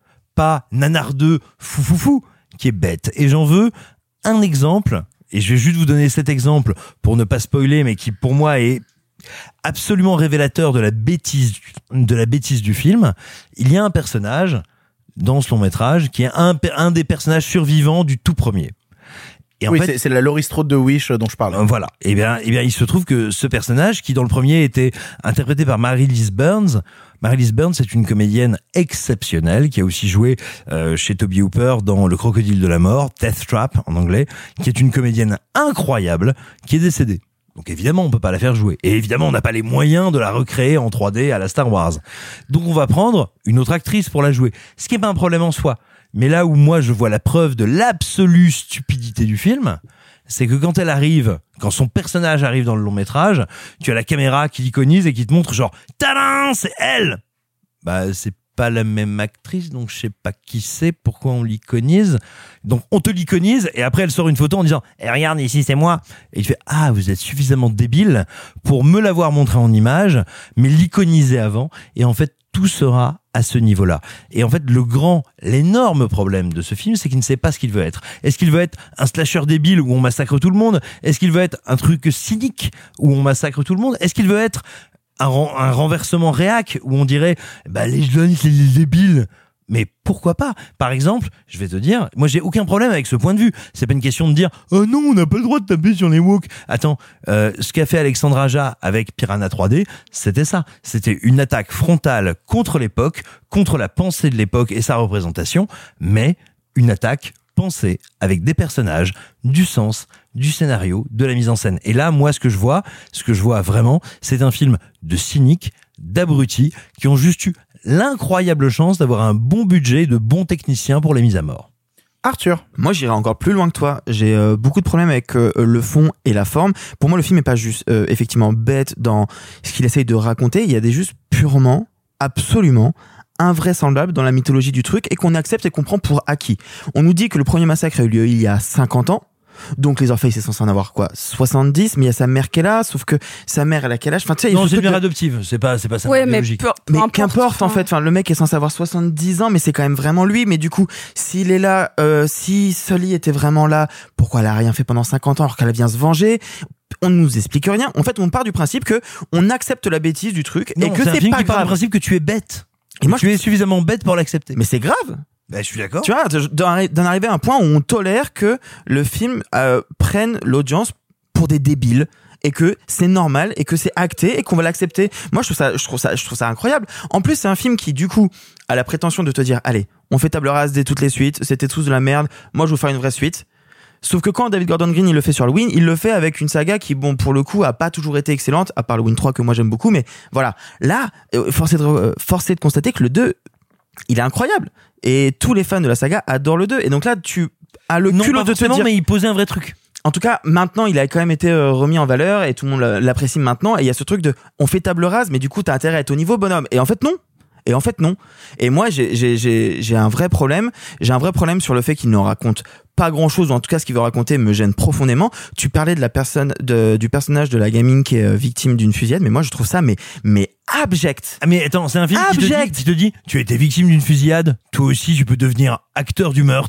Pas nanardeux, fou fou fou, qui est bête. Et j'en veux un exemple, et je vais juste vous donner cet exemple pour ne pas spoiler, mais qui pour moi est absolument révélateur de la bêtise de la bêtise du film. Il y a un personnage dans ce long métrage qui est un, un des personnages survivants du tout premier. Et en oui, fait, c'est, c'est la Laurie Strode de Wish dont je parle. Voilà. Et bien, et bien, il se trouve que ce personnage, qui dans le premier était interprété par Mary-Elise Burns, Mary-Elise Burns, c'est une comédienne exceptionnelle qui a aussi joué euh, chez Toby Hooper dans Le Crocodile de la Mort, Death Trap en anglais, qui est une comédienne incroyable, qui est décédée. Donc évidemment, on peut pas la faire jouer. Et évidemment, on n'a pas les moyens de la recréer en trois D à la Star Wars. Donc on va prendre une autre actrice pour la jouer. Ce qui est pas un problème en soi. Mais là où moi je vois la preuve de l'absolue stupidité du film, c'est que quand elle arrive, quand son personnage arrive dans le long métrage, tu as la caméra qui l'iconise et qui te montre genre « Tadam, c'est elle !» Bah c'est pas la même actrice, donc je sais pas qui c'est, pourquoi on l'iconise. Donc on te l'iconise et après elle sort une photo en disant eh, « Regarde, ici c'est moi !» Et il fait « Ah, vous êtes suffisamment débile pour me l'avoir montré en image, mais l'iconiser avant. » Et en fait, tout sera à ce niveau-là. Et en fait, le grand, l'énorme problème de ce film, c'est qu'il ne sait pas ce qu'il veut être. Est-ce qu'il veut être un slasher débile où on massacre tout le monde ? Est-ce qu'il veut être un truc cynique où on massacre tout le monde ? Est-ce qu'il veut être un, un renversement réac où on dirait bah les jeunes c'est les débiles? Mais pourquoi pas? Par exemple, je vais te dire, moi j'ai aucun problème avec ce point de vue. C'est pas une question de dire oh non, on n'a pas le droit de taper sur les woke. Attends, euh, ce qu'a fait Alexandre Aja avec Piranha trois D, c'était ça. C'était une attaque frontale contre l'époque, contre la pensée de l'époque et sa représentation, mais une attaque pensée avec des personnages, du sens, du scénario, de la mise en scène. Et là, moi, ce que je vois, ce que je vois vraiment, c'est un film de cyniques, d'abrutis, qui ont juste eu l'incroyable chance d'avoir un bon budget, de bons techniciens pour les mises à mort. Arthur. Moi, j'irai encore plus loin que toi. J'ai euh, beaucoup de problèmes avec euh, le fond et la forme. Pour moi, le film est pas juste euh, effectivement bête dans ce qu'il essaye de raconter. Il y a des juste purement, absolument invraisemblable dans la mythologie du truc et qu'on accepte et qu'on prend pour acquis. On nous dit que le premier massacre a eu lieu il y a cinquante ans. Donc Leatherface est censé en avoir quoi soixante-dix, mais il y a sa mère qui est là, sauf que sa mère elle a quel âge? Enfin, tu sais, non, c'est une mère de... adoptive, c'est pas c'est pas ça. Ouais, mais, biologique. peu, peu mais importe, qu'importe en fait, enfin le mec est censé avoir soixante-dix ans, mais c'est quand même vraiment lui. Mais du coup, s'il est là, euh, si Sully était vraiment là, pourquoi elle a rien fait pendant cinquante ans alors qu'elle vient se venger? On ne nous explique rien. En fait, on part du principe que on accepte la bêtise du truc non, et que c'est, c'est un film pas qui grave. part du principe que tu es bête. Et moi, tu je... es suffisamment bête pour l'accepter. Mais c'est grave. Ben, je suis d'accord. Tu vois, d'en arriver à un point où on tolère que le film euh, prenne l'audience pour des débiles et que c'est normal et que c'est acté et qu'on va l'accepter. Moi, je trouve ça, je trouve ça, je trouve ça incroyable. En plus, c'est un film qui, du coup, a la prétention de te dire, allez, on fait table rase de toutes les suites, c'était tous de la merde. Moi, je vais vous faire une vraie suite. Sauf que quand David Gordon Green il le fait sur Halloween, il le fait avec une saga qui, bon, pour le coup, a pas toujours été excellente, à part Halloween trois que moi j'aime beaucoup, mais voilà. Là, force est de, euh, force est de constater que le deux, il est incroyable. Et tous les fans de la saga adorent le deux. Et donc là, tu as le non, culot pas de te dire... mais il posait un vrai truc. En tout cas, maintenant, il a quand même été euh, remis en valeur et tout le monde l'apprécie maintenant. Et il y a ce truc de, on fait table rase, mais du coup, t'as intérêt à être au niveau bonhomme. Et en fait, non. Et en fait, non. Et moi, j'ai, j'ai, j'ai, j'ai un vrai problème. J'ai un vrai problème sur le fait qu'il ne raconte pas grand chose, ou en tout cas, ce qu'il veut raconter me gêne profondément. Tu parlais de la personne, de, du personnage de la gamine qui est victime d'une fusillade, mais moi, je trouve ça, mais, mais abject. Ah, mais attends, c'est un film qui te, dit, qui te dit, tu as été victime d'une fusillade, toi aussi, tu peux devenir acteur du meurtre.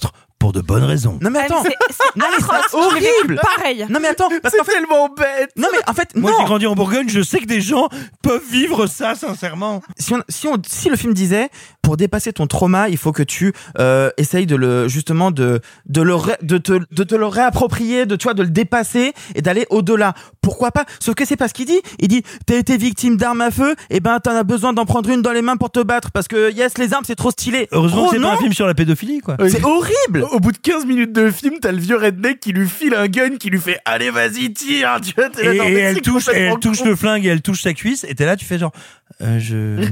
pour de bonnes raisons. Non mais attends, c'est, c'est non, mais atroce, c'est je l'ai vécu horrible. pareil. Non mais attends, parce c'est qu'en fait, tellement bête. non mais en fait, Moi non. j'ai grandi en Bourgogne, je sais que des gens peuvent vivre ça sincèrement. Si, on, si, on, si le film disait pour dépasser ton trauma, il faut que tu euh, essayes de le justement de de le ré, de te de te le réapproprier, de tu vois de le dépasser et d'aller au-delà. Pourquoi pas? Sauf que c'est pas ce qu'il dit. Il dit t'as été victime d'armes à feu, et ben t'en as besoin d'en prendre une dans les mains pour te battre parce que yes les armes c'est trop stylé. Heureusement oh, que c'est non. pas un film sur la pédophilie quoi. Oui. C'est horrible. Au bout de quinze minutes de film, t'as le vieux redneck qui lui file un gun, qui lui fait allez vas-y tire. Tu vois, t'es là, Et, non, et mais elle c'est touche, et complètement elle touche con. le flingue et elle touche sa cuisse et t'es là tu fais genre euh, je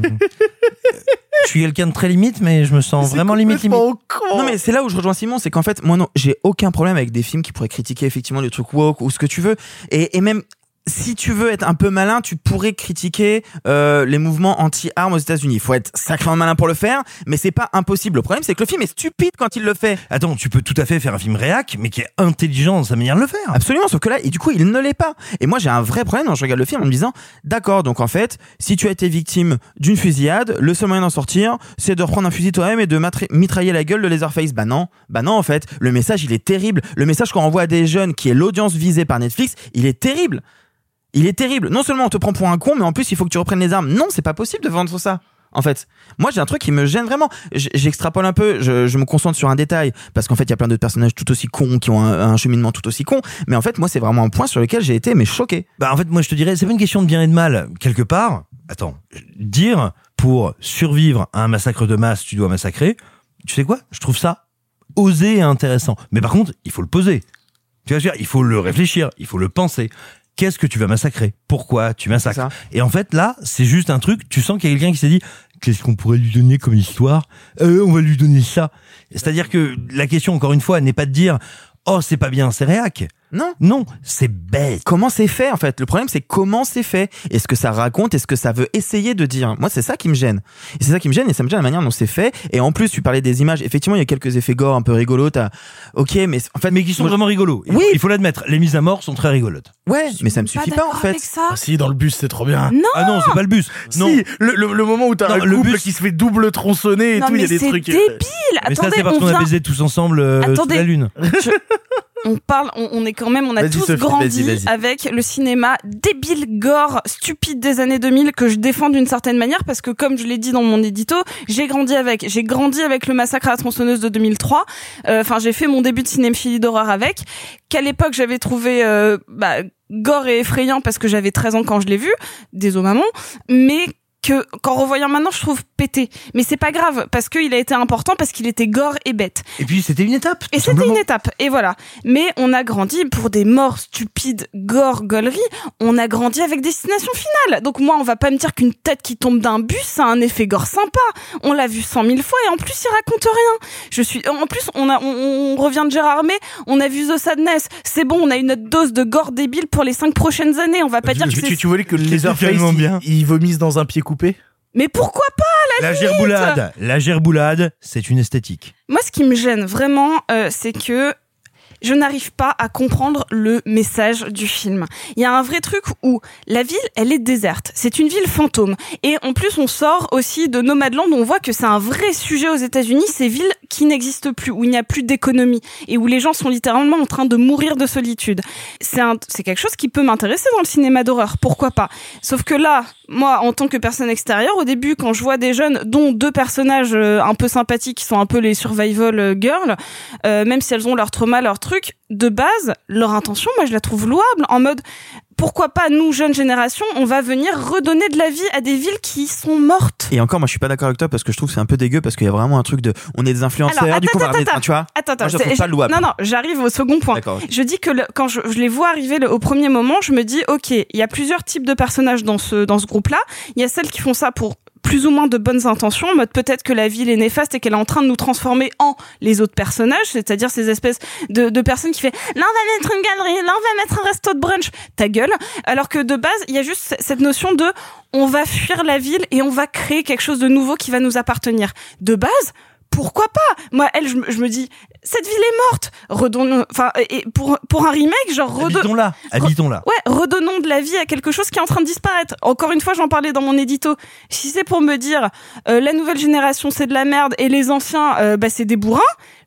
je suis quelqu'un de très limite mais je me sens C'est vraiment limite limite. complètement con. Non mais c'est là où je rejoins Simon, c'est qu'en fait moi non, j'ai aucun problème avec des films qui pourraient critiquer effectivement des trucs woke ou ce que tu veux, et, et même si tu veux être un peu malin, tu pourrais critiquer euh, les mouvements anti-armes aux États-Unis. Il faut être sacrément malin pour le faire, mais c'est pas impossible. Le problème, c'est que le film est stupide quand il le fait. Attends, tu peux tout à fait faire un film réac, mais qui est intelligent dans sa manière de le faire. Absolument, sauf que là, et du coup, il ne l'est pas. Et moi, j'ai un vrai problème quand je regarde le film en me disant, d'accord, donc en fait, si tu as été victime d'une fusillade, le seul moyen d'en sortir, c'est de reprendre un fusil toi-même et de matra- mitrailler la gueule de Leatherface. Bah non, bah non, en fait, le message, il est terrible. Le message qu'on envoie à des jeunes, qui est l'audience visée par Netflix, il est terrible. Il est terrible. Non seulement on te prend pour un con, mais en plus il faut que tu reprennes les armes. Non, c'est pas possible de vendre ça. En fait, moi j'ai un truc qui me gêne vraiment. J- J'extrapole un peu, je, je me concentre sur un détail parce qu'en fait il y a plein d'autres personnages tout aussi cons qui ont un, un cheminement tout aussi con. Mais en fait moi c'est vraiment un point sur lequel j'ai été mais choqué. Bah en fait moi je te dirais c'est pas une question de bien et de mal quelque part. Attends, dire pour survivre à un massacre de masse tu dois massacrer. Tu sais quoi? Je trouve ça osé et intéressant. Mais par contre il faut le poser. Tu vas dire il faut le réfléchir, il faut le penser. Qu'est-ce que tu vas massacrer? Pourquoi tu massacres? Et en fait, là, c'est juste un truc, tu sens qu'il y a quelqu'un qui s'est dit, qu'est-ce qu'on pourrait lui donner comme histoire? Euh, on va lui donner ça. C'est-à-dire que la question, encore une fois, n'est pas de dire, oh, c'est pas bien, c'est réac. Non. Non, c'est bête. Comment c'est fait, en fait? Le problème, c'est comment c'est fait. Est-ce que ça raconte? Est-ce que ça veut essayer de dire? Moi, c'est ça qui me gêne. Et c'est ça qui me gêne, et ça me gêne la manière dont c'est fait. Et en plus, tu parlais des images. Effectivement, il y a quelques effets gore un peu rigolos. T'as, ok, mais en fait. Mais qui sont moi, vraiment rigolos. Oui. Il faut l'admettre. Les mises à mort sont très rigolotes. Ouais, mais ça me suffit pas, en fait. Ah, si, dans le bus, c'est trop bien. Non. Ah non, c'est pas le bus. Non. Si, le, le, le moment où t'as Non, un le couple bus- qui se fait double tronçonner et Non, tout, il y mais a des c'est trucs. débile. Mais ça, Attendez, c'est parce on qu'on a vient- baisé tous ensemble euh, sous Attendez. la lune. Je- On parle, on, on est quand même, on a Vas-y, tous Sophie, grandi vas-y, vas-y. avec le cinéma débile, gore, stupide des années deux mille que je défends d'une certaine manière parce que comme je l'ai dit dans mon édito, j'ai grandi avec. J'ai grandi avec le massacre à la tronçonneuse de deux mille trois. Enfin, euh, j'ai fait mon début de cinéphilie d'horreur avec. Qu'à l'époque j'avais trouvé euh, bah, gore et effrayant parce que j'avais treize ans quand je l'ai vu. Désolé maman, mais que qu'en revoyant maintenant je trouve pété, mais c'est pas grave parce qu'il a été important parce qu'il était gore et bête. Et puis c'était une étape. Et c'était une étape, et voilà. Mais on a grandi pour des morts stupides, gore, gaulerie. On a grandi avec Destination Finale. Donc moi, on va pas me dire qu'une tête qui tombe d'un bus, ça a un effet gore sympa. On l'a vu cent mille fois et en plus, il raconte rien. Je suis, en plus, on a, on, on revient de Gérard Armé, on a vu The Sadness. C'est bon, on a une autre dose de gore débile pour les cinq prochaines années. On va pas dire que tu, c'est... tu, tu voulais que le C'est Leatherface, tellement bien. il, il vomisse dans un pied coupé? Mais pourquoi pas, à la, La limite gerboulade, la gerboulade, c'est une esthétique. Moi, ce qui me gêne vraiment, euh, c'est que je n'arrive pas à comprendre le message du film. Il y a un vrai truc où la ville, elle est déserte. C'est une ville fantôme. Et en plus, on sort aussi de Nomadland où on voit que c'est un vrai sujet aux États-Unis, ces villes qui n'existent plus, où il n'y a plus d'économie et où les gens sont littéralement en train de mourir de solitude. C'est un, c'est quelque chose qui peut m'intéresser dans le cinéma d'horreur. Pourquoi pas? Sauf que là, moi, en tant que personne extérieure, au début, quand je vois des jeunes, dont deux personnages euh, un peu sympathiques, qui sont un peu les survival girls, euh, même si elles ont leur trauma, leur truc, de base, leur intention, moi, je la trouve louable, en mode, pourquoi pas, nous, jeunes générations, on va venir redonner de la vie à des villes qui sont mortes. Et encore, moi, je suis pas d'accord avec toi parce que je trouve que c'est un peu dégueu parce qu'il y a vraiment un truc de, on est des influenceurs, Alors, du coup, on va attends, ramener- attends, tu vois. Attends, attends, moi, je c'est- trouve pas je- louable. Non, non, j'arrive au second point. D'accord, ok. Je dis que le- quand je, je les vois arriver le- au premier moment, je me dis, ok, il y a plusieurs types de personnages dans ce, dans ce groupe-là. Il y a celles qui font ça pour plus ou moins de bonnes intentions, en mode peut-être que la ville est néfaste et qu'elle est en train de nous transformer en les autres personnages, c'est-à-dire ces espèces de, de personnes qui fait là on va mettre une galerie, là on va mettre un resto de brunch, ta gueule. Alors que de base, il y a juste cette notion de on va fuir la ville et on va créer quelque chose de nouveau qui va nous appartenir. De base, pourquoi pas? Moi, elle, je, me- je me dis, cette ville est morte. Redonnons, enfin, et pour pour un remake, genre redonnons. Habitons-la, habitons-la. Ouais, redonnons de la vie à quelque chose qui est en train de disparaître. Encore une fois, j'en parlais dans mon édito. Si c'est pour me dire, euh, la nouvelle génération c'est de la merde et les anciens, euh, bah c'est des bourrins.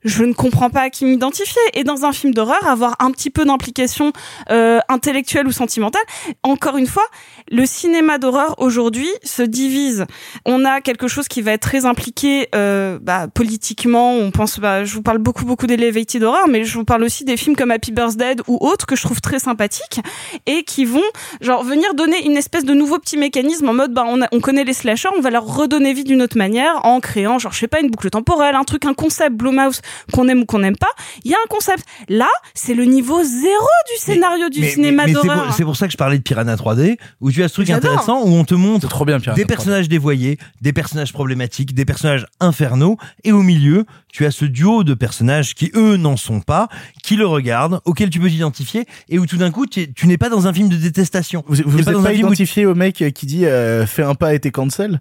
je ne comprends pas à qui m'identifier. Et dans un film d'horreur, avoir un petit peu d'implication euh, intellectuelle ou sentimentale. Encore une fois, le cinéma d'horreur aujourd'hui se divise. On a quelque chose qui va être très impliqué euh, bah, politiquement. On pense, bah, je vous parle beaucoup beaucoup d'Elevated Horror, mais je vous parle aussi des films comme Happy Birthday ou autres que je trouve très sympathiques et qui vont genre venir donner une espèce de nouveau petit mécanisme en mode bah on, a, on connaît les slashers, on va leur redonner vie d'une autre manière en créant genre je sais pas une boucle temporelle, un truc, un concept Blumhouse qu'on aime ou qu'on n'aime pas. Il y a un concept. Là, c'est le niveau zéro du scénario mais, du mais, cinéma mais, mais d'horreur. C'est pour, c'est pour ça que je parlais de Piranha trois D, où tu as ce truc J'adore. intéressant où on te montre trop bien, des personnages dévoyés, des personnages problématiques, des personnages infernaux, et au milieu, tu as ce duo de personnages qui eux n'en sont pas, qui le regardent, auxquels tu peux t'identifier, et où tout d'un coup, tu, tu n'es pas dans un film de détestation. Vous vous pas êtes dans pas un film où identifié au mec qui dit euh, fais un pas et t'es cancel.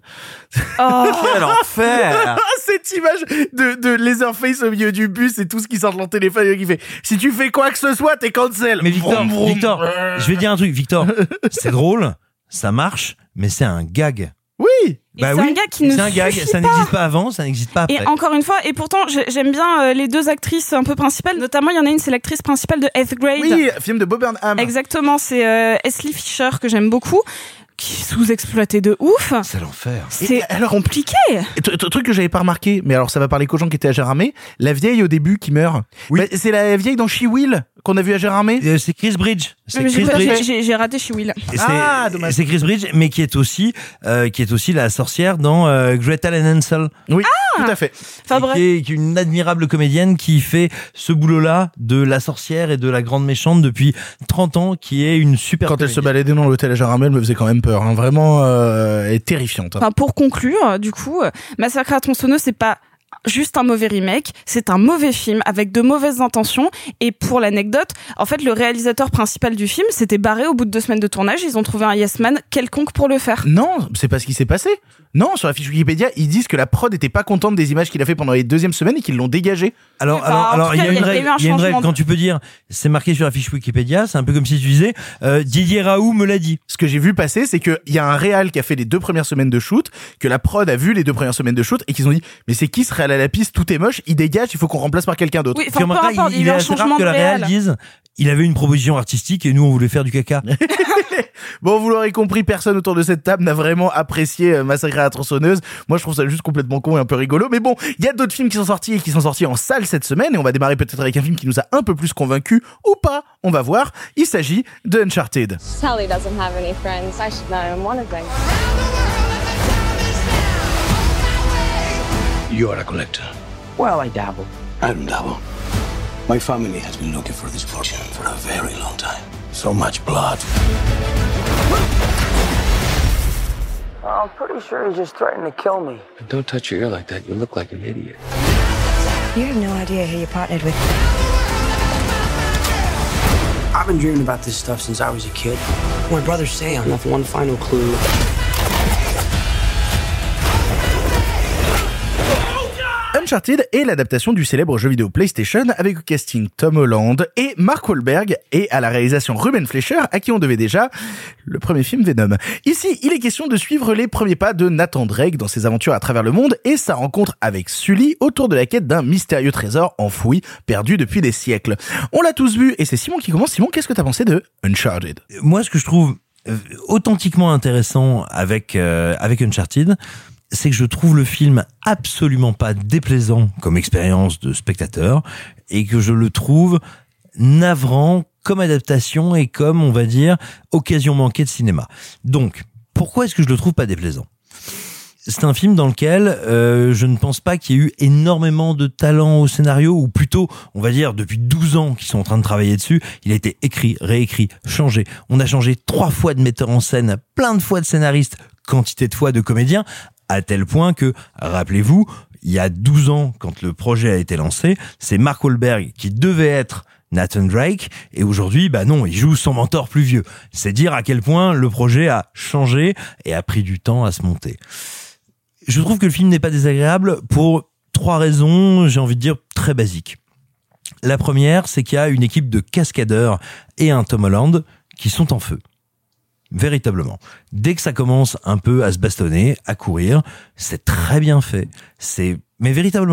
Oh. Quel enfer. Cette image de, de Leatherface au milieu du bus et tout ce qui sort de leur téléphone et qui fait si tu fais quoi que ce soit t'es cancel. Mais Victor, vroom, vroom. Victor, je vais dire un truc, Victor, c'est drôle, ça marche, mais c'est un gag. Oui. Et Bah c'est oui, un gars qui ne c'est un gag, suffit ça pas. n'existe pas avant, ça n'existe pas après. Et encore une fois, et pourtant j'ai- j'aime bien euh, les deux actrices un peu principales, notamment il y en a une, c'est l'actrice principale de Eighth Grade. Oui, film de Bob Burnham. Exactement, c'est euh, Ashley Fisher que j'aime beaucoup, qui est sous-exploitée de ouf. C'est l'enfer. C'est alors, compliqué. Et t- t- truc que j'avais pas remarqué, mais alors ça va parler qu'aux gens qui étaient à Gérardmer, la vieille au début qui meurt. Oui. Bah, c'est la vieille dans She Will qu'on a vu à Gérardmer. Euh, C'est Chris Bridge. C'est Mais Chris j'ai, Bridge. j'ai, j'ai raté chez Will. Et c'est, Ah, dommage. c'est Chris Bridge, mais qui est aussi, euh, qui est aussi la sorcière dans euh, Gretel and Hansel. Oui, tout à fait. Enfin Et bref. Qui est, qui est une admirable comédienne qui fait ce boulot-là de la sorcière et de la grande méchante depuis trente ans, qui est une super Quand elle se comédienne. baladait dans l'hôtel à Gérardmer, elle me faisait quand même peur. Hein. Vraiment, euh, elle est terrifiante. Hein. Enfin, pour conclure, du coup, euh, Massacre à la tronçonneuse, c'est pas juste un mauvais remake, c'est un mauvais film avec de mauvaises intentions. Et pour l'anecdote, en fait, le réalisateur principal du film s'était barré au bout de deux semaines de tournage. Ils ont trouvé un yes man quelconque pour le faire. Non, c'est pas ce qui s'est passé. Non, sur la fiche Wikipédia, ils disent que la prod était pas contente des images qu'il a fait pendant les deuxièmes semaines et qu'ils l'ont dégagé. Alors, Enfin, alors, en alors, tout il y cas, a il y une a- il y a règle, eu un il y a une règle changement quand de- tu peux dire, c'est marqué sur la fiche Wikipédia, c'est un peu comme si tu disais, euh, Didier Raoult me l'a dit. Ce que j'ai vu passer, c'est qu'il y a un réal qui a fait les deux premières semaines de shoot, que la prod a vu les deux premières semaines de shoot et qu'ils ont dit, mais c'est qui ce réal à la piste, tout est moche, il dégage, il faut qu'on remplace par quelqu'un d'autre. Oui, Puis enfin, peu remarquera, importe, il, il y il a est eu un assez rare changement que de la Réal réal. dise, il avait une proposition artistique et nous on voulait faire du caca. Bon, vous l'aurez compris, personne autour de cette table n'a vraiment apprécié euh, Massacre à la tronçonneuse. Moi, je trouve ça juste complètement con et un peu rigolo. Mais bon, il y a d'autres films qui sont sortis et qui sont sortis en salle cette semaine. Et on va démarrer peut-être avec un film qui nous a un peu plus convaincus ou pas. On va voir. Il s'agit de Uncharted. Sally doesn't have any friends. I should not even one of them. You're a collector. Well, I dabble. I don't dabble. My family has been looking for this fortune for a very long time. So much blood. I'm pretty sure he just threatened to kill me. Don't touch your ear like that. You look like an idiot. You have no idea who you partnered with. I've been dreaming about this stuff since I was a kid. My brothers say I left one final clue. Uncharted est l'adaptation du célèbre jeu vidéo PlayStation avec au casting Tom Holland et Mark Wahlberg et à la réalisation Ruben Fleischer à qui on devait déjà le premier film Venom. Ici, il est question de suivre les premiers pas de Nathan Drake dans ses aventures à travers le monde et sa rencontre avec Sully autour de la quête d'un mystérieux trésor enfoui, perdu depuis des siècles. On l'a tous vu et c'est Simon qui commence. Simon, qu'est-ce que t'as pensé de Uncharted ? Moi, ce que je trouve euh, authentiquement intéressant avec, euh, avec Uncharted, c'est que je trouve le film absolument pas déplaisant comme expérience de spectateur et que je le trouve navrant comme adaptation et comme, on va dire, occasion manquée de cinéma. Donc, pourquoi est-ce que je le trouve pas déplaisant ? C'est un film dans lequel euh, je ne pense pas qu'il y ait eu énormément de talent au scénario, ou plutôt, on va dire, depuis douze ans qu'ils sont en train de travailler dessus, il a été écrit, réécrit, changé. On a changé trois fois de metteur en scène, plein de fois de scénariste, quantité de fois de comédiens, à tel point que, rappelez-vous, il y a douze ans, quand le projet a été lancé, c'est Mark Wahlberg qui devait être Nathan Drake, et aujourd'hui, bah non, il joue son mentor plus vieux. C'est dire à quel point le projet a changé et a pris du temps à se monter. Je trouve que le film n'est pas désagréable pour trois raisons, j'ai envie de dire, très basiques. La première, c'est qu'il y a une équipe de cascadeurs et un Tom Holland qui sont en feu. Véritablement. Dès que ça commence un peu à se bastonner, à courir, c'est très bien fait. C'est, mais véritablement,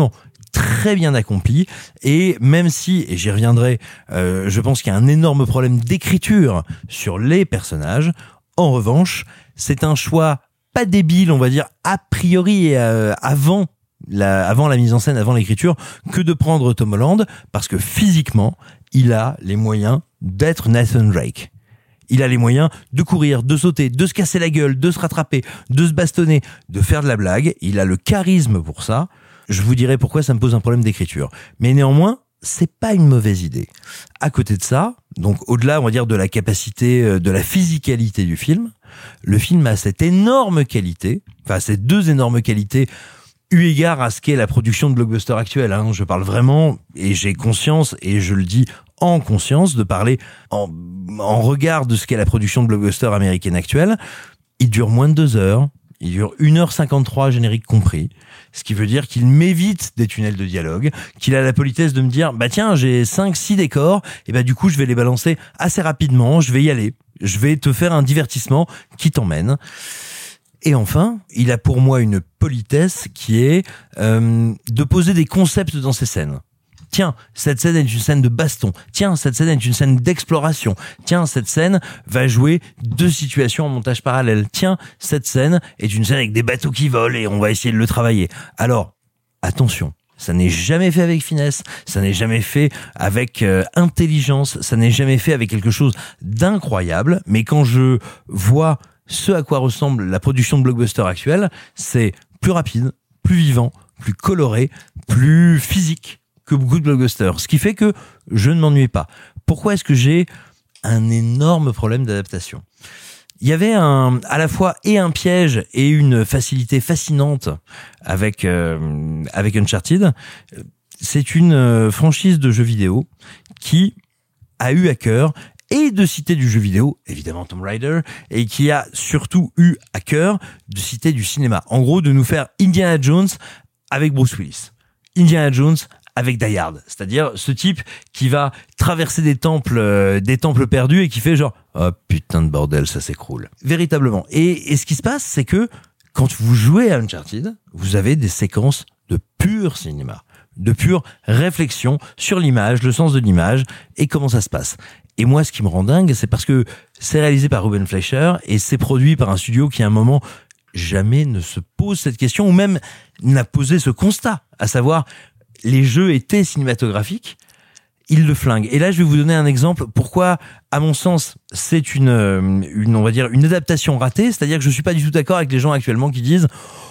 très bien accompli, et même si, et j'y reviendrai, euh, je pense qu'il y a un énorme problème d'écriture sur les personnages, en revanche, c'est un choix pas débile, on va dire, a priori et euh, avant la, avant la mise en scène, avant l'écriture, que de prendre Tom Holland, parce que physiquement, il a les moyens d'être Nathan Drake. Il a les moyens de courir, de sauter, de se casser la gueule, de se rattraper, de se bastonner, de faire de la blague. Il a le charisme pour ça. Je vous dirai pourquoi ça me pose un problème d'écriture. Mais néanmoins, c'est pas une mauvaise idée. À côté de ça, donc au-delà, on va dire, de la capacité, de la physicalité du film, le film a cette énorme qualité, enfin, ces deux énormes qualités, eu égard à ce qu'est la production de blockbuster actuelle, hein. Je parle vraiment, et j'ai conscience, et je le dis en conscience, de parler en, en regard de ce qu'est la production de blockbuster américaine actuelle. Il dure moins de deux heures. Il dure une heure cinquante-trois, générique compris. Ce qui veut dire qu'il m'évite des tunnels de dialogue, qu'il a la politesse de me dire, bah tiens, j'ai cinq, six décors, et bah du coup, je vais les balancer assez rapidement, je vais y aller. Je vais te faire un divertissement qui t'emmène. Et enfin, il a pour moi une politesse qui est euh, de poser des concepts dans ses scènes. Tiens, cette scène est une scène de baston. Tiens, cette scène est une scène d'exploration. Tiens, cette scène va jouer deux situations en montage parallèle. Tiens, cette scène est une scène avec des bateaux qui volent et on va essayer de le travailler. Alors, attention. Ça n'est jamais fait avec finesse, ça n'est jamais fait avec euh, intelligence, ça n'est jamais fait avec quelque chose d'incroyable. Mais quand je vois ce à quoi ressemble la production de blockbuster actuelle, c'est plus rapide, plus vivant, plus coloré, plus physique que beaucoup de blockbusters. Ce qui fait que je ne m'ennuie pas. Pourquoi est-ce que j'ai un énorme problème d'adaptation ? Il y avait un, à la fois et un piège et une facilité fascinante avec euh, avec Uncharted. C'est une euh, franchise de jeux vidéo qui a eu à cœur et de citer du jeu vidéo, évidemment Tomb Raider, et qui a surtout eu à cœur de citer du cinéma. En gros, de nous faire Indiana Jones avec Bruce Willis. Indiana Jones avec Die Hard, c'est-à-dire ce type qui va traverser des temples, euh, des temples perdus et qui fait genre oh putain de bordel, ça s'écroule. Véritablement. Et, et ce qui se passe, c'est que quand vous jouez à Uncharted, vous avez des séquences de pur cinéma, de pure réflexion sur l'image, le sens de l'image et comment ça se passe. Et moi, ce qui me rend dingue, c'est parce que c'est réalisé par Ruben Fleischer et c'est produit par un studio qui, à un moment, jamais ne se pose cette question ou même n'a posé ce constat, à savoir les jeux étaient cinématographiques, ils le flinguent. Et là, je vais vous donner un exemple. Pourquoi, à mon sens, c'est une, une, on va dire, une adaptation ratée. C'est-à-dire que je suis pas du tout d'accord avec les gens actuellement qui disent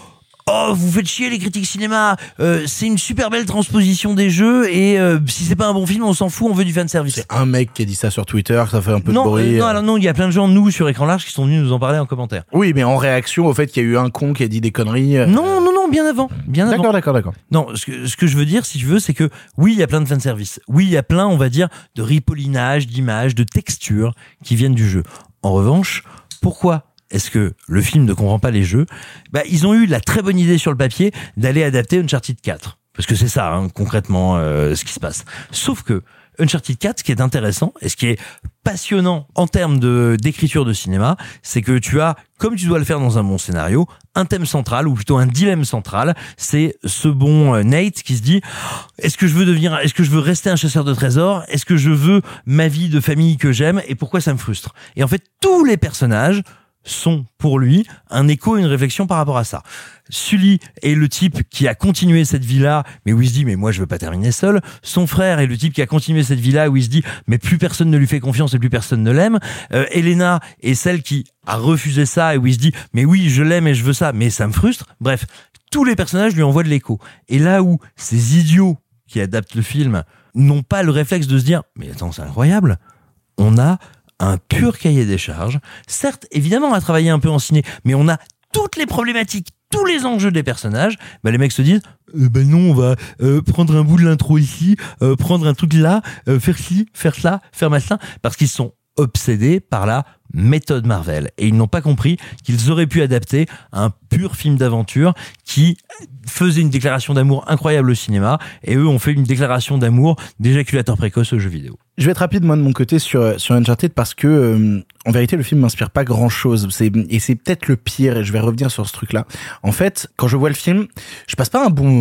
oh, vous faites chier les critiques cinéma, euh, c'est une super belle transposition des jeux et euh, si c'est pas un bon film, on s'en fout, on veut du fanservice. C'est un mec qui a dit ça sur Twitter, ça fait un peu non, de bruit. Euh, non, alors non, il y a plein de gens, nous, sur Écran Large, qui sont venus nous en parler en commentaire. Oui, mais en réaction au fait qu'il y a eu un con qui a dit des conneries. Euh... Non, non, non, bien avant. Bien avant. D'accord, d'accord, d'accord. Non, ce que, ce que je veux dire, si tu veux, c'est que oui, il y a plein de fanservice. Oui, il y a plein, on va dire, de ripollinage, d'images, de textures qui viennent du jeu. En revanche, pourquoi est-ce que le film ne comprend pas les jeux ? Bah, ils ont eu la très bonne idée sur le papier d'aller adapter Uncharted quatre. Parce que c'est ça, hein, concrètement, euh, ce qui se passe. Sauf que Uncharted quatre, ce qui est intéressant et ce qui est passionnant en termes de, d'écriture de cinéma, c'est que tu as, comme tu dois le faire dans un bon scénario, un thème central, ou plutôt un dilemme central. C'est ce bon Nate qui se dit, est-ce que je veux devenir, est-ce que je veux rester un chasseur de trésors? Est-ce que je veux ma vie de famille que j'aime? Et pourquoi ça me frustre? Et en fait, tous les personnages sont pour lui un écho et une réflexion par rapport à ça. Sully est le type qui a continué cette vie-là, mais où il se dit mais moi je veux pas terminer seul. Son frère est le type qui a continué cette vie-là où il se dit mais plus personne ne lui fait confiance et plus personne ne l'aime. Euh, Elena est celle qui a refusé ça et où il se dit mais oui je l'aime et je veux ça mais ça me frustre. Bref, tous les personnages lui envoient de l'écho. Et là où ces idiots qui adaptent le film n'ont pas le réflexe de se dire mais attends c'est incroyable, on a un pur cahier des charges. Certes, évidemment, on a travaillé un peu en ciné, mais on a toutes les problématiques, tous les enjeux des personnages. Bah, les mecs se disent, euh, ben non, on va euh, prendre un bout de l'intro ici, euh, prendre un truc là, euh, faire ci, faire cela, faire machin, parce qu'ils sont obsédés par la méthode Marvel. Et ils n'ont pas compris qu'ils auraient pu adapter un pur film d'aventure qui faisait une déclaration d'amour incroyable au cinéma, et eux ont fait une déclaration d'amour d'éjaculateur précoce aux jeux vidéo. Je vais être rapide, moi, de mon côté, sur, sur Uncharted, parce que, euh, en vérité, le film m'inspire pas grand chose. C'est, et c'est peut-être le pire, et je vais revenir sur ce truc-là. En fait, quand je vois le film, je passe pas un bon moment.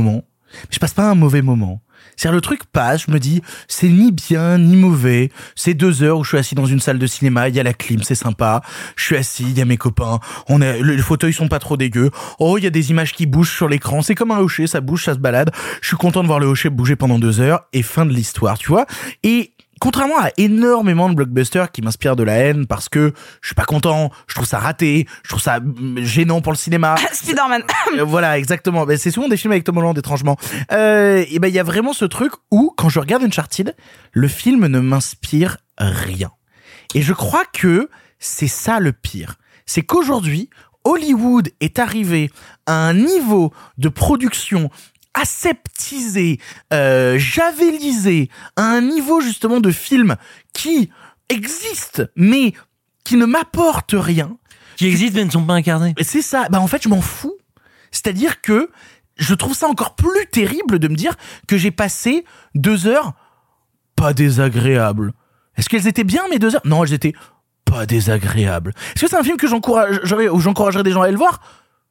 je passe pas un mauvais moment. C'est-à-dire, le truc passe, je me dis, c'est ni bien, ni mauvais. C'est deux heures où je suis assis dans une salle de cinéma, il y a la clim, c'est sympa. Je suis assis, il y a mes copains, on est, les fauteuils sont pas trop dégueux. Oh, il y a des images qui bougent sur l'écran, c'est comme un hocher, ça bouge, ça se balade. Je suis content de voir le hocher bouger pendant deux heures, et fin de l'histoire, tu vois. Et, contrairement à énormément de blockbusters qui m'inspirent de la haine parce que je suis pas content, je trouve ça raté, je trouve ça gênant pour le cinéma. Spider-Man. Euh, voilà, exactement. Ben, c'est souvent des films avec Tom Holland, étrangement. Euh, et ben, il y a vraiment ce truc où, quand je regarde Uncharted, le film ne m'inspire rien. Et je crois que c'est ça le pire. C'est qu'aujourd'hui, Hollywood est arrivé à un niveau de production aseptisé, euh, javelisé, à un niveau justement de film qui existe, mais qui ne m'apporte rien. Qui existent mais ne sont pas incarnés. C'est ça. Bah en fait, je m'en fous. C'est-à-dire que je trouve ça encore plus terrible de me dire que j'ai passé deux heures pas désagréables. Est-ce qu'elles étaient bien mes deux heures ? Non, elles étaient pas désagréables. Est-ce que c'est un film que j'encouragerais, ou j'encouragerais des gens à aller le voir ?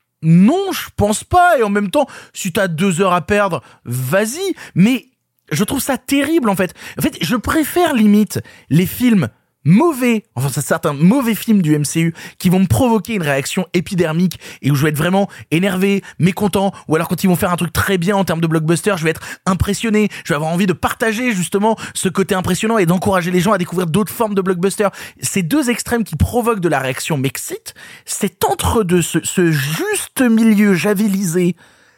Non, je pense pas. Et en même temps, si t'as deux heures à perdre, vas-y. Mais je trouve ça terrible, en fait. En fait, je préfère limite les films mauvais, enfin c'est certains mauvais films du M C U qui vont me provoquer une réaction épidermique et où je vais être vraiment énervé, mécontent, ou alors quand ils vont faire un truc très bien en termes de blockbuster, je vais être impressionné, je vais avoir envie de partager justement ce côté impressionnant et d'encourager les gens à découvrir d'autres formes de blockbuster. Ces deux extrêmes qui provoquent de la réaction m'excitent, c'est entre deux, ce, ce juste milieu javelisé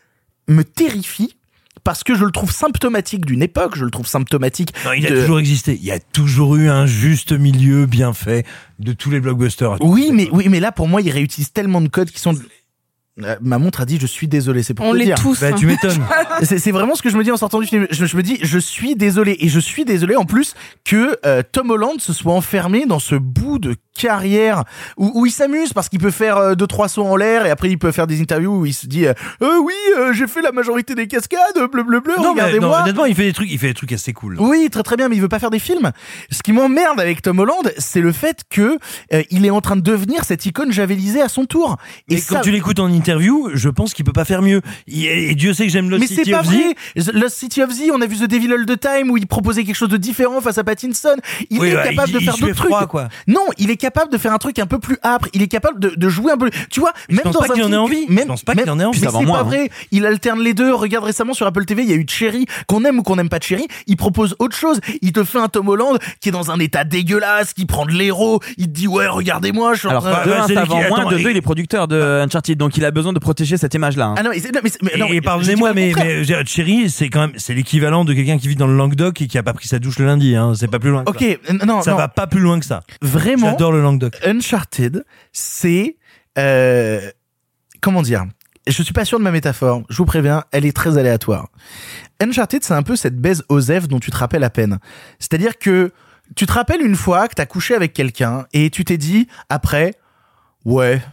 me terrifie. Parce que je le trouve symptomatique d'une époque, je le trouve symptomatique. Non, il a de... toujours existé. Il y a toujours eu un juste milieu bien fait de tous les blockbusters. Oui, mais oui, mais là pour moi, ils réutilisent tellement de codes qui sont. Euh, ma montre a dit je suis désolé, c'est pour on te les dire. tous. Bah, tu m'étonnes. c'est, c'est vraiment ce que je me dis en sortant du film. Je, je me dis je suis désolé et je suis désolé en plus que euh, Tom Holland se soit enfermé dans ce bout de carrière où, où il s'amuse parce qu'il peut faire euh, deux trois sauts en l'air et après il peut faire des interviews où il se dit euh, euh, oui euh, j'ai fait la majorité des cascades bleu bleu bleu non, regardez-moi. Mais, non, honnêtement il fait des trucs il fait des trucs assez cool. Oui très très bien mais il veut pas faire des films. Ce qui m'emmerde avec Tom Holland c'est le fait que euh, il est en train de devenir cette icône javelisée à son tour. Et, et ça... quand tu l'écoutes en interview je pense qu'il peut pas faire mieux et, et Dieu sait que j'aime Lost mais City c'est pas of vrai. Z. Lost City of Z on a vu The Devil All the Time où il proposait quelque chose de différent face à Pattinson. Il oui, est bah, capable il, de faire d'autres trucs. Froid, quoi. Non il est capable de faire un truc un peu plus âpre, il est capable de, de jouer un peu, tu vois, je même pense dans pas un qu'il film, en ait envie. Même, je pense pas qu'il en ait envie. Mais c'est moi, pas hein. vrai. Il alterne les deux. Regarde récemment sur Apple T V, il y a eu Cherry, qu'on aime ou qu'on n'aime pas Cherry. Il propose autre chose. Il te fait un Tom Holland qui est dans un état dégueulasse, qui prend de l'héros. Il te dit ouais, regardez-moi. Je suis Alors, en train de de... un, c'est ça qui... vend moins, Attends, de et... deux, il est producteur de Uncharted, donc il a besoin de protéger cette image-là. Hein. Ah non, mais, c'est, non, mais, mais non, et, et pardonnez-moi, mais, mais Cherry, c'est quand même, c'est l'équivalent de quelqu'un qui vit dans le Languedoc et qui a pas pris sa douche le lundi. Hein. C'est pas plus loin. Que ok, ça. non, ça non. va pas plus loin que ça. Vraiment. J'adore le Languedoc. Uncharted, c'est euh, comment dire. Je suis pas sûr de ma métaphore, je vous préviens, elle est très aléatoire. Uncharted, c'est un peu cette baise Osef dont tu te rappelles à peine. C'est-à-dire que tu te rappelles une fois que t'as couché avec quelqu'un et tu t'es dit, après, ouais,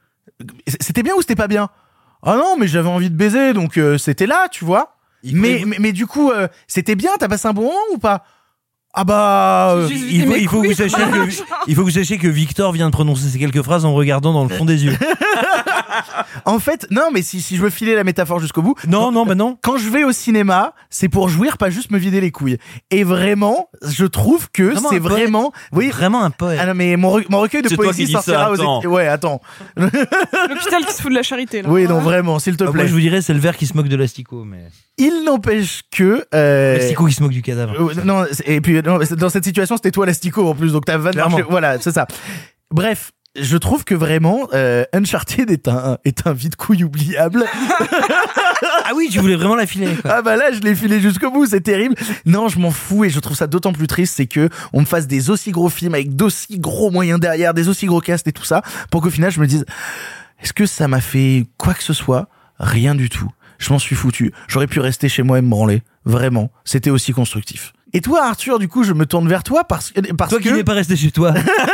c'était bien ou c'était pas bien ? Ah non, mais j'avais envie de baiser, donc euh, c'était là, tu vois. Mais, mais, mais du coup, euh, c'était bien, t'as passé un bon moment ou pas ? Ah bah euh, il, faut, il, faut que vous sachiez que, il faut que vous sachiez que Victor vient de prononcer ces quelques phrases en regardant dans le fond des yeux. En fait, non, mais si, si je veux filer la métaphore jusqu'au bout. Non, quand, non, bah non. Quand je vais au cinéma, c'est pour jouir, pas juste me vider les couilles. Et vraiment, je trouve que vraiment c'est vraiment, oui, vraiment un poète. Ah non, mais mon, re, mon recueil de c'est poésie sortira aux équipes. Ouais, attends. L'hôpital qui se fout de la charité, là. Oui, non, vraiment, s'il te plaît. Moi, je vous dirais, c'est le verre qui se moque de l'asticot, mais. Il n'empêche que. Euh... L'asticot qui se moque du cadavre. Euh, non, et puis, non, dans cette situation, c'était toi l'asticot en plus, donc t'as vingt marché. Voilà, c'est ça. Bref. Je trouve que vraiment euh, Uncharted est un est un vide couille oubliable. Ah oui, tu voulais vraiment la filer, quoi. Ah bah là, je l'ai filé jusqu'au bout, c'est terrible. Non, je m'en fous et je trouve ça d'autant plus triste, c'est que on me fasse des aussi gros films avec d'aussi gros moyens derrière, des aussi gros castes et tout ça, pour qu'au final je me dise, est-ce que ça m'a fait quoi que ce soit ? Rien du tout. Je m'en suis foutu. J'aurais pu rester chez moi et me branler. Vraiment, c'était aussi constructif. Et toi, Arthur, du coup, je me tourne vers toi parce, parce toi que... Toi qui n'es pas resté chez toi.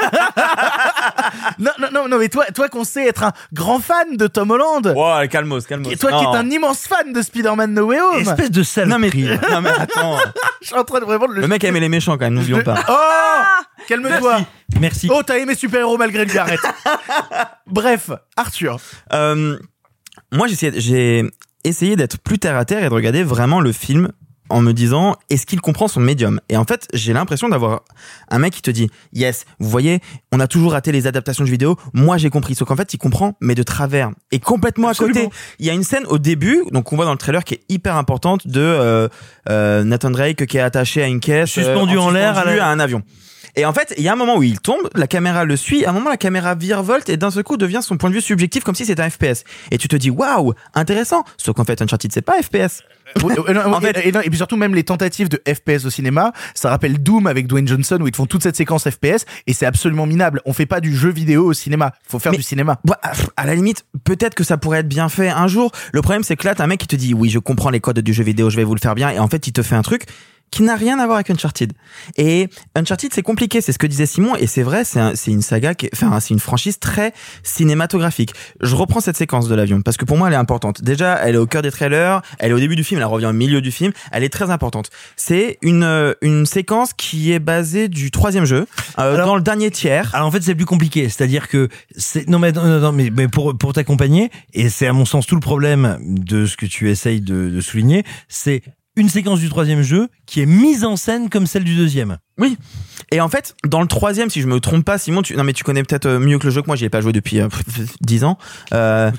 non, non, non, non, mais toi, toi qu'on sait être un grand fan de Tom Holland. Wow, calmos, calmos. Et toi non. qui es un immense fan de Spider-Man No Way Home. Espèce de sale. Non mais, non mais attends. Je suis en train de vraiment de le... Le mec aimait les méchants quand même, n'oublions pas. Oh, calme-toi. Merci. Merci. Oh, t'as aimé super-héros malgré lui, arrête. Bref, Arthur. Euh, moi, j'ai, j'ai, essayer d'être plus terre à terre et de regarder vraiment le film en me disant est-ce qu'il comprend son médium. Et en fait j'ai l'impression d'avoir un mec qui te dit yes, vous voyez, on a toujours raté les adaptations de jeux vidéo, moi j'ai compris, sauf qu'en fait il comprend mais de travers et complètement Absolument. à côté. Il y a une scène au début, donc on voit dans le trailer, qui est hyper importante, de euh, euh, Nathan Drake qui est attaché à une caisse suspendu euh, en, en l'air à, la... à un avion. Et en fait, il y a un moment où il tombe, la caméra le suit, à un moment la caméra virevolte et d'un seul coup devient son point de vue subjectif comme si c'était un F P S. Et tu te dis waouh, intéressant. Sauf qu'en fait Uncharted c'est pas F P S. et, non, en fait, et, et, non, et puis surtout même les tentatives de F P S au cinéma, ça rappelle Doom avec Dwayne Johnson où ils te font toute cette séquence F P S et c'est absolument minable. On fait pas du jeu vidéo au cinéma, faut faire Mais, du cinéma. Bah, à la limite, peut-être que ça pourrait être bien fait un jour. Le problème c'est que là t'as un mec qui te dit oui je comprends les codes du jeu vidéo, je vais vous le faire bien, et en fait il te fait un truc qui n'a rien à voir avec Uncharted. Et Uncharted, c'est compliqué, c'est ce que disait Simon, et c'est vrai, c'est, un, c'est une saga, qui est, enfin, c'est une franchise très cinématographique. Je reprends cette séquence de l'avion, parce que pour moi, elle est importante. Déjà, elle est au cœur des trailers, elle est au début du film, elle revient au milieu du film, elle est très importante. C'est une, une séquence qui est basée du troisième jeu, euh, alors, dans le dernier tiers. Alors en fait, c'est plus compliqué, c'est-à-dire que, c'est, non mais, non, non, mais, mais pour, pour t'accompagner, et c'est à mon sens tout le problème de ce que tu essayes de, de souligner, c'est une séquence du troisième jeu qui est mise en scène comme celle du deuxième. Oui. Et en fait, dans le troisième, si je me trompe pas, Simon, tu, non mais tu connais peut-être mieux que le jeu que moi, j'y ai pas joué depuis euh, dix ans. Euh,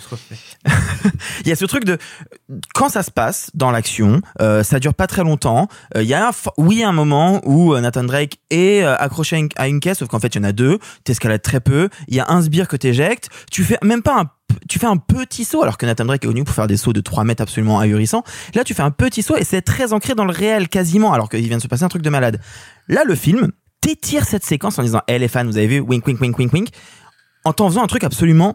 il y a ce truc de, quand ça se passe dans l'action, euh, ça dure pas très longtemps. Il euh, y a un, oui, un moment où euh, Nathan Drake est euh, accroché à une, à une caisse, sauf qu'en fait, il y en a deux. T'escalades très peu. Il y a un sbire que t'éjectes. Tu fais même pas un tu fais un petit saut, alors que Nathan Drake est connu pour faire des sauts de trois mètres absolument ahurissants. Là, tu fais un petit saut et c'est très ancré dans le réel, quasiment, alors qu'il vient de se passer un truc de malade. Là, le film t'étire cette séquence en disant, hey, les fans, vous avez vu, wink, wink, wink, wink, wink, en t'en faisant un truc absolument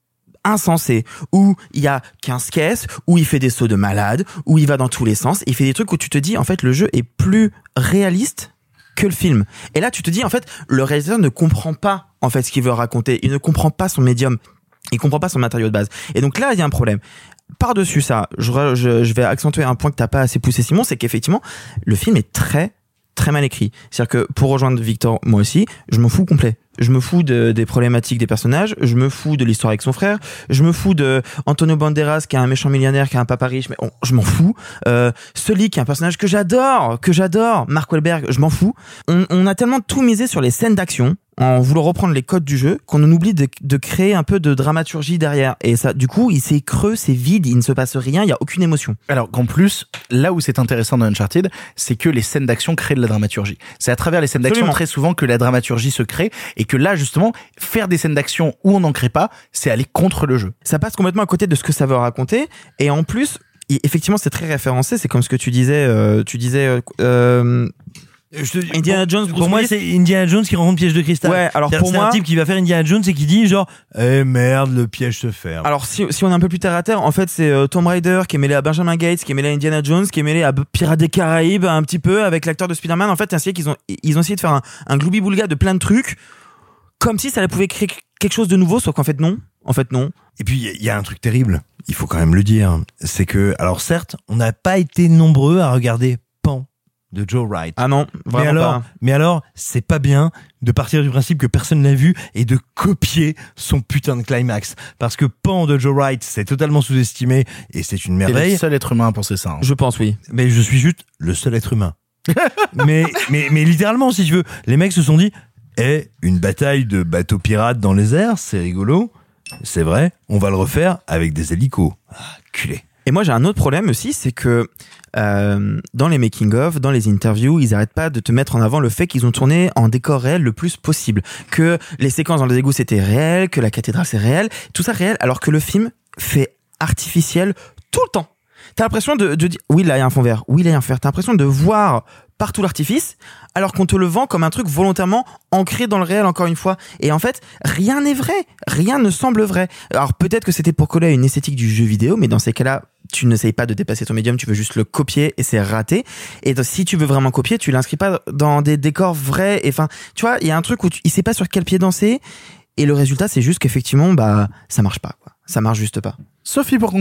insensé, où il y a quinze caisses, où il fait des sauts de malade, où il va dans tous les sens, et il fait des trucs où tu te dis, en fait, le jeu est plus réaliste que le film. Et là, tu te dis, en fait, le réalisateur ne comprend pas, en fait, ce qu'il veut raconter. Il ne comprend pas son médium. Il comprend pas son matériau de base. Et donc là, il y a un problème. Par-dessus ça, je, je, je vais accentuer un point que t'as pas assez poussé, Simon, c'est qu'effectivement, le film est très, très mal écrit. C'est-à-dire que, pour rejoindre Victor, moi aussi, je m'en fous complet. Je me fous de, des problématiques des personnages, je me fous de l'histoire avec son frère, je me fous de Antonio Banderas qui est un méchant millionnaire, qui a un papa riche, mais on, je m'en fous. Euh, Sully qui est un personnage que j'adore, que j'adore, Mark Wahlberg, je m'en fous. On, on a tellement tout misé sur les scènes d'action, en voulant reprendre les codes du jeu, qu'on en oublie de, de créer un peu de dramaturgie derrière. Et ça, du coup, il c'est creux, c'est vide, il ne se passe rien, il y a aucune émotion. Alors qu'en plus, là où c'est intéressant dans Uncharted, c'est que les scènes d'action créent de la dramaturgie. C'est à travers les scènes d'action Absolument. Très souvent que la dramaturgie se crée, et que là, justement, faire des scènes d'action où on n'en crée pas, c'est aller contre le jeu. Ça passe complètement à côté de ce que ça veut raconter, et en plus, effectivement, c'est très référencé, c'est comme ce que tu disais, euh, tu disais... Euh, euh Je te, Indiana Jones, pour moi, c'est Indiana Jones qui rencontre Piège de cristal. Ouais, alors c'est, pour c'est moi, un type qui va faire Indiana Jones et qui dit genre, eh merde, le piège se ferme. Alors si, si on est un peu plus terre à terre, en fait, c'est euh, Tomb Raider qui est mêlé à Benjamin Gates, qui est mêlé à Indiana Jones, qui est mêlé à Pirates des Caraïbes un petit peu avec l'acteur de Spider-Man. En fait, c'est ainsi qu'ils ont, ils ont essayé de faire un, un gloubi-boulga de plein de trucs, comme si ça pouvait créer quelque chose de nouveau, sauf qu'en fait non. En fait non. Et puis il y a un truc terrible, il faut quand même le dire, c'est que, alors certes, on n'a pas été nombreux à regarder Pan de Joe Wright. Ah non, vraiment mais alors, pas. Mais alors, c'est pas bien de partir du principe que personne l'a vu et de copier son putain de climax. Parce que Pan de Joe Wright, c'est totalement sous-estimé et c'est une merveille. C'est le seul être humain à penser ça. Hein. Je pense, oui. Mais je suis juste le seul être humain. mais, mais, mais littéralement, si tu veux, les mecs se sont dit, eh, une bataille de bateaux pirates dans les airs, c'est rigolo. C'est vrai, on va le refaire avec des hélicos. Ah, culé. Et moi, j'ai un autre problème aussi, c'est que euh, dans les making-of, dans les interviews, ils arrêtent pas de te mettre en avant le fait qu'ils ont tourné en décor réel le plus possible, que les séquences dans les égouts c'était réel, que la cathédrale c'est réel, tout ça réel, alors que le film fait artificiel tout le temps. T'as l'impression de, de dire, oui, là il y a un fond vert, oui, là il y a un fer. T'as l'impression de voir partout l'artifice, alors qu'on te le vend comme un truc volontairement ancré dans le réel, encore une fois. Et en fait, rien n'est vrai, rien ne semble vrai. Alors peut-être que c'était pour coller à une esthétique du jeu vidéo, mais dans ces cas-là, tu n'essayes pas de dépasser ton médium, tu veux juste le copier et c'est raté. Et donc, si tu veux vraiment copier, tu l'inscris pas dans des décors vrais. Et enfin, tu vois, il y a un truc où tu, il sait pas sur quel pied danser. Et le résultat, c'est juste qu'effectivement, bah, ça marche pas, quoi. Ça marche juste pas. Sophie, pour conclure.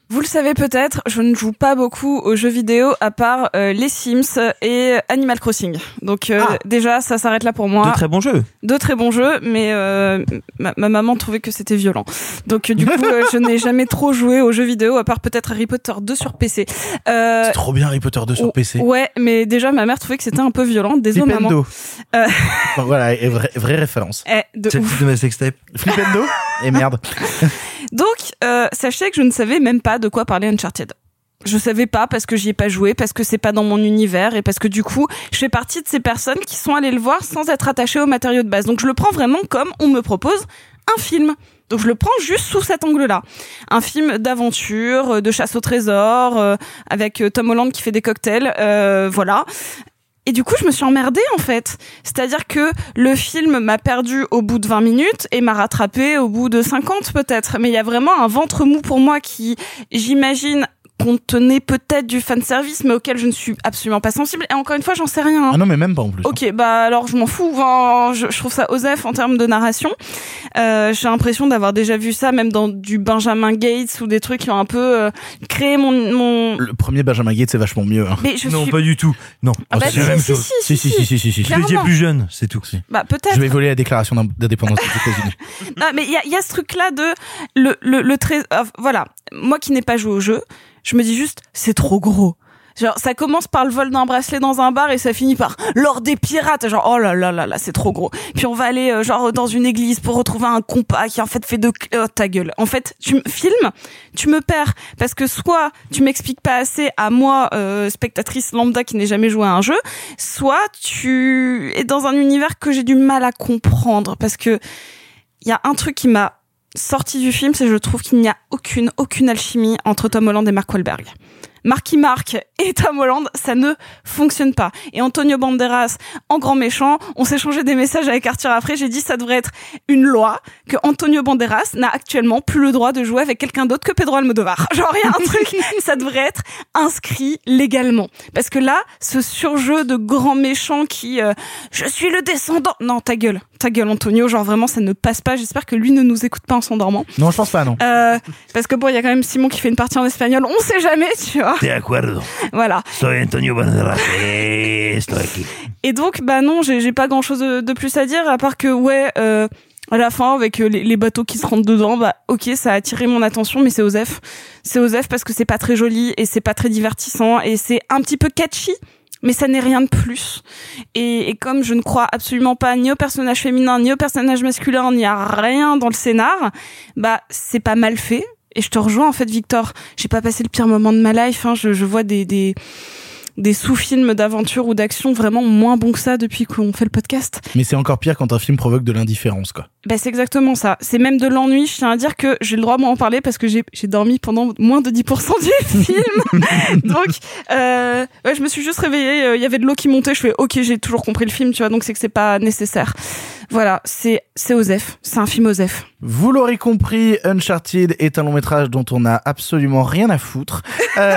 Vous le savez peut-être, je ne joue pas beaucoup aux jeux vidéo à part euh, les Sims et Animal Crossing. Donc euh, ah. déjà, ça s'arrête là pour moi. De très bons jeux. De très bons jeux, mais euh, ma, ma maman trouvait que c'était violent. Donc du coup, euh, je n'ai jamais trop joué aux jeux vidéo à part peut-être Harry Potter deux sur P C. Euh, C'est trop bien Harry Potter deux sur P C. Ouais, mais déjà ma mère trouvait que c'était un peu violent. Désolé maman. Euh... Bon, voilà, vraie, vraie référence. Eh, de C'est ouf. de ma sextape. Flipendo. Et merde. Donc, euh, sachez que je ne savais même pas de quoi parler Uncharted. Je savais pas parce que j'y ai pas joué, parce que c'est pas dans mon univers et parce que du coup, je fais partie de ces personnes qui sont allées le voir sans être attachées au matériau de base. Donc je le prends vraiment comme on me propose un film. Donc je le prends juste sous cet angle-là. Un film d'aventure, de chasse au trésor, euh, avec Tom Holland qui fait des cocktails, euh, voilà. Et du coup, je me suis emmerdée, en fait. C'est-à-dire que le film m'a perdu au bout de vingt minutes et m'a rattrapé au bout de cinquante, peut-être. Mais il y a vraiment un ventre mou pour moi qui, j'imagine, contenait peut-être du fanservice, mais auquel je ne suis absolument pas sensible. Et encore une fois, j'en sais rien. Hein. Ah non, mais même pas en plus. Ok, bah alors je m'en fous. Enfin, je, je trouve ça osef en termes de narration. Euh, j'ai l'impression d'avoir déjà vu ça, même dans du Benjamin Gates ou des trucs qui ont un peu euh, créé mon, mon... Le premier Benjamin Gates, c'est vachement mieux. Hein. Mais je non, suis... pas du tout. Non, Ah bah c'est si, la même si, chose. si, Si, si, si, si, si, si. Je l'ai dit plus jeune, c'est tout. Bah peut-être. Je vais voler la déclaration d'indépendance des États-Unis. Non, mais il y a, y a ce truc-là de le le le très euh, voilà. Moi qui n'ai pas joué au jeu, je me dis juste c'est trop gros. Genre ça commence par le vol d'un bracelet dans un bar et ça finit par l'or des pirates. Genre oh là là là là c'est trop gros. Puis on va aller euh, genre dans une église pour retrouver un compas qui en fait fait de oh, ta gueule. En fait tu me filmes, tu me perds parce que soit tu m'expliques pas assez à moi euh, spectatrice lambda qui n'ai jamais joué à un jeu, soit tu es dans un univers que j'ai du mal à comprendre parce que il y a un truc qui m'a sorti du film, c'est que je trouve qu'il n'y a aucune aucune alchimie entre Tom Holland et Mark Wahlberg. Marky Mark et Tom Holland, ça ne fonctionne pas. Et Antonio Banderas, en grand méchant, on s'est changé des messages avec Arthur après, j'ai dit ça devrait être une loi, que Antonio Banderas n'a actuellement plus le droit de jouer avec quelqu'un d'autre que Pedro Almodovar. Genre, il y a un truc, ça devrait être inscrit légalement. Parce que là, ce surjeu de grand méchant qui, euh, je suis le descendant... Non, ta gueule, ta gueule Antonio, genre vraiment, ça ne passe pas. J'espère que lui ne nous écoute pas en s'endormant. Non, je pense pas, non. Euh, parce que bon, il y a quand même Simon qui fait une partie en espagnol, on sait jamais, tu vois. De acuerdo. Voilà. Soy Antonio Banderas. Estoy aquí. Et donc, bah non, j'ai, j'ai pas grand chose de, de plus à dire, à part que, ouais, euh, à la fin, avec les, les bateaux qui se rentrent dedans, bah, ok, ça a attiré mon attention, mais c'est osef. C'est osef parce que c'est pas très joli et c'est pas très divertissant et c'est un petit peu catchy. Mais ça n'est rien de plus. Et, et comme je ne crois absolument pas ni au personnage féminin, ni au personnage masculin, ni à rien dans le scénar, bah, c'est pas mal fait. Et je te rejoins, en fait, Victor. J'ai pas passé le pire moment de ma life, hein. Je, je vois des, des, des sous-films d'aventure ou d'action vraiment moins bons que ça depuis qu'on fait le podcast. Mais c'est encore pire quand un film provoque de l'indifférence, quoi. Bah, c'est exactement ça. C'est même de l'ennui. Je tiens à dire que j'ai le droit d'en parler parce que j'ai, j'ai dormi pendant moins de dix pour cent du film. Donc, euh, ouais, je me suis juste réveillée. Il euh, y avait de l'eau qui montait. Je fais, ok, j'ai toujours compris le film, tu vois. Donc, c'est que c'est pas nécessaire. Voilà. C'est, c'est osef. C'est un film osef. Vous l'aurez compris, Uncharted est un long métrage dont on a absolument rien à foutre. Euh...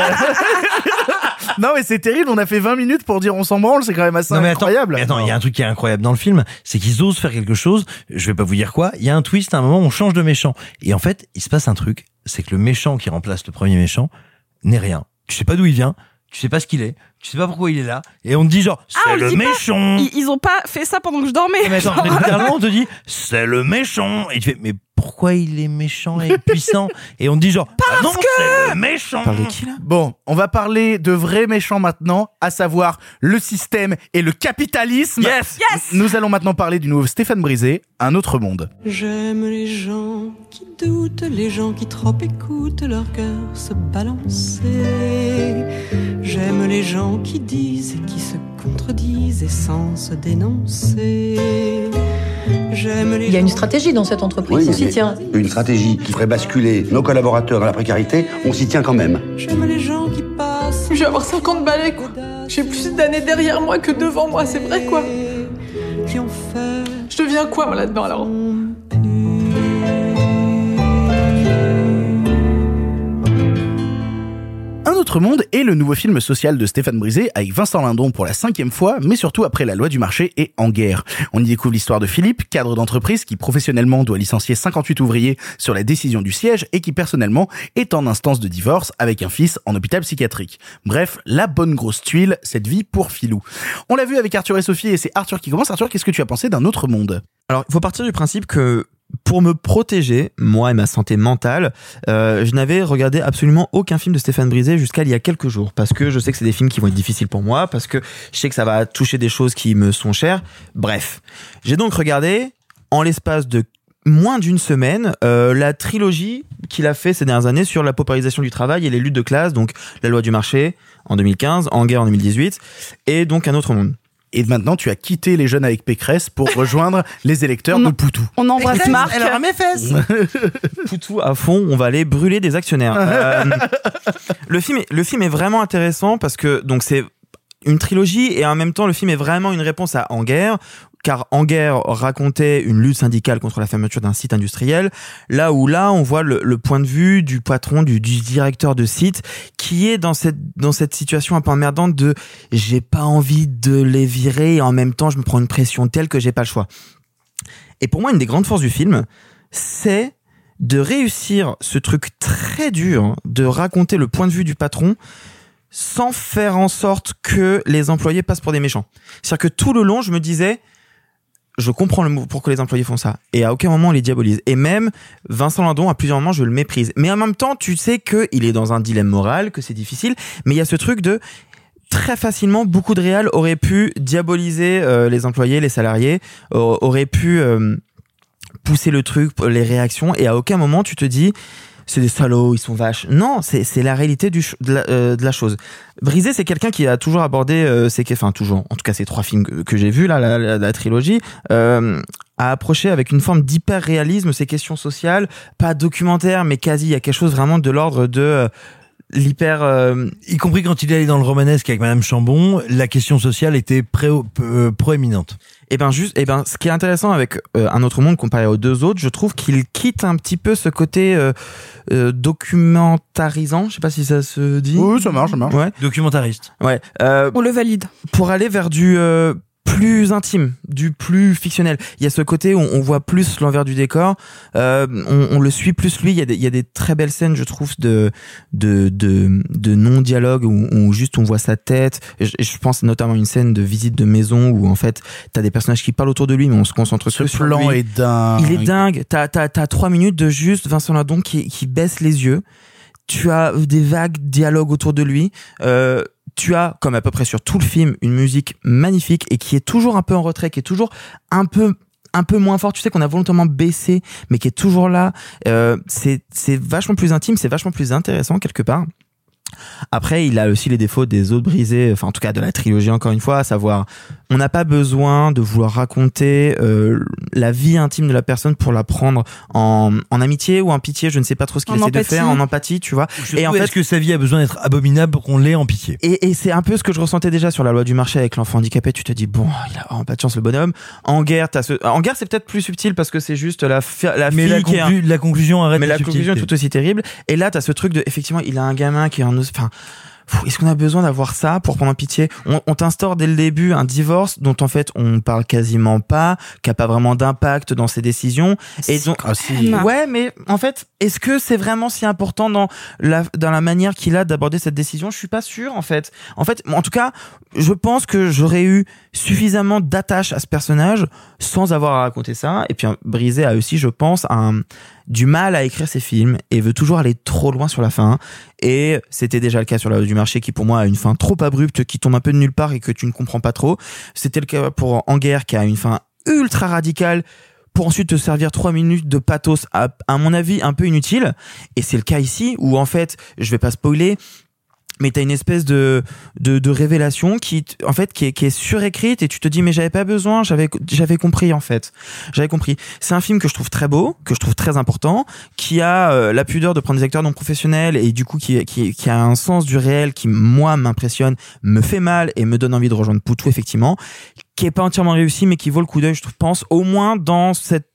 Non mais c'est terrible, on a fait vingt minutes pour dire on s'en branle, c'est quand même assez non, mais incroyable. Attends, il y a un truc qui est incroyable dans le film, c'est qu'ils osent faire quelque chose, je vais pas vous dire quoi, il y a un twist, à un moment on change de méchant. Et en fait, il se passe un truc, c'est que le méchant qui remplace le premier méchant n'est rien. Tu sais pas d'où il vient, tu sais pas ce qu'il est, tu sais pas pourquoi il est là, et on te dit genre, c'est ah, le méchant. Ils, ils ont pas fait ça pendant que je dormais. Mais attends, mais littéralement on te dit, c'est le méchant. Et tu fais, mais pourquoi il est méchant et puissant? Et on te dit genre, parce ah non, que... c'est le méchant. Parle de qui là? Bon, on va parler de vrais méchants maintenant, à savoir le système et le capitalisme. Yes, yes. Nous allons maintenant parler du nouveau Stéphane Brisé, Un autre monde. J'aime les gens qui doutent, les gens qui trop écoutent leur cœur se balancer. J'aime les gens qui disent et qui se contredisent et sans se dénoncer. Il y a une stratégie dans cette entreprise, oui, on s'y tient. Une stratégie qui ferait basculer nos collaborateurs dans la précarité, on s'y tient quand même. J'aime les gens qui passent. Je vais avoir cinquante balais, quoi. J'ai plus d'années derrière moi que devant moi, c'est vrai, quoi. Qui ont fait. Je deviens quoi, moi, là-dedans, alors? Un autre monde est le nouveau film social de Stéphane Brisé avec Vincent Lindon pour la cinquième fois, mais surtout après La Loi du marché et En guerre. On y découvre l'histoire de Philippe, cadre d'entreprise qui professionnellement doit licencier cinquante-huit ouvriers sur la décision du siège et qui personnellement est en instance de divorce avec un fils en hôpital psychiatrique. Bref, la bonne grosse tuile, cette vie pour Philou. On l'a vu avec Arthur et Sophie et c'est Arthur qui commence. Arthur, qu'est-ce que tu as pensé d'un autre monde ? Alors, il faut partir du principe que pour me protéger, moi et ma santé mentale, euh, je n'avais regardé absolument aucun film de Stéphane Brisé jusqu'à il y a quelques jours. Parce que je sais que c'est des films qui vont être difficiles pour moi, parce que je sais que ça va toucher des choses qui me sont chères. Bref. J'ai donc regardé, en l'espace de moins d'une semaine, euh, la trilogie qu'il a fait ces dernières années sur la paupérisation du travail et les luttes de classe, donc La Loi du marché en deux mille quinze, En guerre en deux mille dix-huit, et donc Un autre monde. Et maintenant, tu as quitté les jeunes avec Pécresse pour rejoindre les électeurs on de Poutou. On embrasse Marc. Elle aura mes fesses. Poutou à fond, on va aller brûler des actionnaires. euh, le film, est, le film est vraiment intéressant parce que donc c'est une trilogie et en même temps le film est vraiment une réponse à En guerre. Car En guerre racontait une lutte syndicale contre la fermeture d'un site industriel, là où là on voit le, le point de vue du patron, du, du directeur de site, qui est dans cette dans cette situation un peu emmerdante de j'ai pas envie de les virer et en même temps je me prends une pression telle que j'ai pas le choix. Et pour moi une des grandes forces du film, c'est de réussir ce truc très dur de raconter le point de vue du patron sans faire en sorte que les employés passent pour des méchants. C'est-à-dire que tout le long je me disais je comprends le mot pourquoi les employés font ça. Et à aucun moment on les diabolise. Et même Vincent Lindon, à plusieurs moments, je le méprise. Mais en même temps, tu sais qu'il est dans un dilemme moral, que c'est difficile. Mais il y a ce truc de très facilement, beaucoup de réals auraient pu diaboliser euh, les employés, les salariés, euh, auraient pu euh, pousser le truc, les réactions. Et à aucun moment tu te dis c'est des salauds, ils sont vaches. Non, c'est c'est la réalité du de la, euh, de la chose. Brisé, c'est quelqu'un qui a toujours abordé euh, ces enfin toujours, en tout cas ces trois films que, que j'ai vus là, la, la, la trilogie, euh, a approché avec une forme d'hyper réalisme ces questions sociales, pas documentaire, mais quasi. Il y a quelque chose vraiment de l'ordre de euh, l'hyper, euh... y compris quand il est allé dans le romanesque avec Madame Chambon, la question sociale était pré- euh, proéminente. Et ben juste, et ben ce qui est intéressant avec euh, Un autre monde comparé aux deux autres, je trouve qu'il quitte un petit peu ce côté euh, euh, documentarisant. Je sais pas si ça se dit. Oui, ça marche, ça marche. Ouais. Documentariste. Ouais. Euh, On le valide. Pour aller vers du euh, plus intime, du plus fictionnel. Il y a ce côté où on voit plus l'envers du décor, euh, on, on le suit plus lui. Il y a des, il y a des très belles scènes, je trouve, de de de, de non-dialogue où, où juste on voit sa tête. Et je, et je pense notamment à une scène de visite de maison où en fait t'as des personnages qui parlent autour de lui, mais on se concentre ce que sur lui. Ce plan est dingue. Il est dingue. T'as t'as t'as trois minutes de juste Vincent Lindon qui qui baisse les yeux. Tu as des vagues dialogues autour de lui. Euh, tu as, comme à peu près sur tout le film, une musique magnifique et qui est toujours un peu en retrait, qui est toujours un peu un peu moins fort. Tu sais qu'on a volontairement baissé, mais qui est toujours là. Euh, c'est c'est vachement plus intime, c'est vachement plus intéressant quelque part. Après, il a aussi les défauts des autres brisés, enfin en tout cas de la trilogie encore une fois, à savoir, on n'a pas besoin de vouloir raconter euh, la vie intime de la personne pour la prendre en, en amitié ou en pitié, je ne sais pas trop ce qu'il En essaie empathie. de faire, en empathie, tu vois. Surtout, et en fait, est-ce que sa vie a besoin d'être abominable pour qu'on l'ait en pitié ? Et, et c'est un peu ce que je ressentais déjà sur La Loi du marché avec l'enfant handicapé. Tu te dis bon, il a vraiment pas de chance le bonhomme. En guerre, t'as ce, en guerre c'est peut-être plus subtil parce que c'est juste la fi- la Mais fille la, qui est un- conclu- la conclusion arrête mais la la conclusion est tout aussi terrible. Et là, t'as ce truc de, effectivement, il a un gamin qui est en, enfin, pff, est-ce qu'on a besoin d'avoir ça pour prendre pitié? On, on t'instaure dès le début un divorce dont en fait on parle quasiment pas, qui a pas vraiment d'impact dans ses décisions. Et donc, ah, si. ouais, mais en fait, est-ce que c'est vraiment si important dans la dans la manière qu'il a d'aborder cette décision? Je suis pas sûr en fait. En fait, en tout cas, je pense que j'aurais eu suffisamment d'attache à ce personnage sans avoir à raconter ça. Et puis Brisé a aussi, je pense, un du mal à écrire ses films et veut toujours aller trop loin sur la fin. Et c'était déjà le cas sur La Loi du marché qui pour moi a une fin trop abrupte, qui tombe un peu de nulle part et que tu ne comprends pas trop. C'était le cas pour En guerre qui a une fin ultra radicale pour ensuite te servir trois minutes de pathos à, à mon avis un peu inutile. Et c'est le cas ici où en fait, je vais pas spoiler, mais t'as une espèce de, de, de révélation qui, en fait, qui est, qui est surécrite et tu te dis, mais j'avais pas besoin, j'avais, j'avais compris, en fait. J'avais compris. C'est un film que je trouve très beau, que je trouve très important, qui a euh, la pudeur de prendre des acteurs non professionnels et du coup, qui, qui, qui a un sens du réel qui, moi, m'impressionne, me fait mal et me donne envie de rejoindre Poutou, effectivement, qui est pas entièrement réussi, mais qui vaut le coup d'œil, je pense, au moins dans cette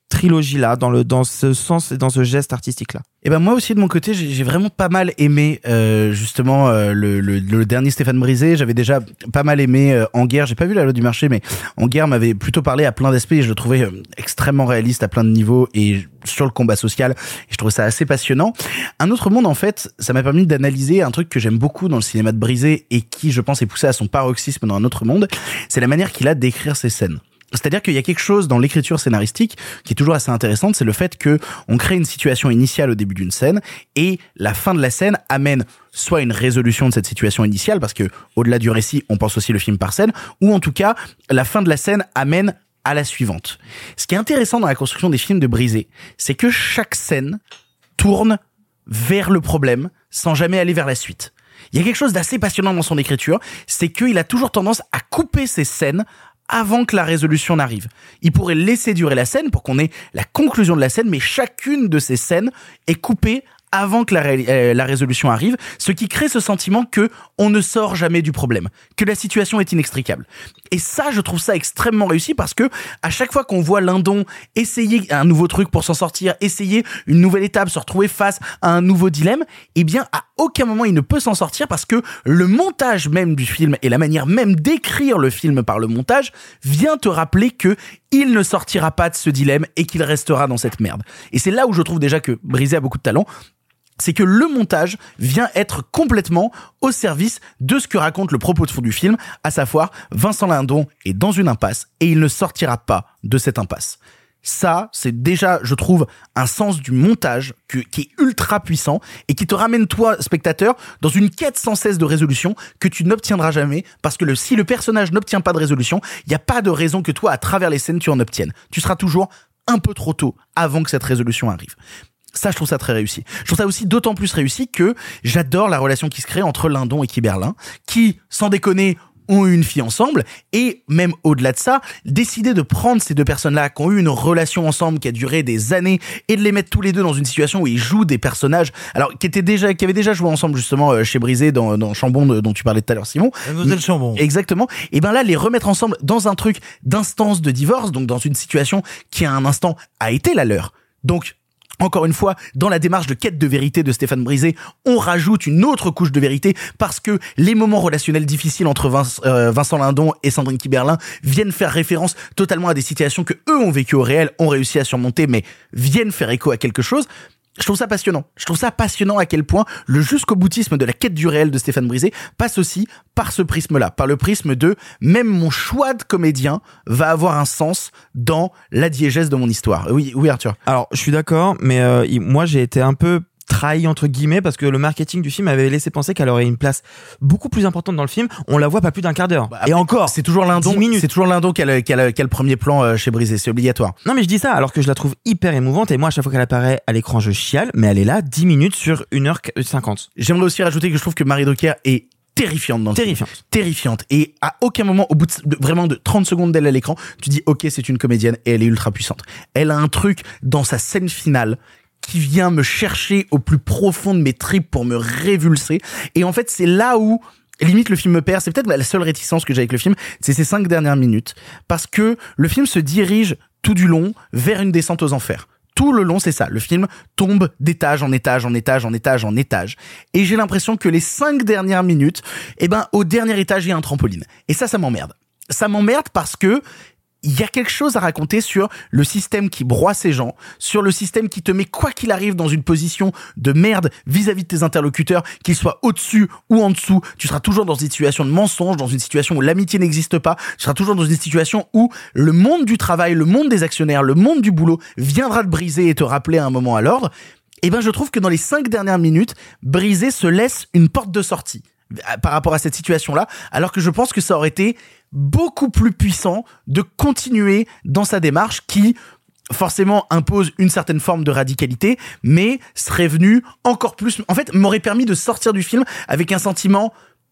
trilogie-là, dans le dans ce sens et dans ce geste artistique-là. Et ben moi aussi de mon côté, j'ai, j'ai vraiment pas mal aimé euh, justement euh, le, le, le dernier Stéphane Brisé. J'avais déjà pas mal aimé euh, En Guerre. J'ai pas vu La Loi du Marché, mais En Guerre m'avait plutôt parlé à plein d'aspects et je le trouvais euh, extrêmement réaliste à plein de niveaux et sur le combat social. Et je trouvais ça assez passionnant. Un autre monde, en fait, ça m'a permis d'analyser un truc que j'aime beaucoup dans le cinéma de Brisé et qui, je pense, est poussé à son paroxysme dans Un autre monde. C'est la manière qu'il a d'écrire ses scènes. C'est-à-dire qu'il y a quelque chose dans l'écriture scénaristique qui est toujours assez intéressante, c'est le fait que on crée une situation initiale au début d'une scène et la fin de la scène amène soit une résolution de cette situation initiale, parce que au-delà du récit, on pense aussi le film par scène, ou en tout cas, la fin de la scène amène à la suivante. Ce qui est intéressant dans la construction des films de Brisé, c'est que chaque scène tourne vers le problème sans jamais aller vers la suite. Il y a quelque chose d'assez passionnant dans son écriture, c'est qu'il a toujours tendance à couper ses scènes avant que la résolution n'arrive. Il pourrait laisser durer la scène pour qu'on ait la conclusion de la scène, mais chacune de ces scènes est coupée avant que la, ré- euh, la résolution arrive, ce qui crée ce sentiment que on ne sort jamais du problème, que la situation est inextricable. Et ça, je trouve ça extrêmement réussi parce que à chaque fois qu'on voit Lindon essayer un nouveau truc pour s'en sortir, essayer une nouvelle étape, se retrouver face à un nouveau dilemme, eh bien, à aucun moment il ne peut s'en sortir parce que le montage même du film et la manière même d'écrire le film par le montage vient te rappeler que il ne sortira pas de ce dilemme et qu'il restera dans cette merde. Et c'est là où je trouve déjà que Brisé a beaucoup de talent. C'est que le montage vient être complètement au service de ce que raconte le propos de fond du film, à savoir Vincent Lindon est dans une impasse et il ne sortira pas de cette impasse. Ça, c'est déjà, je trouve, un sens du montage que, qui est ultra puissant et qui te ramène, toi, spectateur, dans une quête sans cesse de résolution que tu n'obtiendras jamais parce que le, si le personnage n'obtient pas de résolution, il n'y a pas de raison que toi, à travers les scènes, tu en obtiennes. Tu seras toujours un peu trop tôt avant que cette résolution arrive. Ça, je trouve ça très réussi. Je trouve ça aussi d'autant plus réussi que j'adore la relation qui se crée entre Lindon et Kiberlin, qui, sans déconner, ont eu une fille ensemble, et même au-delà de ça, décider de prendre ces deux personnes-là qui ont eu une relation ensemble qui a duré des années, et de les mettre tous les deux dans une situation où ils jouent des personnages, alors qui étaient déjà, qui avaient déjà joué ensemble justement chez Brisé dans, dans Chambon dont tu parlais tout à l'heure, Simon. Mademoiselle Chambon. Exactement. Et ben là, les remettre ensemble dans un truc d'instance de divorce, donc dans une situation qui à un instant a été la leur. Donc, encore une fois, dans la démarche de quête de vérité de Stéphane Brisé, on rajoute une autre couche de vérité parce que les moments relationnels difficiles entre Vince, euh, Vincent Lindon et Sandrine Kiberlin viennent faire référence totalement à des situations que eux ont vécues au réel, ont réussi à surmonter, mais viennent faire écho à quelque chose. Je trouve ça passionnant. Je trouve ça passionnant à quel point le jusqu'au boutisme de la quête du réel de Stéphane Brisé passe aussi par ce prisme-là, par le prisme de même mon choix de comédien va avoir un sens dans la diégèse de mon histoire. Oui, oui Arthur. Alors, je suis d'accord, mais euh, moi j'ai été un peu trahi entre guillemets parce que le marketing du film avait laissé penser qu'elle aurait une place beaucoup plus importante dans le film. On la voit pas plus d'un quart d'heure. Bah, et encore, c'est toujours Lindon. C'est toujours Lindon qui a le, qui a le, qui a le premier plan chez Brisé. C'est obligatoire. Non, mais je dis ça alors que je la trouve hyper émouvante et moi à chaque fois qu'elle apparaît à l'écran je chiale, mais elle est là dix minutes sur une heure cinquante. J'aimerais aussi rajouter que je trouve que Marie Drucker est terrifiante dans le terrifiante. film. Terrifiante. Et à aucun moment, au bout de, de vraiment de trente secondes d'elle à l'écran, tu dis ok, c'est une comédienne et elle est ultra puissante. Elle a un truc dans sa scène finale qui vient me chercher au plus profond de mes tripes pour me révulser. Et en fait, c'est là où, limite, le film me perd. C'est peut-être la seule réticence que j'ai avec le film, c'est ces cinq dernières minutes. Parce que le film se dirige tout du long vers une descente aux enfers. Tout le long, c'est ça. Le film tombe d'étage en étage, en étage, en étage, en étage. Et j'ai l'impression que les cinq dernières minutes, eh ben, au dernier étage, il y a un trampoline. Et ça, ça m'emmerde. Ça m'emmerde parce que il y a quelque chose à raconter sur le système qui broie ces gens, sur le système qui te met quoi qu'il arrive dans une position de merde vis-à-vis de tes interlocuteurs, qu'ils soient au-dessus ou en dessous. Tu seras toujours dans une situation de mensonge, dans une situation où l'amitié n'existe pas. Tu seras toujours dans une situation où le monde du travail, le monde des actionnaires, le monde du boulot viendra te briser et te rappeler un moment à l'ordre. Et ben, je trouve que dans les cinq dernières minutes, Brisé se laisse une porte de sortie par rapport à cette situation-là, alors que je pense que ça aurait été beaucoup plus puissant de continuer dans sa démarche qui forcément impose une certaine forme de radicalité, mais serait venu encore plus, en fait, m'aurait permis de sortir du film avec un sentiment.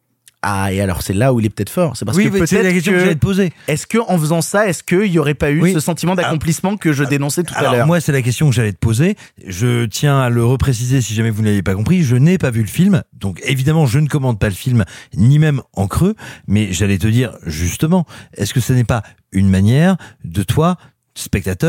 Ah, et alors c'est là où il est peut-être fort. C'est parce oui, que peut-être c'est la question que, que j'allais te poser. Est-ce que en faisant ça, est-ce qu'il y aurait pas eu oui. ce sentiment d'accomplissement alors, que je dénonçais tout alors, à l'heure? Moi, c'est la question que j'allais te poser. Je tiens à le repréciser si jamais vous ne l'avez pas compris. Je n'ai pas vu le film, donc évidemment, je ne commande pas le film, ni même en creux. Mais j'allais te dire justement, est-ce que ce n'est pas une manière de toi, spectateur,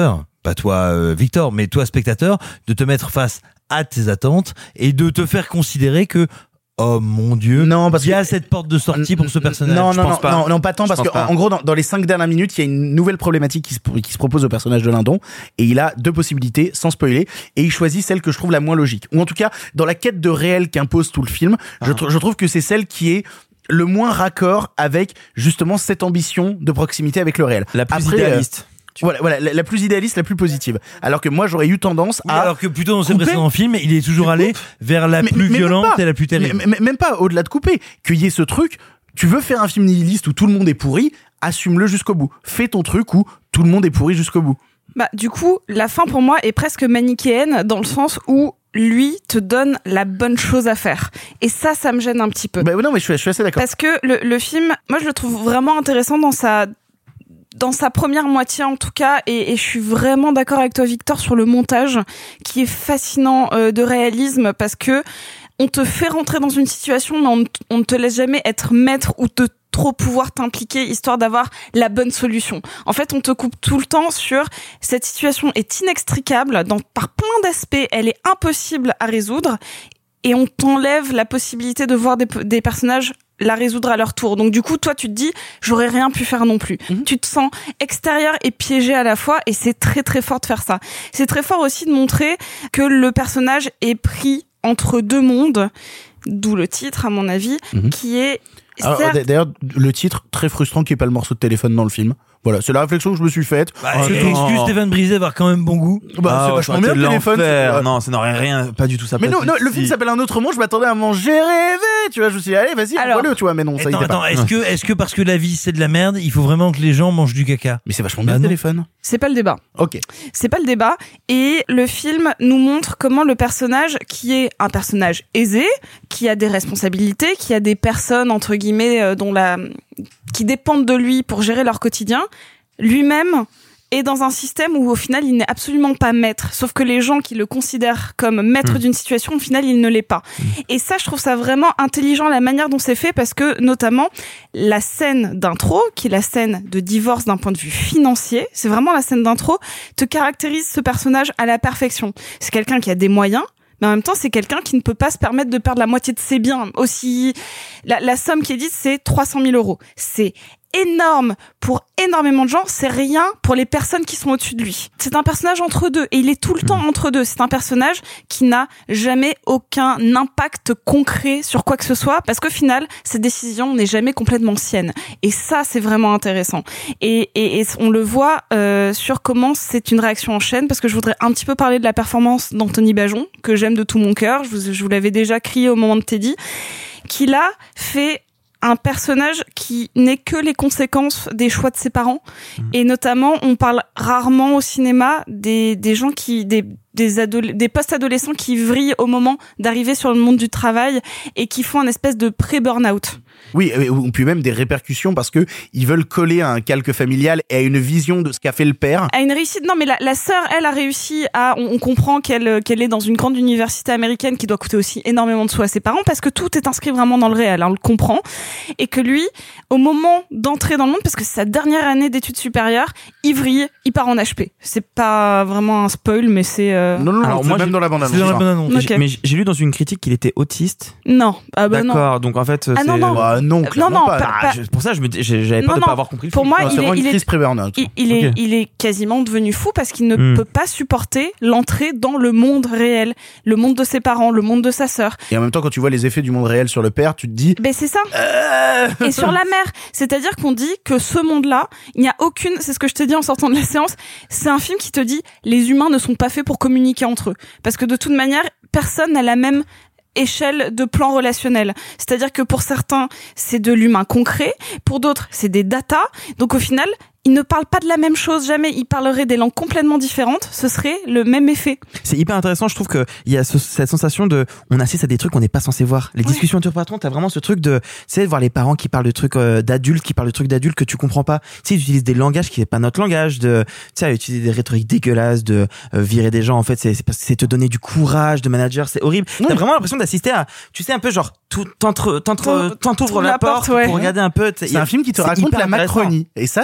pas toi euh, Victor, mais toi spectateur, de te mettre face à tes attentes et de te faire considérer que oh mon Dieu, non, parce il y a que... cette porte de sortie pour ce personnage. Non, je non, pense non, pas. non, non, pas tant, Je parce que pense en, en gros, dans, dans les cinq dernières minutes, il y a une nouvelle problématique qui se, qui se propose au personnage de Lindon, et il a deux possibilités, sans spoiler, et il choisit celle que je trouve la moins logique. Ou en tout cas, dans la quête de réel qu'impose tout le film, ah. je, tr- je trouve que c'est celle qui est le moins raccord avec justement cette ambition de proximité avec le réel. La plus Après, idéaliste. Euh, Voilà, voilà, la, la plus idéaliste, la plus positive. Alors que moi, j'aurais eu tendance oui, à. Alors que plutôt dans ses couper... précédents films, il est toujours allé vers la mais, plus mais violente et la plus terrible. Mais, mais, même pas au-delà de couper. Qu'il y ait ce truc, tu veux faire un film nihiliste où tout le monde est pourri, assume-le jusqu'au bout. Fais ton truc où tout le monde est pourri jusqu'au bout. Bah, du coup, la fin pour moi est presque manichéenne dans le sens où lui te donne la bonne chose à faire. Et ça, ça me gêne un petit peu. Bah non, mais je suis, je suis assez d'accord. Parce que le, le film, moi, je le trouve vraiment intéressant dans sa, dans sa première moitié, en tout cas. Et, et je suis vraiment d'accord avec toi, Victor, sur le montage, qui est fascinant euh, de réalisme, parce que on te fait rentrer dans une situation, mais on, on ne te laisse jamais être maître ou te trop pouvoir t'impliquer, histoire d'avoir la bonne solution. En fait, on te coupe tout le temps sur cette situation est inextricable, dans, par plein d'aspects, elle est impossible à résoudre, et on t'enlève la possibilité de voir des, des personnages la résoudre à leur tour. Donc du coup, toi, tu te dis, j'aurais rien pu faire non plus. Mmh. Tu te sens extérieur et piégé à la fois, et c'est très très fort de faire ça. C'est très fort aussi de montrer que le personnage est pris entre deux mondes, d'où le titre, à mon avis, mmh. qui est... Alors, certes... d'ailleurs, le titre, très frustrant qu'il n'y ait pas le morceau de téléphone dans le film. Voilà, c'est la réflexion que je me suis faite. Bah, c'est une excuse, Stéphane Brisé d'avoir quand même bon goût. Bah, ah, c'est vachement bien le téléphone. C'est... Non, ça n'aurait rien, pas du tout ça. Mais non, non, le film s'appelle Un autre monde, je m'attendais à manger rêver, tu vois, je me suis dit, allez, vas-y, envoie-le, tu vois, mais non, ça attends, y était attends, pas. Est-ce que, est-ce que parce que la vie c'est de la merde, il faut vraiment que les gens mangent du caca? Mais c'est vachement bien bah, le non. téléphone. C'est pas le débat. Ok. C'est pas le débat. Et le film nous montre comment le personnage, qui est un personnage aisé, qui a des responsabilités, qui a des personnes, entre guillemets, dont la, qui dépendent de lui pour gérer leur quotidien, lui-même est dans un système où au final il n'est absolument pas maître, sauf que les gens qui le considèrent comme maître mmh. d'une situation, au final il ne l'est pas. Mmh. Et ça, je trouve ça vraiment intelligent, la manière dont c'est fait, parce que notamment la scène d'intro, qui est la scène de divorce d'un point de vue financier, c'est vraiment la scène d'intro, te caractérise ce personnage à la perfection. C'est quelqu'un qui a des moyens, mais en même temps, c'est quelqu'un qui ne peut pas se permettre de perdre la moitié de ses biens. Aussi, la, la somme qui est dite, c'est trois cent mille euros. C'est énorme pour énormément de gens, c'est rien pour les personnes qui sont au-dessus de lui. C'est un personnage entre deux, et il est tout le temps entre deux. C'est un personnage qui n'a jamais aucun impact concret sur quoi que ce soit, parce qu'au final, cette décision n'est jamais complètement sienne. Et ça, c'est vraiment intéressant. Et, et, et on le voit euh, sur comment c'est une réaction en chaîne, parce que je voudrais un petit peu parler de la performance d'Anthony Bajon, que j'aime de tout mon cœur. Je vous, je vous l'avais déjà crié au moment de Teddy, qui là fait un personnage qui n'est que les conséquences des choix de ses parents. Mmh. Et notamment, on parle rarement au cinéma des, des gens qui, des, des, adole- des post-adolescents qui vrillent au moment d'arriver sur le monde du travail et qui font un espèce de pré-burnout. Oui, ou puis même des répercussions parce que ils veulent coller à un calque familial et à une vision de ce qu'a fait le père. À une réussite, non, mais la, la sœur, elle a réussi à, on, on comprend qu'elle, qu'elle est dans une grande université américaine qui doit coûter aussi énormément de sous à ses parents parce que tout est inscrit vraiment dans le réel, hein, on le comprend. Et que lui, au moment d'entrer dans le monde, parce que c'est sa dernière année d'études supérieures, il vrille, il part en H P. C'est pas vraiment un spoil, mais c'est, euh... Non, non, non, alors c'est moi, même j'ai... dans la bande-annonce. C'est dans la bande-annonce. Okay. Mais j'ai lu dans une critique qu'il était autiste. Non. Ah bah D'accord, non. donc en fait, ah c'est... non, non. Bah, non, non, non, pas. pas, Ah, je, pour ça, je me, j'avais peur non, de non. pas avoir compris le pour film. moi, non, il, c'est est, vraiment il, une est, crise pré-burnout. il, il, okay. est, il est quasiment devenu fou parce qu'il ne mm. peut pas supporter l'entrée dans le monde réel, le monde de ses parents, le monde de sa sœur. Et en même temps, quand tu vois les effets du monde réel sur le père, tu te dis... Ben c'est ça. Euh... Et sur la mère, c'est-à-dire qu'on dit que ce monde-là, il n'y a aucune... C'est ce que je t'ai dit en sortant de la séance, c'est un film qui te dit les humains ne sont pas faits pour communiquer entre eux. Parce que de toute manière, personne n'a la même échelle de plan relationnel. C'est-à-dire que pour certains, c'est de l'humain concret, pour d'autres, c'est des datas. Donc au final, ils ne parlent pas de la même chose jamais. Ils parleraient des langues complètement différentes. Ce serait le même effet. C'est hyper intéressant. Je trouve que il y a ce, cette sensation de, on assiste à des trucs qu'on n'est pas censé voir. Les ouais. discussions entre patrons, t'as vraiment ce truc de, tu sais, de voir les parents qui parlent de trucs euh, d'adultes, qui parlent de trucs d'adultes que tu comprends pas. Tu sais, ils utilisent des langages qui n'est pas notre langage. De, tu sais, utiliser des rhétoriques dégueulasses, de euh, virer des gens. En fait, c'est, c'est parce que c'est te donner du courage de manager. C'est horrible. Ouais. T'as vraiment l'impression d'assister à, tu sais, un peu genre, tout, t'entre, t'entre, t'entre, t'ouvres la, la porte, porte ouais. pour regarder un peu. C'est a, un film qui te raconte la Macronie. Et ça, c'est passionnant.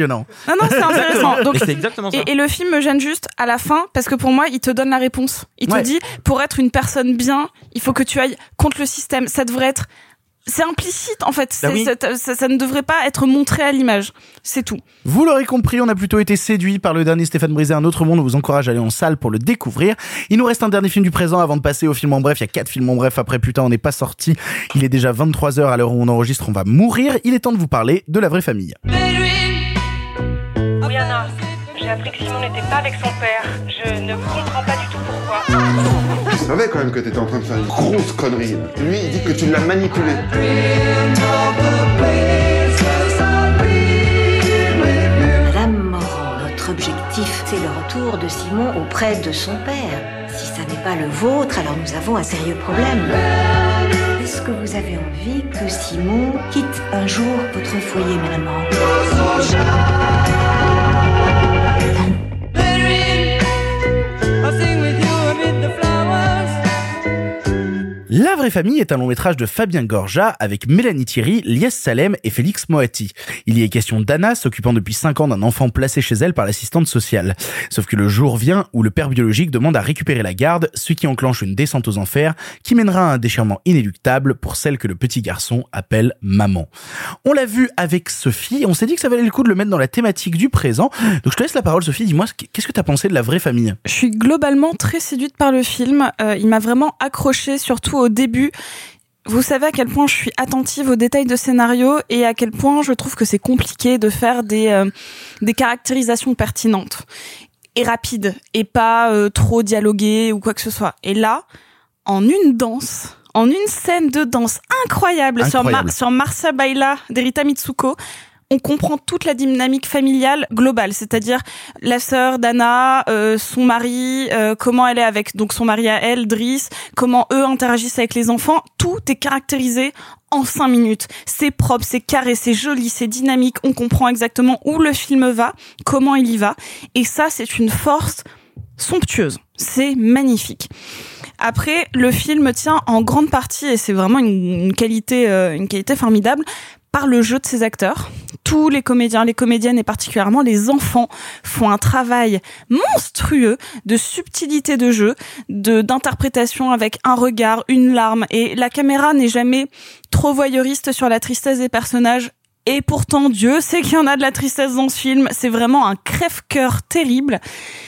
gênant. Non, non, c'est intéressant. Donc, c'est exactement ça. Et, et le film me gêne juste à la fin parce que pour moi, il te donne la réponse. Il te Ouais. dit, pour être une personne bien, il faut que tu ailles contre le système. Ça devrait être... C'est implicite, en fait. Bah C'est- oui. c'est- ça, ça ne devrait pas être montré à l'image. C'est tout. Vous l'aurez compris, on a plutôt été séduit par le dernier Stéphane Brisé, Un autre monde. On vous encourage à aller en salle pour le découvrir. Il nous reste un dernier film du présent avant de passer au film en bref. Il y a quatre films en bref. Après, putain, on n'est pas sorti. Il est déjà vingt-trois heures à l'heure où on enregistre. On va mourir. Il est temps de vous parler de La vraie famille. Oui, Anna. J'ai appris que Simon n'était pas avec son père. Je ne comprends pas du tout pourquoi. Je savais quand même que t'étais en train de faire une grosse connerie. Lui, il dit que tu l'as manipulé. Madame Morand, notre objectif, c'est le retour de Simon auprès de son père. Si ça n'est pas le vôtre, alors nous avons un sérieux problème. Est-ce que vous avez envie que Simon quitte un jour votre foyer, Madame Morand? La vraie famille est un long métrage de Fabien Gorja avec Mélanie Thierry, Lies Salem et Félix Moati. Il y est question d'Anna s'occupant depuis cinq ans d'un enfant placé chez elle par l'assistante sociale. Sauf que le jour vient où le père biologique demande à récupérer la garde, ce qui enclenche une descente aux enfers qui mènera à un déchirement inéluctable pour celle que le petit garçon appelle maman. On l'a vu avec Sophie, on s'est dit que ça valait le coup de le mettre dans la thématique du présent. Donc je te laisse la parole Sophie, dis-moi qu'est-ce que t'as pensé de La vraie famille? Je suis globalement très séduite par le film. Euh, il m'a vraiment accrochée, surtout au début. Vous savez à quel point je suis attentive aux détails de scénario et à quel point je trouve que c'est compliqué de faire des euh, des caractérisations pertinentes et rapides et pas euh, trop dialoguées ou quoi que ce soit. Et là, en une danse, en une scène de danse incroyable, Incroyable. sur Mar- sur Marcia Baila d'Erita Mitsuko, on comprend toute la dynamique familiale globale, c'est-à-dire la sœur d'Anna, euh, son mari, euh, comment elle est avec donc son mari à elle, Driss, comment eux interagissent avec les enfants. Tout est caractérisé en cinq minutes. C'est propre, c'est carré, c'est joli, c'est dynamique. On comprend exactement où le film va, comment il y va. Et ça, c'est une force somptueuse. C'est magnifique. Après, le film tient en grande partie, et c'est vraiment une, une qualité, euh, une qualité formidable, par le jeu de ses acteurs. Tous les comédiens, les comédiennes et particulièrement les enfants font un travail monstrueux de subtilité de jeu, de d'interprétation avec un regard, une larme, et la caméra n'est jamais trop voyeuriste sur la tristesse des personnages. Et pourtant, Dieu sait qu'il y en a de la tristesse dans ce film. C'est vraiment un crève-cœur terrible.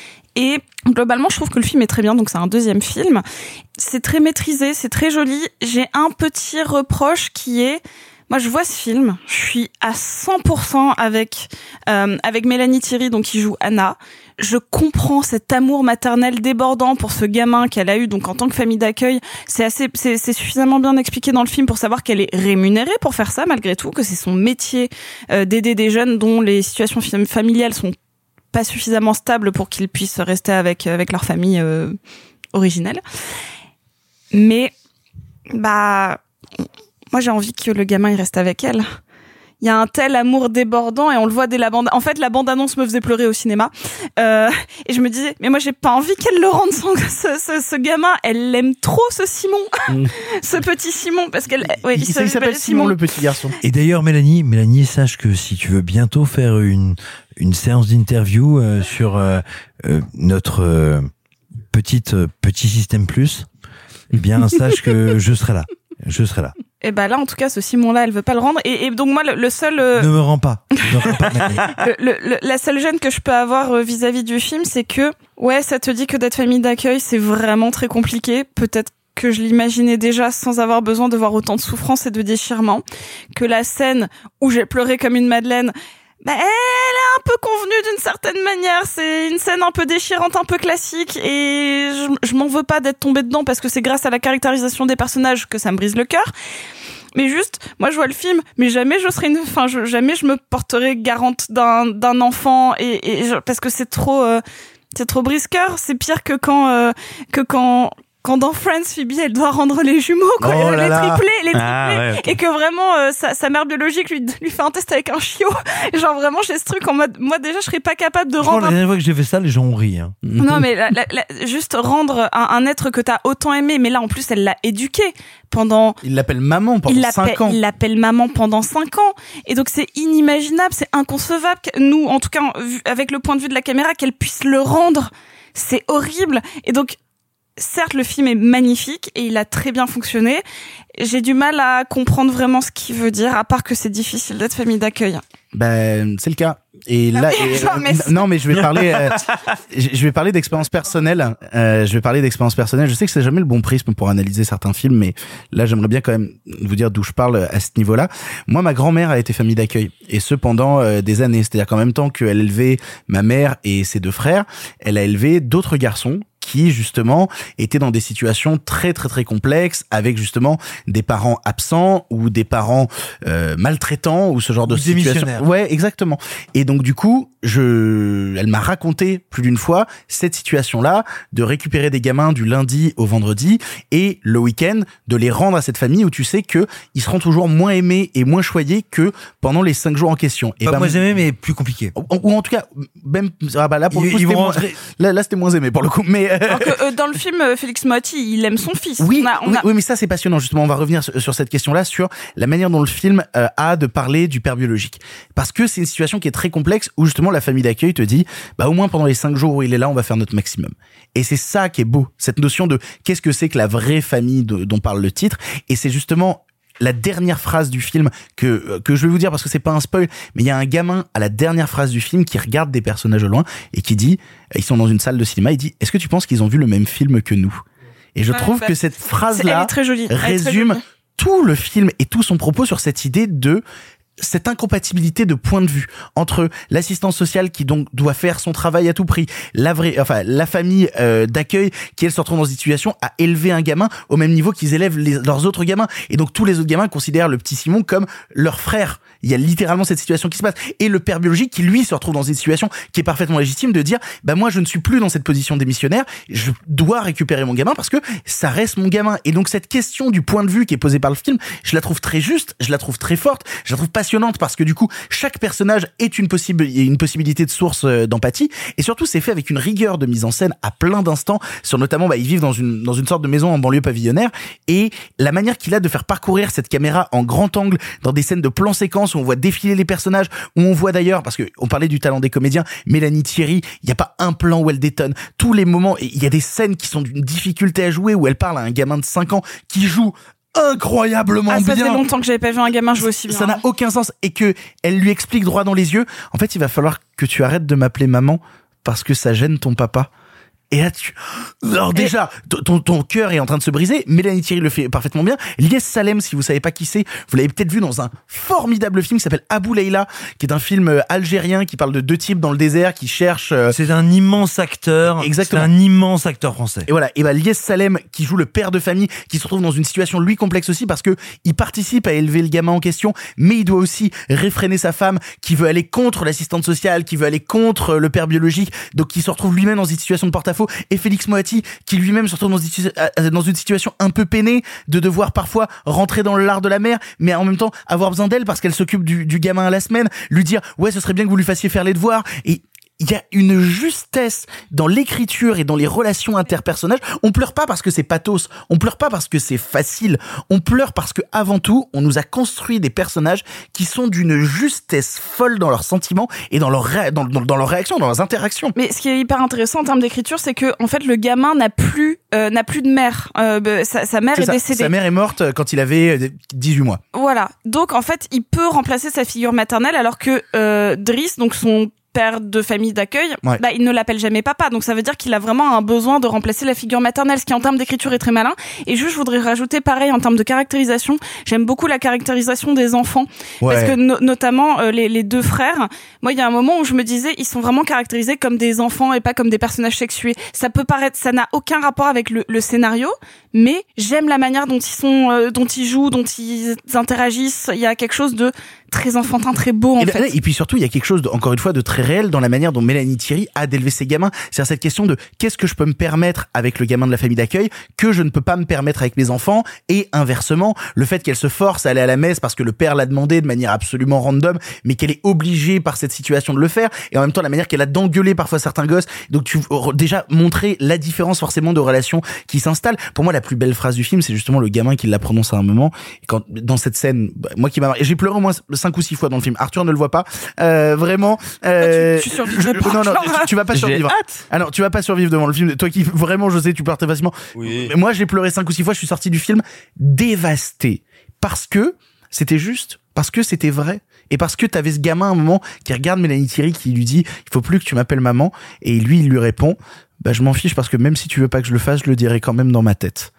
Et globalement, je trouve que le film est très bien, donc c'est un deuxième film. C'est très maîtrisé, c'est très joli. J'ai un petit reproche qui est... Moi, je vois ce film, je suis à cent pour cent avec euh, avec Mélanie Thierry, donc qui joue Anna. Je comprends cet amour maternel débordant pour ce gamin qu'elle a eu, donc en tant que famille d'accueil. C'est assez, c'est, c'est suffisamment bien expliqué dans le film pour savoir qu'elle est rémunérée pour faire ça, malgré tout, que c'est son métier euh, d'aider des jeunes dont les situations familiales sont pas suffisamment stables pour qu'ils puissent rester avec avec leur famille euh, originelle. Mais bah moi, j'ai envie que le gamin il reste avec elle. Il y a un tel amour débordant et on le voit dès la bande. En fait, la bande-annonce me faisait pleurer au cinéma. Euh, et je me disais, mais moi, j'ai pas envie qu'elle le rende son, ce, ce, ce gamin. Elle l'aime trop, ce Simon. Mm. Ce petit Simon. Parce qu'elle, ouais, il, il s'appelle, s'appelle Simon, Simon, le petit garçon. Et d'ailleurs, Mélanie, Mélanie, sache que si tu veux bientôt faire une, une séance d'interview euh, sur euh, euh, notre euh, petite, euh, petit système plus, eh bien, sache que je serai là. Je serai là. Et bah là, en tout cas, ce Simon-là, elle veut pas le rendre. Et, et donc moi, le, le seul, euh... ne me rends pas. Ne me rends pas le, le, le, la seule gêne que je peux avoir euh, vis-à-vis du film, c'est que ouais, ça te dit que d'être famille d'accueil, c'est vraiment très compliqué. Peut-être que je l'imaginais déjà sans avoir besoin de voir autant de souffrance et de déchirement. Que la scène où j'ai pleuré comme une madeleine, bah, elle est un peu convenue d'une certaine manière. C'est une scène un peu déchirante, un peu classique, et je, je m'en veux pas d'être tombée dedans parce que c'est grâce à la caractérisation des personnages que ça me brise le cœur. Mais juste, moi je vois le film, mais jamais je serai une, enfin je, jamais je me porterai garante d'un d'un enfant et, et je, parce que c'est trop, euh, c'est trop brise-cœur. C'est pire que quand euh, que quand quand dans Friends, Phoebe, elle doit rendre les jumeaux, quoi, Oh les là là. triplés, les triplés, Ah ouais, ok. et que vraiment euh, sa, sa mère biologique lui, lui fait un test avec un chiot. Genre vraiment, j'ai ce truc en mode, moi déjà, je serais pas capable de Franchement, rendre. la un- dernière fois que j'ai fait ça, les gens ont ri. Hein. Non, mais la, la, la- juste rendre un, un être que t'as autant aimé, mais là en plus, elle l'a éduqué pendant. Il l'appelle maman pendant Il l'appelle, cinq ans. il l'appelle maman pendant cinq ans. Et donc c'est inimaginable, c'est inconcevable. que Nous, en tout cas, vu- avec le point de vue de la caméra, qu'elle puisse le rendre. C'est horrible. Et donc, certes, le film est magnifique et il a très bien fonctionné. J'ai du mal à comprendre vraiment ce qu'il veut dire, à part que c'est difficile d'être famille d'accueil. Ben, c'est le cas. Et là, mais et, genre, mais c'est- non, mais je vais parler, euh, je je vais parler d'expérience personnelle. Euh, je vais parler d'expérience personnelle. Je sais que c'est jamais le bon prisme pour analyser certains films, mais là, j'aimerais bien quand même vous dire d'où je parle à ce niveau-là. Moi, ma grand-mère a été famille d'accueil, et ce pendant euh, des années. C'est-à-dire qu'en même temps qu'elle élevait ma mère et ses deux frères, elle a élevé d'autres garçons qui justement étaient dans des situations très très très complexes, avec justement des parents absents ou des parents euh, maltraitants ou ce genre de Ou situation. démissionnaires. Ouais, exactement. Et donc du coup, je, elle m'a raconté plus d'une fois cette situation-là, de récupérer des gamins du lundi au vendredi et le week-end de les rendre à cette famille où tu sais que ils seront toujours moins aimés et moins choyés que pendant les cinq jours en question. Et Pas ben, moins aimé, mais plus compliqué. ou, ou en tout cas, même ah bah là pour le Ils- coup, ils c'était vont moins- rentrer- là, là c'était moins aimé pour le coup, mais euh, Alors que euh, dans le film, euh, Félix Moati, il aime son fils. oui, On a- on oui, a- oui, mais ça c'est passionnant. Justement, on va revenir sur, sur cette question-là, sur la manière dont le film euh, a de parler du père biologique, parce que c'est une situation qui est très complexe où justement la famille d'accueil te dit, bah au moins pendant les cinq jours où il est là, on va faire notre maximum. Et c'est ça qui est beau, cette notion de qu'est-ce que c'est que la vraie famille de- dont parle le titre. Et c'est justement la dernière phrase du film que que je vais vous dire parce que c'est pas un spoil, mais il y a un gamin à la dernière phrase du film qui regarde des personnages au loin et qui dit, ils sont dans une salle de cinéma, il dit, est-ce que tu penses qu'ils ont vu le même film que nous? Et je Ouais, trouve bah, que cette c'est- phrase-là elle est très jolie. Elle est très résume jolie. tout le film et tout son propos sur cette idée de cette incompatibilité de point de vue entre l'assistance sociale qui donc doit faire son travail à tout prix, la vraie, enfin la famille euh, d'accueil qui elle se retrouve dans une situation à élever un gamin au même niveau qu'ils élèvent les, leurs autres gamins, et donc tous les autres gamins considèrent le petit Simon comme leur frère. Il y a littéralement cette situation qui se passe, et le père biologique qui lui se retrouve dans une situation qui est parfaitement légitime de dire bah moi je ne suis plus dans cette position démissionnaire, je dois récupérer mon gamin parce que ça reste mon gamin. Et donc cette question du point de vue qui est posée par le film, je la trouve très juste, je la trouve très forte, je la trouve passionnante parce que du coup chaque personnage est une possible une possibilité de source euh, d'empathie, et surtout c'est fait avec une rigueur de mise en scène à plein d'instants, sur notamment bah ils vivent dans une dans une sorte de maison en banlieue pavillonnaire, et la manière qu'il a de faire parcourir cette caméra en grand angle dans des scènes de plan séquence où on voit défiler les personnages, où on voit d'ailleurs, parce que on parlait du talent des comédiens, Mélanie Thierry, il y a pas un plan où elle détonne, tous les moments, et il y a des scènes qui sont d'une difficulté à jouer où elle parle à un gamin de cinq ans qui joue incroyablement Ah, ça bien. fait longtemps que j'avais pas vu un gamin jouer aussi bien. Ça n'a aucun sens, et que elle lui explique droit dans les yeux, en fait, il va falloir que tu arrêtes de m'appeler maman parce que ça gêne ton papa. Et là, tu... Alors déjà, ton, ton, ton cœur est en train de se briser. Mélanie Thierry le fait parfaitement bien. Lies Salem, si vous savez pas qui c'est, vous l'avez peut-être vu dans un formidable film qui s'appelle Abou Leila, qui est un film euh, algérien qui parle de deux types dans le désert qui cherchent... euh, C'est un immense acteur. Exactement. C'est un immense acteur français. Et voilà, et bah Lies Salem qui joue le père de famille, qui se retrouve dans une situation lui complexe aussi parce que il participe à élever le gamin en question, mais il doit aussi réfréner sa femme qui veut aller contre l'assistante sociale, qui veut aller contre le père biologique, donc qui se retrouve lui-même dans une situation de porte-à-faux, et Félix Moati qui lui-même se retrouve dans une, dans une situation un peu peinée de devoir parfois rentrer dans l'art de la mère, mais en même temps avoir besoin d'elle parce qu'elle s'occupe du, du gamin à la semaine, lui dire ouais ce serait bien que vous lui fassiez faire les devoirs. Et il y a une justesse dans l'écriture et dans les relations interpersonnelles. On pleure pas parce que c'est pathos, on pleure pas parce que c'est facile, on pleure parce que avant tout, on nous a construit des personnages qui sont d'une justesse folle dans leurs sentiments et dans leurs ré... dans, dans, dans leurs réactions, dans leurs interactions. Mais ce qui est hyper intéressant en termes d'écriture, c'est que en fait le gamin n'a plus euh, n'a plus de mère. Euh, bah, sa, sa mère C'est est ça. décédée. Sa mère est morte quand il avait dix-huit mois. Voilà. Donc en fait, il peut remplacer sa figure maternelle alors que euh, Driss, donc son père de famille d'accueil, ouais. bah, il ne l'appelle jamais papa. Donc ça veut dire qu'il a vraiment un besoin de remplacer la figure maternelle, ce qui en termes d'écriture est très malin. Et juste, je voudrais rajouter pareil en termes de caractérisation. J'aime beaucoup la caractérisation des enfants. Ouais. Parce que no- notamment euh, les, les deux frères, moi il y a un moment où je me disais, ils sont vraiment caractérisés comme des enfants et pas comme des personnages sexués. Ça peut paraître, ça n'a aucun rapport avec le, le scénario, mais j'aime la manière dont ils sont, euh, dont ils jouent, dont ils interagissent. Il y a quelque chose de très enfantin, très beau en et, fait. Et puis surtout, il y a quelque chose, de, encore une fois, de très réel dans la manière dont Mélanie Thierry a d'élever ses gamins. C'est cette question de qu'est-ce que je peux me permettre avec le gamin de la famille d'accueil que je ne peux pas me permettre avec mes enfants, et inversement, le fait qu'elle se force à aller à la messe parce que le père l'a demandé de manière absolument random, mais qu'elle est obligée par cette situation de le faire, et en même temps la manière qu'elle a d'engueuler parfois certains gosses. Donc tu déjà montrer la différence forcément de relations qui s'installe. Pour moi, la plus belle phrase du film, c'est justement le gamin qui la prononce à un moment. Et quand dans cette scène, bah, moi qui m'a marqué, j'ai pleuré au moins cinq ou six fois dans le film. Arthur ne le voit pas, euh, vraiment. Euh, tu, tu survivrais pas. Non, non, tu, tu vas pas survivre. Ah non, tu vas pas survivre devant le film. Toi qui vraiment, je sais, tu pleures très facilement. Oui. Mais moi, j'ai pleuré cinq ou six fois. Je suis sorti du film dévasté parce que c'était juste, parce que c'était vrai. Et parce que t'avais ce gamin à un moment qui regarde Mélanie Thierry qui lui dit il faut plus que tu m'appelles maman, et lui il lui répond bah je m'en fiche parce que même si tu veux pas que je le fasse, je le dirai quand même dans ma tête.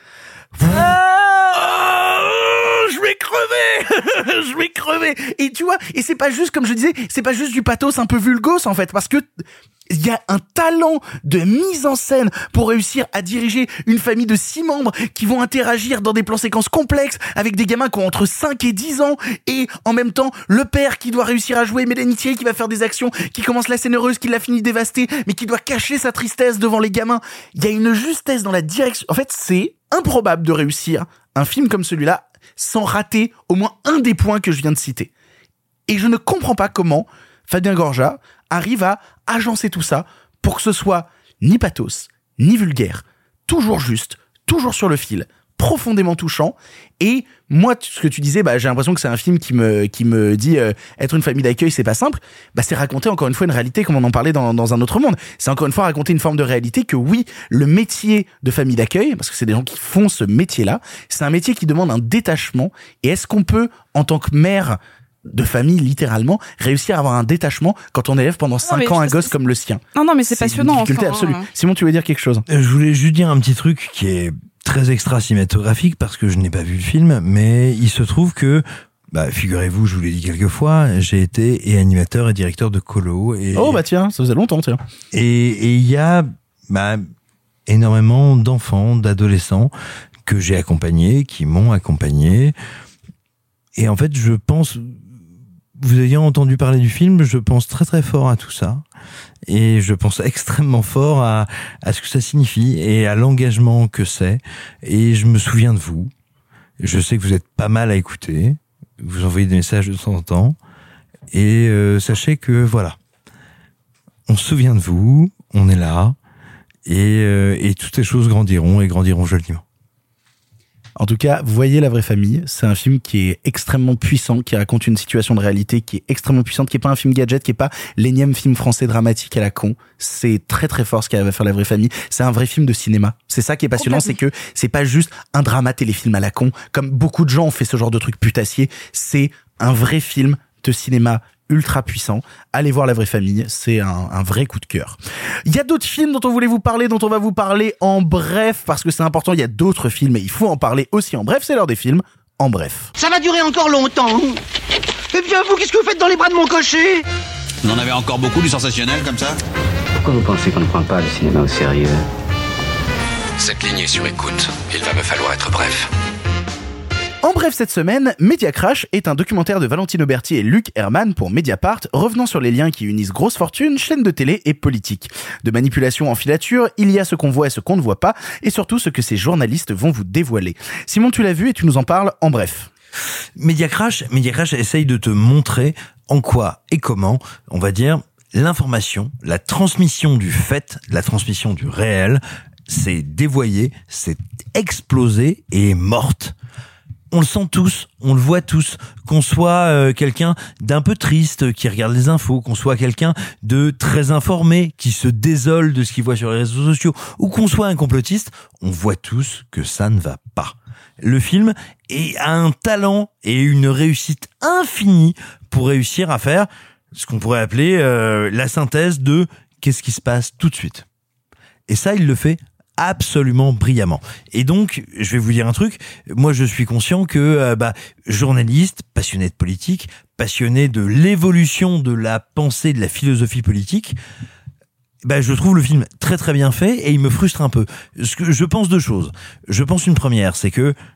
Ah, je vais crever. Je vais crever. Et tu vois, et c'est pas juste, comme je disais, c'est pas juste du pathos un peu vulgos en fait, parce que il y a un talent de mise en scène pour réussir à diriger une famille de six membres qui vont interagir dans des plans séquences complexes avec des gamins qui ont entre cinq et dix ans, et en même temps le père qui doit réussir à jouer, Mélanie Thierry qui va faire des actions, qui commence la scène heureuse, qui l'a fini dévastée, mais qui doit cacher sa tristesse devant les gamins. Il y a une justesse dans la direction. En fait, c'est improbable de réussir un film comme celui-là sans rater au moins un des points que je viens de citer. Et je ne comprends pas comment Fabien Gorja arrive à agencer tout ça pour que ce soit ni pathos, ni vulgaire, toujours juste, toujours sur le fil, profondément touchant. Et moi, ce que tu disais, bah, j'ai l'impression que c'est un film qui me, qui me dit euh, être une famille d'accueil, c'est pas simple. Bah, c'est raconter encore une fois une réalité comme on en parlait dans, dans un autre monde. C'est encore une fois raconter une forme de réalité que oui, le métier de famille d'accueil, parce que c'est des gens qui font ce métier-là, c'est un métier qui demande un détachement. Et est-ce qu'on peut, en tant que mère de famille, littéralement, réussir à avoir un détachement quand on élève pendant cinq ans un gosse comme le sien? Non, non, mais c'est, c'est passionnant. C'est une difficulté enfin, absolue. hein. Simon, tu voulais dire quelque chose? Je voulais juste dire un petit truc qui est très extra cinématographique parce que je n'ai pas vu le film, mais il se trouve que, bah, figurez-vous, je vous l'ai dit quelques fois, j'ai été et animateur et directeur de colo. Et, oh bah tiens, ça faisait longtemps, tiens. Et il y a bah, énormément d'enfants, d'adolescents que j'ai accompagnés, qui m'ont accompagné. Et en fait, je pense, vous ayant entendu parler du film, je pense très très fort à tout ça. Et je pense extrêmement fort à, à ce que ça signifie et à l'engagement que c'est. Et je me souviens de vous. Je sais que vous êtes pas mal à écouter. Vous envoyez des messages de temps en temps. Et euh, sachez que voilà, on se souvient de vous, on est là. Et, euh, et toutes ces choses grandiront et grandiront joliment. En tout cas, vous voyez La Vraie Famille, c'est un film qui est extrêmement puissant, qui raconte une situation de réalité qui est extrêmement puissante, qui est pas un film gadget, qui est pas l'énième film français dramatique à la con. C'est très très fort ce qu'elle va faire La Vraie Famille. C'est un vrai film de cinéma. C'est ça qui est passionnant, c'est que c'est pas juste un drama téléfilm à la con, comme beaucoup de gens ont fait ce genre de truc putassier. C'est un vrai film de cinéma ultra puissant. Allez voir La Vraie Famille, c'est un, un vrai coup de cœur. Il y a d'autres films dont on voulait vous parler, dont on va vous parler en bref, parce que c'est important, il y a d'autres films et il faut en parler aussi en bref, c'est l'heure des films en bref. Ça va durer encore longtemps. Eh bien, vous, qu'est-ce que vous faites dans les bras de mon cocher? Vous en avez encore beaucoup du sensationnel comme ça? Pourquoi vous pensez qu'on ne prend pas le cinéma au sérieux? Cette ligne est sur écoute. Il va me falloir être bref. En bref, cette semaine, Media Crash est un documentaire de Valentino Berti et Luc Herrmann pour Mediapart, revenant sur les liens qui unissent grosse fortune, chaînes de télé et politique. De manipulation en filature, il y a ce qu'on voit et ce qu'on ne voit pas, et surtout ce que ces journalistes vont vous dévoiler. Simon, tu l'as vu et tu nous en parles en bref. Media Crash, Media Crash essaye de te montrer en quoi et comment, on va dire, l'information, la transmission du fait, la transmission du réel, c'est dévoyé, c'est explosé et est morte. On le sent tous, on le voit tous, qu'on soit euh, quelqu'un d'un peu triste qui regarde les infos, qu'on soit quelqu'un de très informé qui se désole de ce qu'il voit sur les réseaux sociaux, ou qu'on soit un complotiste, on voit tous que ça ne va pas. Le film est, a un talent et une réussite infinie pour réussir à faire ce qu'on pourrait appeler euh, la synthèse de qu'est-ce qui se passe tout de suite. Et ça, il le fait absolument brillamment. Et donc, je vais vous dire un truc. Moi, je suis conscient que, euh, bah, journaliste, passionné de politique, passionné de l'évolution de la pensée, de la philosophie politique, bah, je trouve le film très très bien fait et il me frustre un peu. Ce que je pense deux choses. Je pense une première, c'est que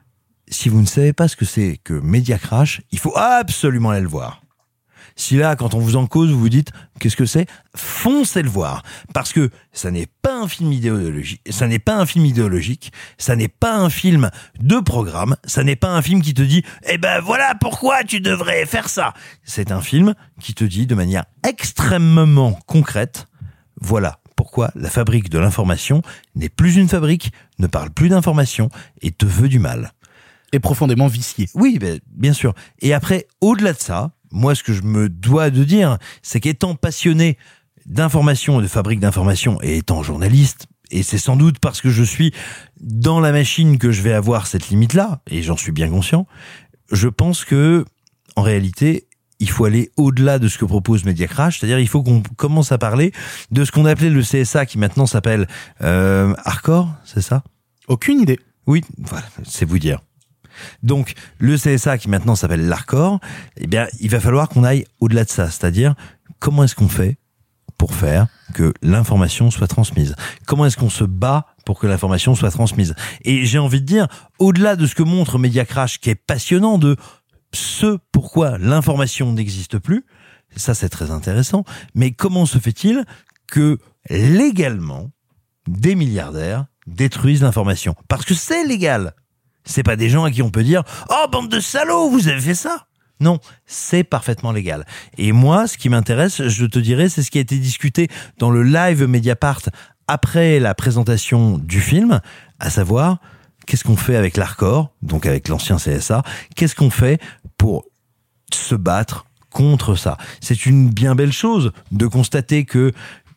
si vous ne savez pas ce que c'est que Media Crash, il faut absolument aller le voir. Si là, quand on vous en cause, vous vous dites qu'est-ce que c'est, foncez le voir, parce que ça n'est pas un film idéologique, ça n'est pas un film idéologique, ça n'est pas un film de programme, ça n'est pas un film qui te dit eh ben voilà pourquoi tu devrais faire ça. C'est un film qui te dit de manière extrêmement concrète, voilà pourquoi la fabrique de l'information n'est plus une fabrique, ne parle plus d'information et te veut du mal. Et profondément vicié. Oui, ben, bien sûr. Et après, au-delà de ça, moi, ce que je me dois de dire, c'est qu'étant passionné d'information et de fabrique d'information et étant journaliste, et c'est sans doute parce que je suis dans la machine que je vais avoir cette limite-là, et j'en suis bien conscient, je pense que, en réalité, il faut aller au-delà de ce que propose Media Crash, c'est-à-dire il faut qu'on commence à parler de ce qu'on appelait le C S A, qui maintenant s'appelle euh, Hardcore, c'est ça ? Aucune idée. Oui, voilà, c'est vous dire. Donc, le C S A qui maintenant s'appelle l'Arcor, eh bien, il va falloir qu'on aille au-delà de ça. C'est-à-dire, comment est-ce qu'on fait pour faire que l'information soit transmise? Comment est-ce qu'on se bat pour que l'information soit transmise? Et j'ai envie de dire, au-delà de ce que montre Media Crash, qui est passionnant, de ce pourquoi l'information n'existe plus, ça c'est très intéressant, mais comment se fait-il que, légalement, des milliardaires détruisent l'information? Parce que c'est légal. C'est pas des gens à qui on peut dire « Oh, bande de salauds, vous avez fait ça !» Non, c'est parfaitement légal. Et moi, ce qui m'intéresse, je te dirais, c'est ce qui a été discuté dans le live Mediapart après la présentation du film, à savoir, qu'est-ce qu'on fait avec l'Arcor, donc avec l'ancien C S A, qu'est-ce qu'on fait pour se battre contre ça? C'est une bien belle chose de constater que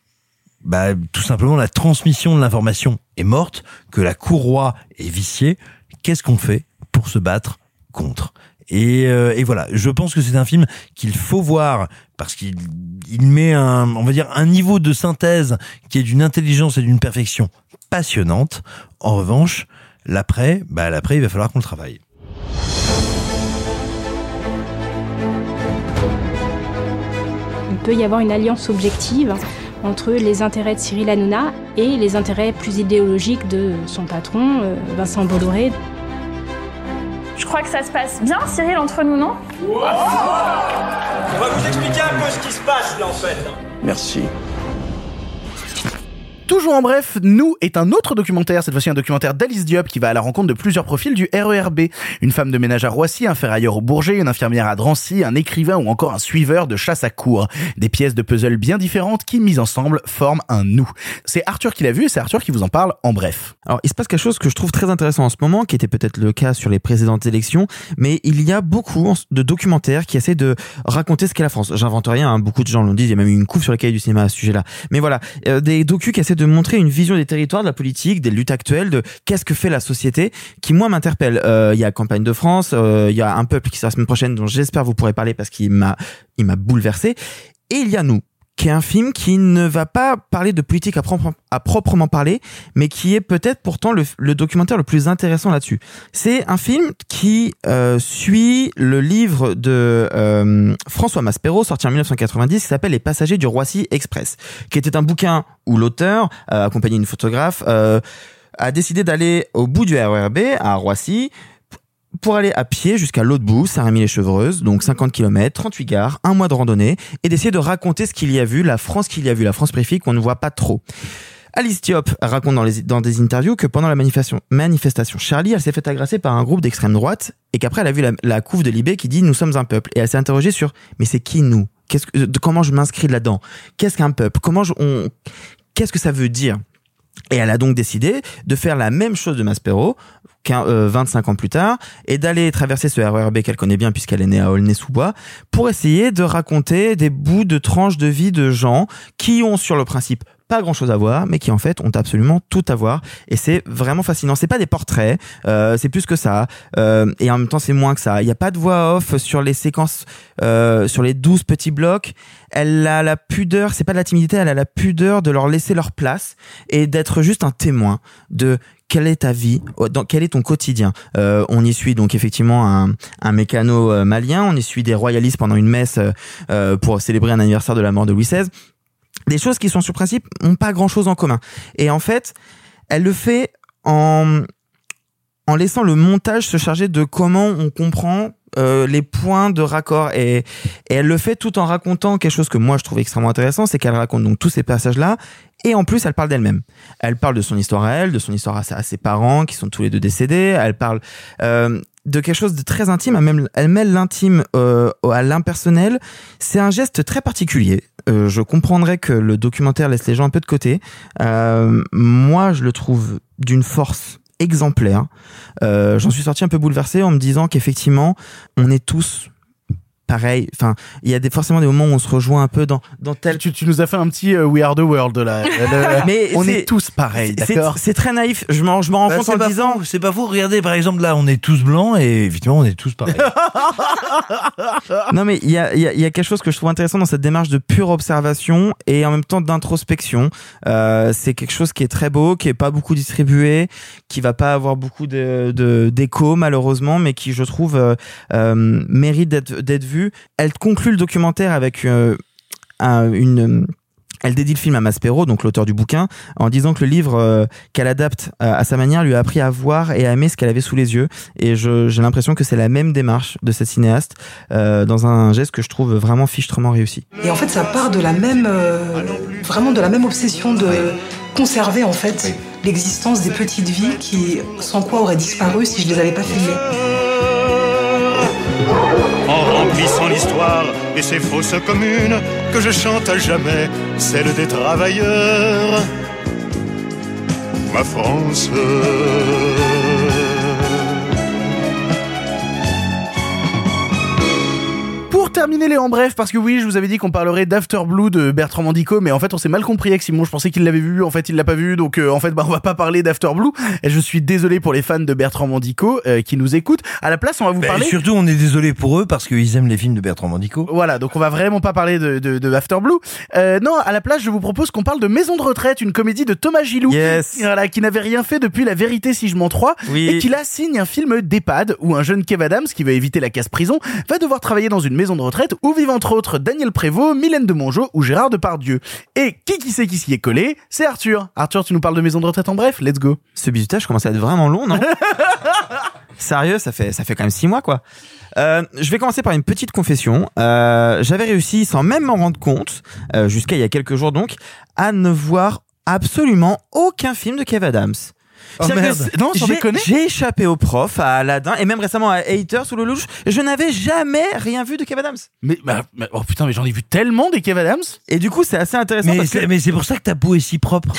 bah, tout simplement la transmission de l'information est morte, que la courroie est viciée. Qu'est-ce qu'on fait pour se battre contre? Et, euh, et voilà, je pense que c'est un film qu'il faut voir parce qu'il il met un, on va dire, un niveau de synthèse qui est d'une intelligence et d'une perfection passionnante. En revanche, l'après, bah l'après, il va falloir qu'on le travaille. Il peut y avoir une alliance objective entre les intérêts de Cyril Hanouna et les intérêts plus idéologiques de son patron, euh, Vincent Bolloré. Je crois que ça se passe bien, Cyril, entre nous, non? On va vous expliquer un peu ce qui se passe, là, en fait. Merci. Toujours en bref, Nous est un autre documentaire, cette fois-ci un documentaire d'Alice Diop qui va à la rencontre de plusieurs profils du R E R B. Une femme de ménage à Roissy, un ferrailleur au Bourget, une infirmière à Drancy, un écrivain ou encore un suiveur de chasse à courre. Des pièces de puzzle bien différentes qui, mises ensemble, forment un nous. C'est Arthur qui l'a vu et c'est Arthur qui vous en parle en bref. Alors, il se passe quelque chose que je trouve très intéressant en ce moment, qui était peut-être le cas sur les précédentes élections, mais il y a beaucoup de documentaires qui essaient de raconter ce qu'est la France. J'invente rien, hein, beaucoup de gens l'ont dit, il y a même eu une couve sur les cahiers du cinéma à ce sujet-là. Mais voilà, euh, des docus qui essaient de montrer une vision des territoires, de la politique, des luttes actuelles, de qu'est-ce que fait la société, qui moi m'interpelle. Euh, il y a Campagne de France, euh, il y a Un peuple qui sort la semaine prochaine, dont j'espère vous pourrez parler parce qu'il m'a, il m'a bouleversé. Et il y a Nous, qui est un film qui ne va pas parler de politique à, propre, à proprement parler, mais qui est peut-être pourtant le, le documentaire le plus intéressant là-dessus. C'est un film qui euh, suit le livre de euh, François Maspero, sorti en dix-neuf cent quatre-vingt-dix, qui s'appelle Les Passagers du Roissy Express, qui était un bouquin où l'auteur, euh, accompagné d'une photographe, euh, a décidé d'aller au bout du R E R B, à Roissy, pour aller à pied jusqu'à l'autre bout, Saint-Rémy-les-Chevreuses, donc cinquante kilomètres, trente-huit gares, un mois de randonnée, et d'essayer de raconter ce qu'il y a vu, la France qu'il y a vu, la France périphérique qu'on ne voit pas trop. Alice Diop raconte dans, les, dans des interviews que pendant la manifestation, manifestation Charlie, elle s'est fait agresser par un groupe d'extrême droite, et qu'après elle a vu la, la couve de Libé qui dit « Nous sommes un peuple », et elle s'est interrogée sur « Mais c'est qui nous ? Qu'est-ce que, de, comment je m'inscris là-dedans ? Qu'est-ce qu'un peuple ? Comment je, on, qu'est-ce que ça veut dire ?» Et elle a donc décidé de faire la même chose de Maspero, euh, vingt-cinq ans plus tard, et d'aller traverser ce R E R B qu'elle connaît bien puisqu'elle est née à Aulnay-sous-Bois, pour essayer de raconter des bouts de tranches de vie de gens qui ont sur le principe pas grand chose à voir, mais qui en fait ont absolument tout à voir, et c'est vraiment fascinant. C'est pas des portraits, euh, c'est plus que ça, euh, et en même temps c'est moins que ça. Il y a pas de voix off sur les séquences, euh, sur les douze petits blocs. Elle a la pudeur, c'est pas de la timidité, elle a la pudeur de leur laisser leur place et d'être juste un témoin de quelle est ta vie, dans, quel est ton quotidien. Euh, on y suit donc effectivement un, un mécano malien, on y suit des royalistes pendant une messe euh, pour célébrer un anniversaire de la mort de Louis seize. Des choses qui sont sur principe ont pas grand chose en commun. Et en fait, elle le fait en en laissant le montage se charger de comment on comprend euh, les points de raccord. Et, et elle le fait tout en racontant quelque chose que moi je trouve extrêmement intéressant, c'est qu'elle raconte donc tous ces passages-là, et en plus elle parle d'elle-même. Elle parle de son histoire à elle, de son histoire à, sa, à ses parents qui sont tous les deux décédés. Elle parle euh, de quelque chose de très intime. Elle, même, elle mêle l'intime euh, à l'impersonnel. C'est un geste très particulier. Euh, je comprendrais que le documentaire laisse les gens un peu de côté. Euh, moi, je le trouve d'une force exemplaire. Euh, j'en suis sorti un peu bouleversé en me disant qu'effectivement, on est tous pareil. Enfin, il y a des, forcément des moments où on se rejoint un peu dans, dans tel... Tu, tu nous as fait un petit uh, We Are the World, là. Mais on est, est tous pareils, d'accord? C'est, c'est très naïf. Je m'en, je m'en rends bah, compte en le disant. Fou, c'est pas fou. Regardez, par exemple, là, on est tous blancs et effectivement, on est tous pareils. Non, mais il y a, il y a, il y a quelque chose que je trouve intéressant dans cette démarche de pure observation et en même temps d'introspection. Euh, c'est quelque chose qui est très beau, qui est pas beaucoup distribué, qui va pas avoir beaucoup de, de, d'écho, malheureusement, mais qui, je trouve, euh, euh, mérite d'être, d'être vu. Elle conclut le documentaire avec euh, un, une... Elle dédie le film à Maspero, donc l'auteur du bouquin, en disant que le livre euh, qu'elle adapte euh, à sa manière lui a appris à voir et à aimer ce qu'elle avait sous les yeux. Et je, j'ai l'impression que c'est la même démarche de cette cinéaste euh, dans un geste que je trouve vraiment fichtrement réussi. Et en fait, ça part de la même, euh, vraiment de la même obsession de conserver en fait l'existence des petites vies qui, sans quoi, auraient disparu si je les avais pas filmées. En remplissant l'histoire et ses fausses communes, que je chante à jamais celle des travailleurs, ma France. Pour terminer les en bref, parce que oui, je vous avais dit qu'on parlerait d'After Blue de Bertrand Mandico, mais en fait on s'est mal compris avec Simon, je pensais qu'il l'avait vu, en fait il l'a pas vu, donc euh, en fait bah on va pas parler d'After Blue, et je suis désolé pour les fans de Bertrand Mandico euh, qui nous écoutent. À la place on va vous bah, parler... Surtout on est désolé pour eux parce qu'ils aiment les films de Bertrand Mandico. Voilà, donc on va vraiment pas parler de, de, de After Blue. Euh, non, à la place je vous propose qu'on parle de Maison de retraite, une comédie de Thomas Gilou, yes. voilà, qui n'avait rien fait depuis La Vérité si je m'en crois, oui. et qui là signe un film d'EHPAD où un jeune Kev Adams qui veut éviter la casse prison va devoir travailler dans une maison de retraite où vivent entre autres Daniel Prévost, Mylène de Mongeau ou Gérard Depardieu. Et qui qui sait qui s'y est collé? C'est Arthur. Arthur, tu nous parles de Maison de retraite en bref? Let's go. Ce bisutage commence à être vraiment long, non? Sérieux, ça fait, ça fait quand même six mois, quoi. Euh, je vais commencer par une petite confession. Euh, j'avais réussi, sans même m'en rendre compte, euh, jusqu'à il y a quelques jours donc, à ne voir absolument aucun film de Kev Adams. Oh merde. Non, sans j'ai, déconner. j'ai échappé au prof, à Aladdin et même récemment à Haters ou Lelouch. Je n'avais jamais rien vu de Kev Adams. Mais, bah, bah, oh putain, mais j'en ai vu tellement des Kev Adams. Et du coup, c'est assez intéressant. Mais, parce c'est, que... mais c'est pour ça que ta peau est si propre.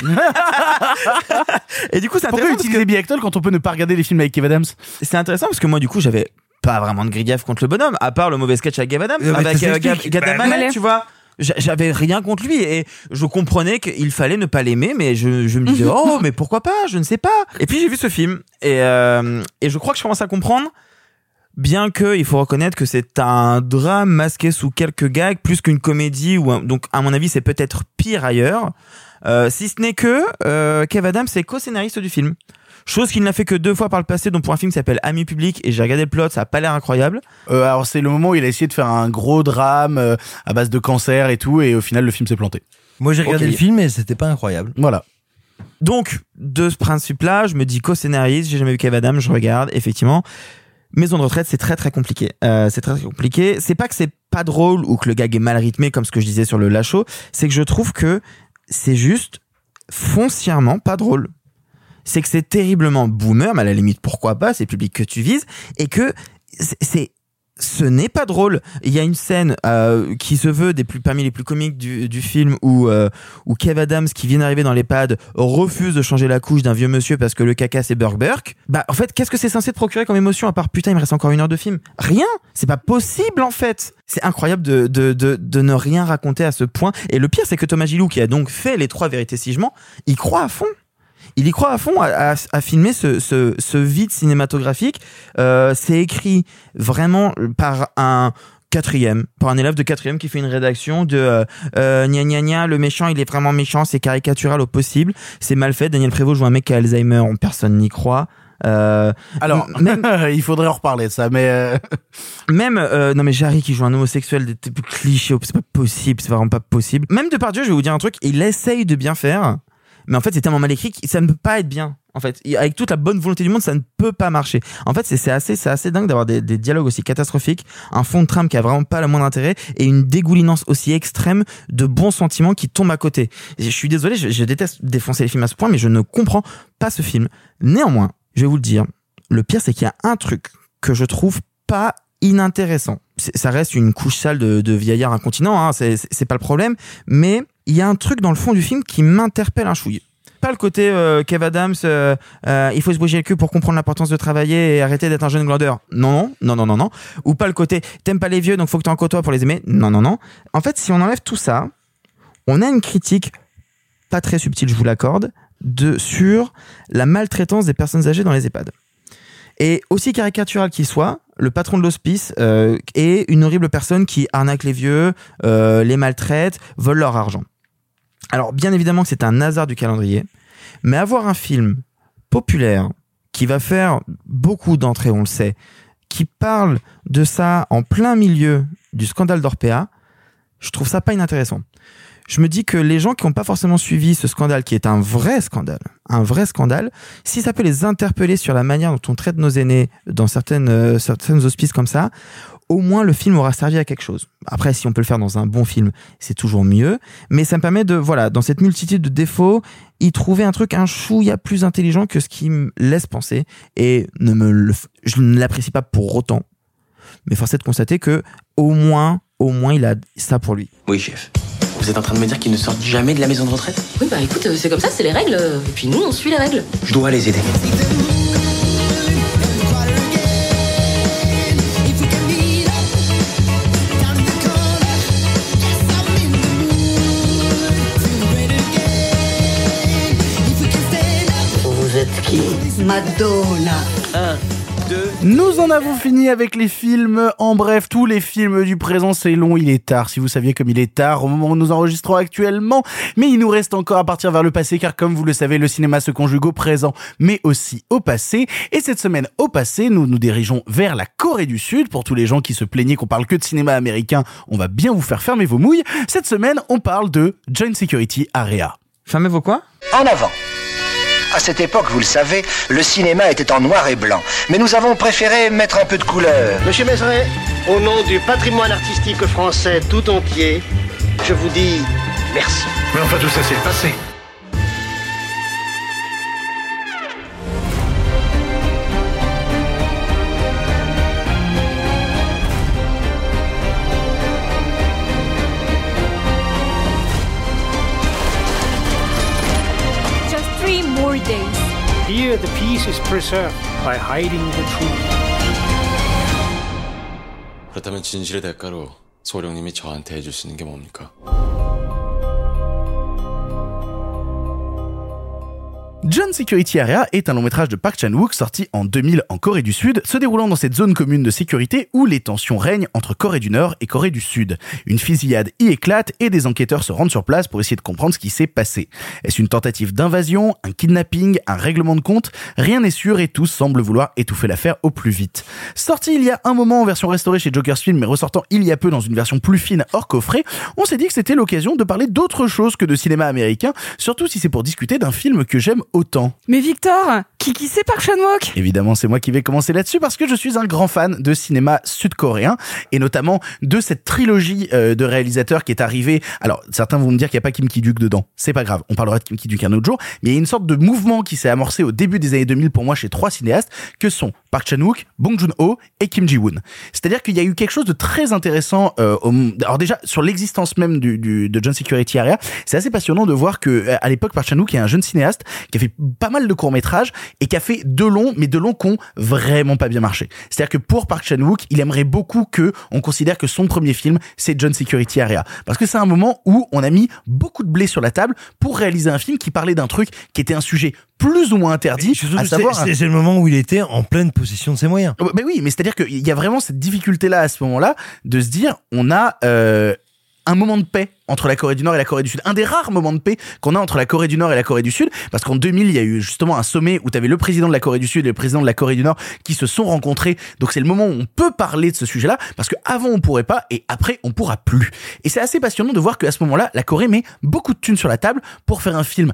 Et du coup, c'est Pourquoi intéressant. utiliser que... Biactol quand on peut ne pas regarder les films avec Kev Adams? C'est intéressant parce que moi, du coup, j'avais pas vraiment de grille-gaffe contre le bonhomme, à part le mauvais sketch avec Kev Adams, euh, avec euh, Gad bah, Elmaleh, tu vois. J'avais rien contre lui et je comprenais qu'il fallait ne pas l'aimer, mais je, je me disais oh mais pourquoi pas, je ne sais pas. Et puis j'ai vu ce film et euh, et je crois que je commence à comprendre, bien que il faut reconnaître que c'est un drame masqué sous quelques gags plus qu'une comédie, ou un, donc à mon avis c'est peut-être pire ailleurs. Euh, si ce n'est que euh, Kev Adams est co-scénariste du film. Chose qu'il n'a fait que deux fois par le passé, donc pour un film qui s'appelle Amis publics, et j'ai regardé le plot, ça a pas l'air incroyable. Euh, alors c'est le moment où il a essayé de faire un gros drame euh, à base de cancer et tout, et au final le film s'est planté. Moi j'ai regardé okay. le film et c'était pas incroyable. Voilà. Donc de ce principe-là, je me dis co-scénariste, j'ai jamais vu Kev Adams, je regarde, effectivement. Maison de retraite, c'est très très compliqué. Euh, c'est très très compliqué. C'est pas que c'est pas drôle ou que le gag est mal rythmé comme ce que je disais sur le Lachaud, c'est que je trouve que c'est juste foncièrement pas drôle. C'est que c'est terriblement boomer, mais à la limite, pourquoi pas, c'est le public que tu vises, et que c'est, c'est ce n'est pas drôle. Il y a une scène euh, qui se veut des plus, parmi les plus comiques du, du film où, euh, où Kev Adams, qui vient d'arriver dans l'EHPAD, refuse de changer la couche d'un vieux monsieur parce que le caca c'est Burk Burk. Bah en fait, qu'est-ce que c'est censé te procurer comme émotion à part putain, il me reste encore une heure de film? Rien. C'est pas possible en fait. C'est incroyable de, de, de, de ne rien raconter à ce point. Et le pire, c'est que Thomas Gilou, qui a donc fait Les Trois Vérités Sigements, il croit à fond. Il y croit à fond à, à, à filmer ce, ce, ce vide cinématographique. Euh, c'est écrit vraiment par un quatrième, par un élève de quatrième qui fait une rédaction de euh, euh, gna gna gna, le méchant il est vraiment méchant, c'est caricatural au possible, c'est mal fait. Daniel Prévost joue un mec qui a Alzheimer, personne n'y croit. Euh, Alors, même il faudrait en reparler de ça, mais euh... même euh, non mais Jarry qui joue un homosexuel, des clichés, c'est pas possible, c'est vraiment pas possible. Même Depardieu, je vais vous dire un truc, il essaye de bien faire. mais en fait c'est tellement mal écrit que ça ne peut pas être bien. En fait, avec toute la bonne volonté du monde, ça ne peut pas marcher. En fait, c'est, c'est assez, c'est assez dingue d'avoir des, des dialogues aussi catastrophiques, un fond de trame qui a vraiment pas le moindre intérêt et une dégoulinance aussi extrême de bons sentiments qui tombent à côté. Je suis désolé, je, je déteste défoncer les films à ce point, mais je ne comprends pas ce film. Néanmoins, je vais vous le dire, le pire c'est qu'il y a un truc que je trouve pas inintéressant. C'est, ça reste une couche sale de, de vieillard incontinent, hein, c'est, c'est, c'est pas le problème, mais il y a un truc dans le fond du film qui m'interpelle un chouille. Pas le côté euh, Kev Adams, euh, euh, il faut se bouger le cul pour comprendre l'importance de travailler et arrêter d'être un jeune glandeur. Non, non, non, non, non. Ou pas le côté t'aimes pas les vieux donc faut que t'en côtoies pour les aimer. Non, non, non. En fait, si on enlève tout ça, on a une critique pas très subtile, je vous l'accorde, de sur la maltraitance des personnes âgées dans les EHPAD. Et aussi caricatural qu'il soit, le patron de l'hospice euh, est une horrible personne qui arnaque les vieux, euh, les maltraite, vole leur argent. Alors, bien évidemment que c'est un hasard du calendrier, mais avoir un film populaire qui va faire beaucoup d'entrées, on le sait, qui parle de ça en plein milieu du scandale d'Orpea, je trouve ça pas inintéressant. Je me dis que les gens qui n'ont pas forcément suivi ce scandale, qui est un vrai scandale, un vrai scandale, si ça peut les interpeller sur la manière dont on traite nos aînés dans certaines, euh, certaines hospices comme ça, au moins le film aura servi à quelque chose. Après, si on peut le faire dans un bon film, c'est toujours mieux. Mais ça me permet de, voilà, dans cette multitude de défauts, y trouver un truc un chouïa plus intelligent que ce qui me laisse penser. Et ne me le, je ne l'apprécie pas pour autant. Mais force est de constater que, au moins, au moins, il a ça pour lui. Oui, chef. Vous êtes en train de me dire qu'ils ne sortent jamais de la maison de retraite? Oui, bah écoute, c'est comme ça, c'est les règles. Et puis nous, on suit les règles. Je dois les aider. Vous êtes qui? Madonna. Un, deux... Nous en avons fini avec les films. En bref, tous les films du présent, c'est long, il est tard. Si vous saviez comme il est tard au moment où nous enregistrons actuellement. Mais il nous reste encore à partir vers le passé, car comme vous le savez, le cinéma se conjugue au présent, mais aussi au passé. Et cette semaine, au passé, nous nous dirigeons vers la Corée du Sud. Pour tous les gens qui se plaignaient qu'on parle que de cinéma américain, on va bien vous faire fermer vos mouilles. Cette semaine, on parle de Joint Security Area. Fermez vos quoi? En avant. À cette époque, vous le savez, le cinéma était en noir et blanc. Mais nous avons préféré mettre un peu de couleur. Monsieur Mézeret, au nom du patrimoine artistique français tout entier, je vous dis merci. Mais enfin, tout ça, c'est le passé. Here the peace is preserved by hiding the truth. 그렇다면 진실의 대가로 소령님이 저한테 해주시는 게 뭡니까? Joint Security Area est un long métrage de Park Chan-wook sorti en deux mille en Corée du Sud, se déroulant dans cette zone commune de sécurité où les tensions règnent entre Corée du Nord et Corée du Sud. Une fusillade y éclate et des enquêteurs se rendent sur place pour essayer de comprendre ce qui s'est passé. Est-ce une tentative d'invasion, un kidnapping, un règlement de compte? Rien n'est sûr et tous semblent vouloir étouffer l'affaire au plus vite. Sorti il y a un moment en version restaurée chez Joker's Film mais ressortant il y a peu dans une version plus fine hors coffret, on s'est dit que c'était l'occasion de parler d'autre chose que de cinéma américain, surtout si c'est pour discuter d'un film que j'aime autant. Mais Victor, qui qui c'est Park Chan-wook? Évidemment, c'est moi qui vais commencer là-dessus parce que je suis un grand fan de cinéma sud-coréen et notamment de cette trilogie euh, de réalisateurs qui est arrivée. Alors, certains vont me dire qu'il n'y a pas Kim Ki-duk dedans. C'est pas grave, on parlera de Kim Ki-duk un autre jour, mais il y a une sorte de mouvement qui s'est amorcé au début des années deux mille pour moi chez trois cinéastes que sont Park Chan-wook, Bong Joon-ho et Kim Ji-woon. C'est-à-dire qu'il y a eu quelque chose de très intéressant euh, au... alors déjà sur l'existence même du, du de Joint Security Area, c'est assez passionnant de voir que à l'époque Park Chan-wook est un jeune cinéaste qui a fait pas mal de courts-métrages et qui a fait deux longs, mais deux longs qui ont vraiment pas bien marché. C'est-à-dire que pour Park Chan-wook, il aimerait beaucoup que on considère que son premier film, c'est Joint Security Area. Parce que c'est un moment où on a mis beaucoup de blé sur la table pour réaliser un film qui parlait d'un truc qui était un sujet plus ou moins interdit, à savoir... C'est, c'est le moment où il était en pleine possession de ses moyens. Mais oui, mais c'est-à-dire qu'il y a vraiment cette difficulté-là à ce moment-là de se dire, on a... Euh, un moment de paix entre la Corée du Nord et la Corée du Sud. Un des rares moments de paix qu'on a entre la Corée du Nord et la Corée du Sud, parce qu'en deux mille, il y a eu justement un sommet où tu avais le président de la Corée du Sud et le président de la Corée du Nord qui se sont rencontrés. Donc c'est le moment où on peut parler de ce sujet-là, parce que avant on pourrait pas et après on pourra plus. Et c'est assez passionnant de voir qu'à ce moment-là, la Corée met beaucoup de thunes sur la table pour faire un film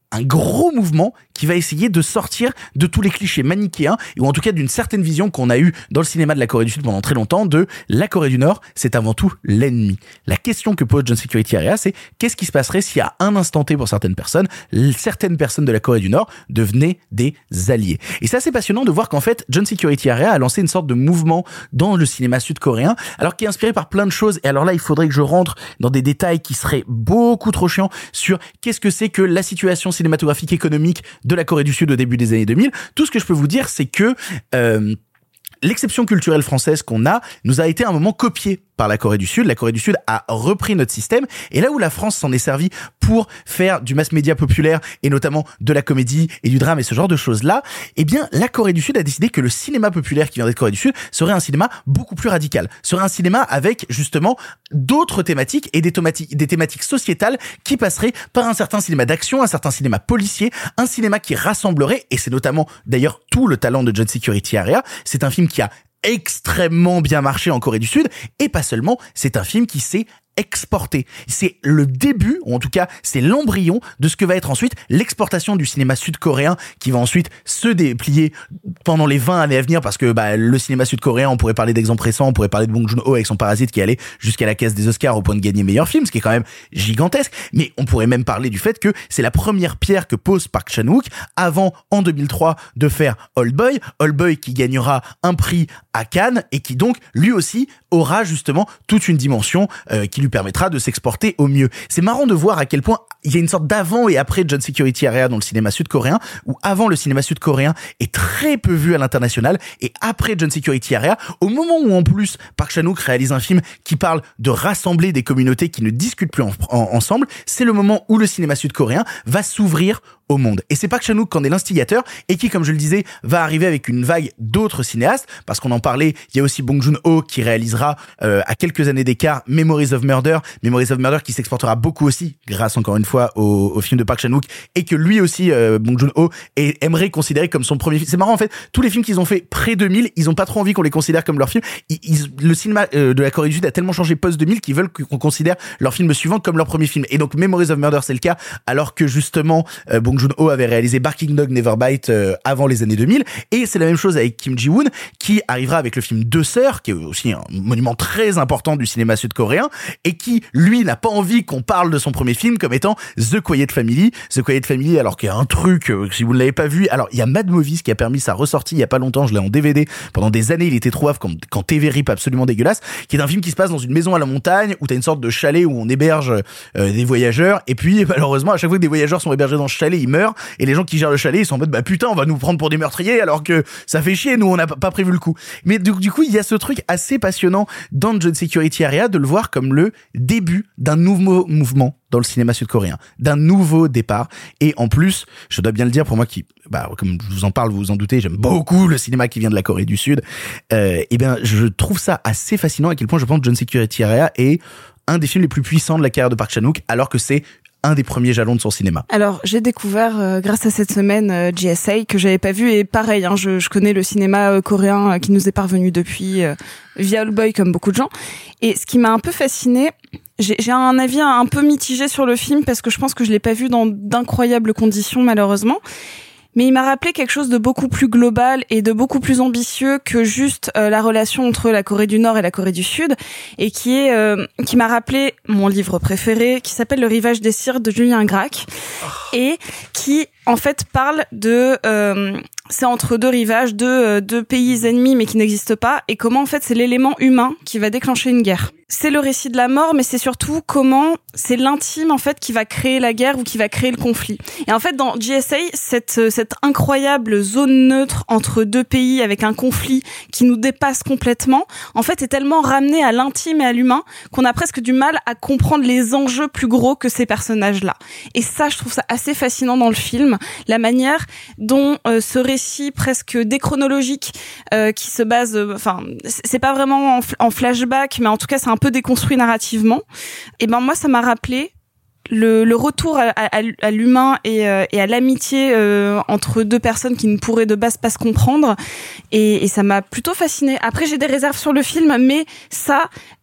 un gros mouvement qui va essayer de sortir de tous les clichés manichéens, ou en tout cas d'une certaine vision qu'on a eue dans le cinéma de la Corée du Sud pendant très longtemps, de la Corée du Nord, c'est avant tout l'ennemi. La question que pose John Security Area, c'est qu'est-ce qui se passerait si à un instant T pour certaines personnes, certaines personnes de la Corée du Nord devenaient des alliés. Et c'est assez passionnant de voir qu'en fait, John Security Area a lancé une sorte de mouvement dans le cinéma sud-coréen, alors qui est inspiré par plein de choses. Et alors là, il faudrait que je rentre dans des détails qui seraient beaucoup trop chiants sur qu'est-ce que c'est que la situation cinématographique économique de la Corée du Sud au début des années deux mille. Tout ce que je peux vous dire, c'est que euh, l'exception culturelle française qu'on a nous a été un moment copiée par la Corée du Sud. La Corée du Sud a repris notre système, et là où la France s'en est servie pour faire du mass média populaire et notamment de la comédie et du drame et ce genre de choses-là, eh bien la Corée du Sud a décidé que le cinéma populaire qui vient de Corée du Sud serait un cinéma beaucoup plus radical, serait un cinéma avec justement d'autres thématiques et des thématiques, des thématiques sociétales qui passeraient par un certain cinéma d'action, un certain cinéma policier, un cinéma qui rassemblerait, et c'est notamment d'ailleurs tout le talent de John Security Area. C'est un film qui a extrêmement bien marché en Corée du Sud, et pas seulement, c'est un film qui s'est exporté. C'est le début, ou en tout cas, c'est l'embryon de ce que va être ensuite l'exportation du cinéma sud-coréen, qui va ensuite se déplier pendant les vingt années à venir, parce que bah, le cinéma sud-coréen, on pourrait parler d'exemples récents, on pourrait parler de Bong Joon-ho avec son Parasite qui allait jusqu'à la caisse des Oscars au point de gagner meilleur film, ce qui est quand même gigantesque, mais on pourrait même parler du fait que c'est la première pierre que pose Park Chan-wook avant, en deux mille trois, de faire Old Boy, Old Boy qui gagnera un prix à Cannes, et qui donc, lui aussi, aura justement toute une dimension euh, qui lui permettra de s'exporter au mieux. C'est marrant de voir à quel point il y a une sorte d'avant et après John Security Area dans le cinéma sud-coréen, où avant le cinéma sud-coréen est très peu vu à l'international, et après John Security Area, au moment où en plus Park Chan-wook réalise un film qui parle de rassembler des communautés qui ne discutent plus en, en, ensemble, c'est le moment où le cinéma sud-coréen va s'ouvrir au monde. Et c'est Park Chan-wook qui en est l'instigateur, et qui, comme je le disais, va arriver avec une vague d'autres cinéastes, parce qu'on en parlait, il y a aussi Bong Joon-ho qui réalisera euh, à quelques années d'écart Memories of Murder, Memories of Murder qui s'exportera beaucoup aussi, grâce encore une fois au, au film de Park Chan-wook, et que lui aussi, euh, Bong Joon-ho, est, aimerait considérer comme son premier film. C'est marrant en fait, tous les films qu'ils ont fait pré deux mille, ils ont pas trop envie qu'on les considère comme leur film. Ils, ils, le cinéma euh, de la Corée du Sud a tellement changé post deux mille qu'ils veulent qu'on considère leur film suivant comme leur premier film. Et donc Memories of Murder c'est le cas, alors que justement euh, Bong Joon-ho avait réalisé Barking Dog Never Bite euh, avant les années deux mille, et c'est la même chose avec Kim Ji-woon qui arrivera avec le film Deux Sœurs, qui est aussi un monument très important du cinéma sud-coréen, et qui lui n'a pas envie qu'on parle de son premier film comme étant The Quiet Family. The Quiet Family, alors qu'il y a un truc, euh, si vous ne l'avez pas vu, alors il y a Mad Movies qui a permis sa ressortie il y a pas longtemps, je l'ai en D V D, pendant des années il était trouvable quand, quand T V rip absolument dégueulasse, qui est un film qui se passe dans une maison à la montagne, où t'as une sorte de chalet où on héberge euh, des voyageurs, et puis malheureusement à chaque fois que des voyageurs sont hébergés dans ce chalet, ils meurent, et les gens qui gèrent le chalet ils sont en mode bah putain on va nous prendre pour des meurtriers alors que ça fait chier, nous on n'a pas prévu le coup. Mais du, du coup il y a ce truc assez passionnant dans John Security Area de le voir comme le début d'un nouveau mouvement dans le cinéma sud-coréen, d'un nouveau départ. Et en plus, je dois bien le dire, pour moi qui, bah, comme je vous en parle, vous vous en doutez, j'aime beaucoup le cinéma qui vient de la Corée du Sud, euh, et bien, je trouve ça assez fascinant à quel point je pense que John Security Area est un des films les plus puissants de la carrière de Park Chan-wook, alors que c'est un des premiers jalons de son cinéma. Alors, j'ai découvert, euh, grâce à cette semaine, euh, G S A, que j'avais pas vu, et pareil, hein, je, je connais le cinéma euh, coréen euh, qui nous est parvenu depuis, euh, via Old Boy, comme beaucoup de gens. Et ce qui m'a un peu fasciné, j'ai, j'ai un avis un peu mitigé sur le film, parce que je pense que je l'ai pas vu dans d'incroyables conditions, malheureusement. Mais il m'a rappelé quelque chose de beaucoup plus global et de beaucoup plus ambitieux que juste euh, la relation entre la Corée du Nord et la Corée du Sud, et qui est euh, qui m'a rappelé mon livre préféré, qui s'appelle Le Rivage des Cires de Julien Gracq, et qui en fait parle de euh, c'est entre deux rivages, deux deux pays ennemis mais qui n'existent pas, et comment en fait c'est l'élément humain qui va déclencher une guerre. C'est le récit de la mort, mais c'est surtout comment c'est l'intime en fait qui va créer la guerre ou qui va créer le conflit. Et en fait dans G S A, cette cette incroyable zone neutre entre deux pays avec un conflit qui nous dépasse complètement, en fait est tellement ramené à l'intime et à l'humain qu'on a presque du mal à comprendre les enjeux plus gros que ces personnages-là. Et ça, je trouve ça assez fascinant dans le film, la manière dont euh, ce récit presque déchronologique euh, qui se base, enfin euh, c'est pas vraiment en, en flashback, mais en tout cas c'est un peu déconstruit narrativement. Et ben moi ça m'a rappelé le, le retour à, à, à l'humain et, euh, et à l'amitié euh, entre deux personnes qui ne pourraient de base pas se comprendre, et, et ça m'a plutôt fascinée. Après j'ai des réserves sur le film, mais ça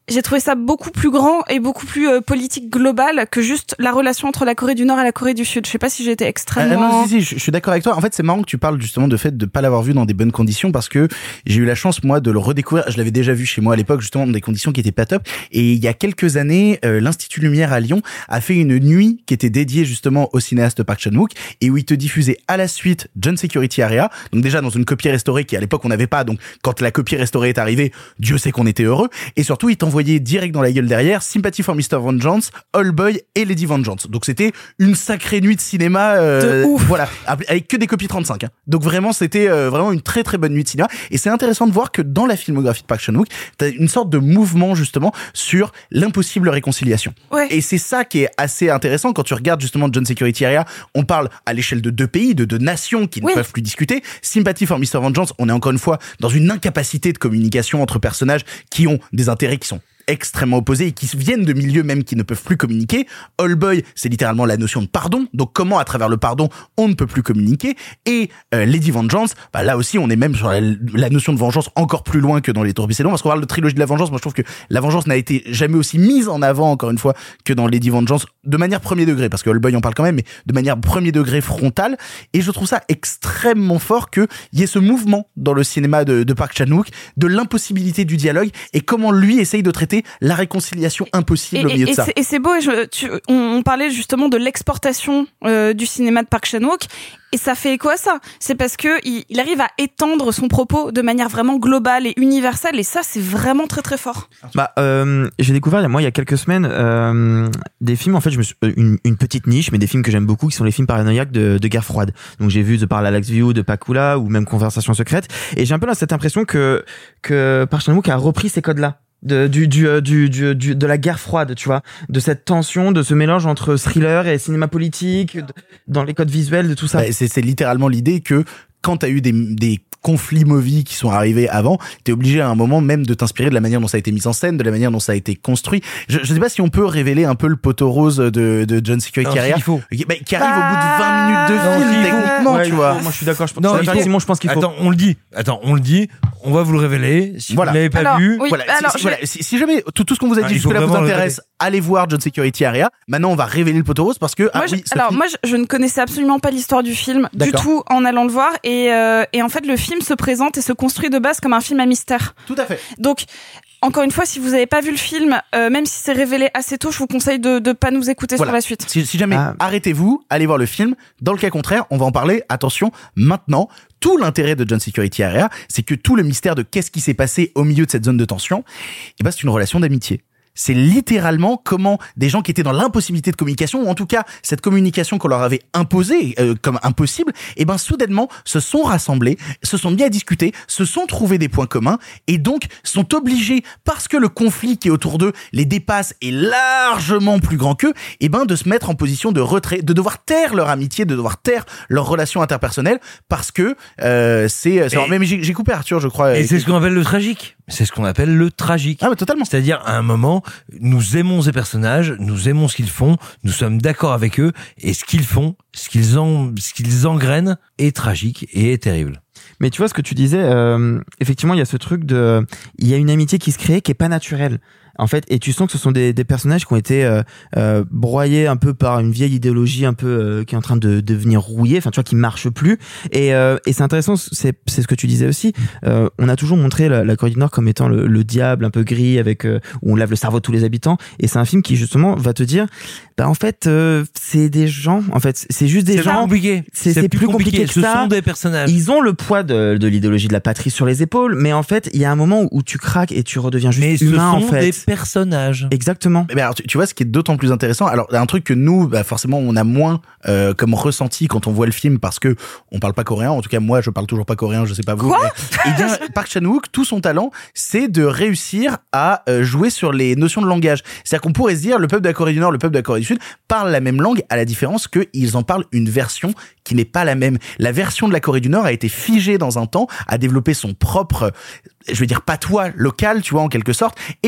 j'ai trouvé ça beaucoup plus grand et beaucoup plus euh, politique global que juste la relation entre la Corée du Nord et la Corée du Sud. Je sais pas si j'ai été extrêmement... Ah, non, si, si, je, je suis d'accord avec toi. En fait, c'est marrant que tu parles justement de fait de pas l'avoir vu dans des bonnes conditions parce que j'ai eu la chance, moi, de le redécouvrir. Je l'avais déjà vu chez moi à l'époque, justement, dans des conditions qui étaient pas top. Et il y a quelques années, euh, l'Institut Lumière à Lyon a fait une nuit qui était dédiée justement au cinéaste Park Chan-wook et où il te diffusait à la suite John Security Area. Donc déjà dans une copie restaurée qui à l'époque on n'avait pas. Donc quand la copie restaurée est arrivée, Dieu sait qu'on était heureux. Et surtout, il t'envoyait direct dans la gueule derrière Sympathy for mister Vengeance, All Boy et Lady Vengeance. Donc c'était une sacrée nuit de cinéma, euh, de ouf. Voilà, avec que des copies trente-cinq. Hein. Donc vraiment, c'était euh, vraiment une très très bonne nuit de cinéma. Et c'est intéressant de voir que dans la filmographie de Park Chan-wook, t'as une sorte de mouvement justement sur l'impossible réconciliation. Ouais. Et c'est ça qui est assez intéressant quand tu regardes justement John Security Area. On parle à l'échelle de deux pays, de deux nations qui ne oui. peuvent plus discuter. Sympathy for mister Vengeance, on est encore une fois dans une incapacité de communication entre personnages qui ont des intérêts qui sont extrêmement opposés et qui viennent de milieux même qui ne peuvent plus communiquer. All Boy, c'est littéralement la notion de pardon. Donc comment, à travers le pardon, on ne peut plus communiquer. Et euh, Lady Vengeance, bah là aussi, on est même sur la, la notion de vengeance encore plus loin que dans les tours précédents. Parce qu'on parle de trilogie de la vengeance. Moi, je trouve que la vengeance n'a été jamais aussi mise en avant, encore une fois, que dans Lady Vengeance, de manière premier degré. Parce que All Boy en parle quand même, mais de manière premier degré frontale. Et je trouve ça extrêmement fort qu'il y ait ce mouvement dans le cinéma de, de Park Chan-wook, de l'impossibilité du dialogue et comment lui essaye de traiter la réconciliation impossible et, au milieu et, de ça. Et c'est beau, et je, tu, on, on parlait justement de l'exportation euh, du cinéma de Park Chan-wook, et ça fait écho à ça. C'est parce que il, il arrive à étendre son propos de manière vraiment globale et universelle, et ça, c'est vraiment très très fort. Bah, euh, j'ai découvert, moi, il y a quelques semaines, euh, des films, en fait, je me suis, une, une petite niche, mais des films que j'aime beaucoup, qui sont les films paranoïaques de, de guerre froide. Donc, j'ai vu The Parallax View de Pakula, ou même Conversation secrète, et j'ai un peu là cette impression que, que Park Chan-wook a repris ces codes-là. De, du, du, du, du, du, de la guerre froide, tu vois, de cette tension, de ce mélange entre thriller et cinéma politique, de, dans les codes visuels, de tout ça. Bah, c'est, c'est littéralement l'idée que quand t'as eu des, des conflits movie qui sont arrivés avant, t'es obligé à un moment même de t'inspirer de la manière dont ça a été mis en scène, de la manière dont ça a été construit. Je, je sais pas si on peut révéler un peu le poteau rose de, de John Security Area, qui, bah, qui arrive bah... au bout de vingt minutes de non, film, techniquement, ouais, tu vois. Moi, je suis d'accord. Je pense, non, je Simon, je pense qu'il faut. Attends, on le dit. Attends, on le dit. On va vous le révéler. Si voilà. vous l'avez pas alors, vu. Oui, voilà. alors, si, je... voilà. Si, si jamais tout, tout ce qu'on vous a dit ah, jusque-là vous intéresse, allez voir John Security Area. Maintenant, on va révéler le poteau rose parce que, moi, ah je, oui, alors, Sophie... moi, je, je ne connaissais absolument pas l'histoire du film D'accord. du tout en allant le voir, et, euh, et en fait, le film se présente et se construit de base comme un film à mystère. Tout à fait. Donc, encore une fois, si vous n'avez pas vu le film, euh, même si c'est révélé assez tôt, je vous conseille de ne pas nous écouter voilà. sur la suite. Si, si jamais, ah. arrêtez-vous, allez voir le film. Dans le cas contraire, on va en parler. Attention, maintenant. Tout l'intérêt de John Security Area, c'est que tout le mystère de qu'est-ce qui s'est passé au milieu de cette zone de tension, eh ben, c'est une relation d'amitié. C'est littéralement comment des gens qui étaient dans l'impossibilité de communication, ou en tout cas cette communication qu'on leur avait imposée euh, comme impossible, et ben soudainement se sont rassemblés, se sont mis à discuter, se sont trouvés des points communs, et donc sont obligés, parce que le conflit qui est autour d'eux les dépasse et largement plus grand qu'eux, et ben de se mettre en position de retrait, de devoir taire leur amitié, de devoir taire leur relation interpersonnelle, parce que euh, c'est... c'est et, même j'ai, j'ai coupé Arthur, je crois. Et c'est ce qu'on appelle le tragique. C'est ce qu'on appelle le tragique. Ah, mais totalement. C'est-à-dire, à un moment, nous aimons ces personnages, nous aimons ce qu'ils font, nous sommes d'accord avec eux, et ce qu'ils font, ce qu'ils en, ce qu'ils engrainent est tragique et est terrible. Mais tu vois ce que tu disais, euh, effectivement, il y a ce truc de, il y a une amitié qui se crée qui est pas naturelle. En fait, et tu sens que ce sont des, des personnages qui ont été euh, euh, broyés un peu par une vieille idéologie un peu euh, qui est en train de devenir rouillée, enfin tu vois, qui marche plus. Et, euh, et c'est intéressant, c'est, c'est ce que tu disais aussi. Euh, on a toujours montré la, la Corée du Nord comme étant le, le diable un peu gris avec euh, où on lave le cerveau de tous les habitants. Et c'est un film qui justement va te dire, bah en fait, euh, c'est des gens. En fait, c'est juste des c'est gens. Compliqué. C'est, c'est, c'est plus compliqué, compliqué que Ce ça. Ce sont des personnages. Ils ont le poids de, de l'idéologie de la patrie sur les épaules, mais en fait, il y a un moment où, où tu craques et tu redeviens juste mais humain en fait. Mais ce sont des personnages. Exactement. Mais alors, tu, tu vois, ce qui est d'autant plus intéressant, alors un truc que nous, bah, forcément, on a moins euh, comme ressenti quand on voit le film parce que on parle pas coréen. En tout cas, moi, je parle toujours pas coréen. Je sais pas vous. Quoi mais, et bien, Park Chan-wook, tout son talent, c'est de réussir à euh, jouer sur les notions de langage. C'est-à-dire qu'on pourrait se dire, le peuple de la Corée du Nord, le peuple de la Corée du Sud parlent la même langue, à la différence qu'ils en parlent une version qui n'est pas la même. La version de la Corée du Nord a été figée dans un temps, a développé son propre, je veux dire, patois local, tu vois, en quelque sorte, et la Corée du Sud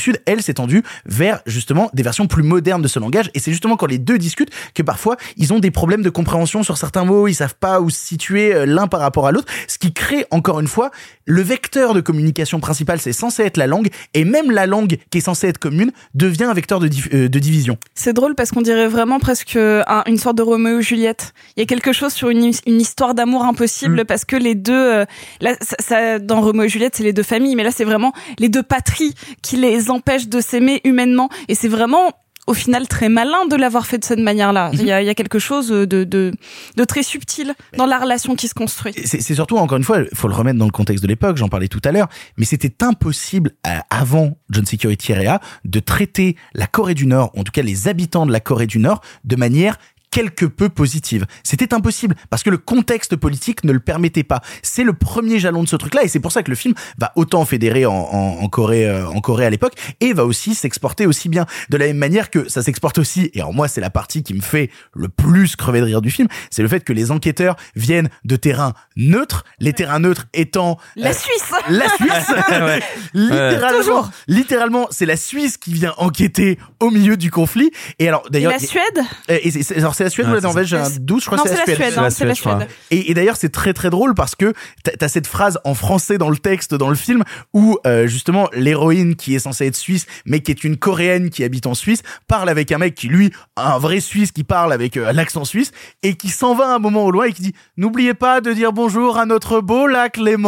Sud, elle, s'est tendue vers justement des versions plus modernes de ce langage. Et c'est justement quand les deux discutent que parfois ils ont des problèmes de compréhension sur certains mots, ils savent pas où se situer l'un par rapport à l'autre, ce qui crée encore une fois le vecteur de communication principal, c'est censé être la langue, et même la langue qui est censée être commune devient un vecteur de, di- euh, de division. C'est drôle parce qu'on dirait vraiment presque un, une sorte de Roméo et Juliette. Il y a quelque chose sur une, une histoire d'amour impossible mmh. parce que les deux, euh, là, ça, ça, dans Roméo et Juliette, c'est les deux familles, mais là, c'est vraiment les deux patries qui les empêchent de s'aimer humainement, et c'est vraiment au final très malin de l'avoir fait de cette manière-là. Il y a, il y a quelque chose de, de, de très subtil dans la relation qui se construit. C'est, c'est surtout, encore une fois, il faut le remettre dans le contexte de l'époque, j'en parlais tout à l'heure, mais c'était impossible, euh, avant John Security Area, de traiter la Corée du Nord, en tout cas les habitants de la Corée du Nord, de manière quelque peu positive. C'était impossible parce que le contexte politique ne le permettait pas. C'est le premier jalon de ce truc-là, et c'est pour ça que le film va autant fédérer en, en, en Corée, euh, en Corée à l'époque, et va aussi s'exporter aussi bien. De la même manière que ça s'exporte aussi, et alors moi c'est la partie qui me fait le plus crever de rire du film, c'est le fait que les enquêteurs viennent de terrains neutres, les terrains neutres étant la euh, Suisse. La Suisse. Ouais. Littéralement, Toujours. littéralement, c'est la Suisse qui vient enquêter au milieu du conflit. Et alors d'ailleurs, et la Suède. Et, et c'est, alors c'est la Suède ah, ou la Norvège, j'ai un doute, je crois non, que c'est, c'est la Suède. Suède. Non, c'est la Suède. Suède. Et, et d'ailleurs, c'est très très drôle parce que t'as, t'as cette phrase en français dans le texte, dans le film, où euh, justement l'héroïne qui est censée être suisse, mais qui est une Coréenne qui habite en Suisse, parle avec un mec qui lui, un vrai Suisse qui parle avec euh, l'accent suisse, et qui s'en va un moment au loin et qui dit « N'oubliez pas de dire bonjour à notre beau lac Léman ».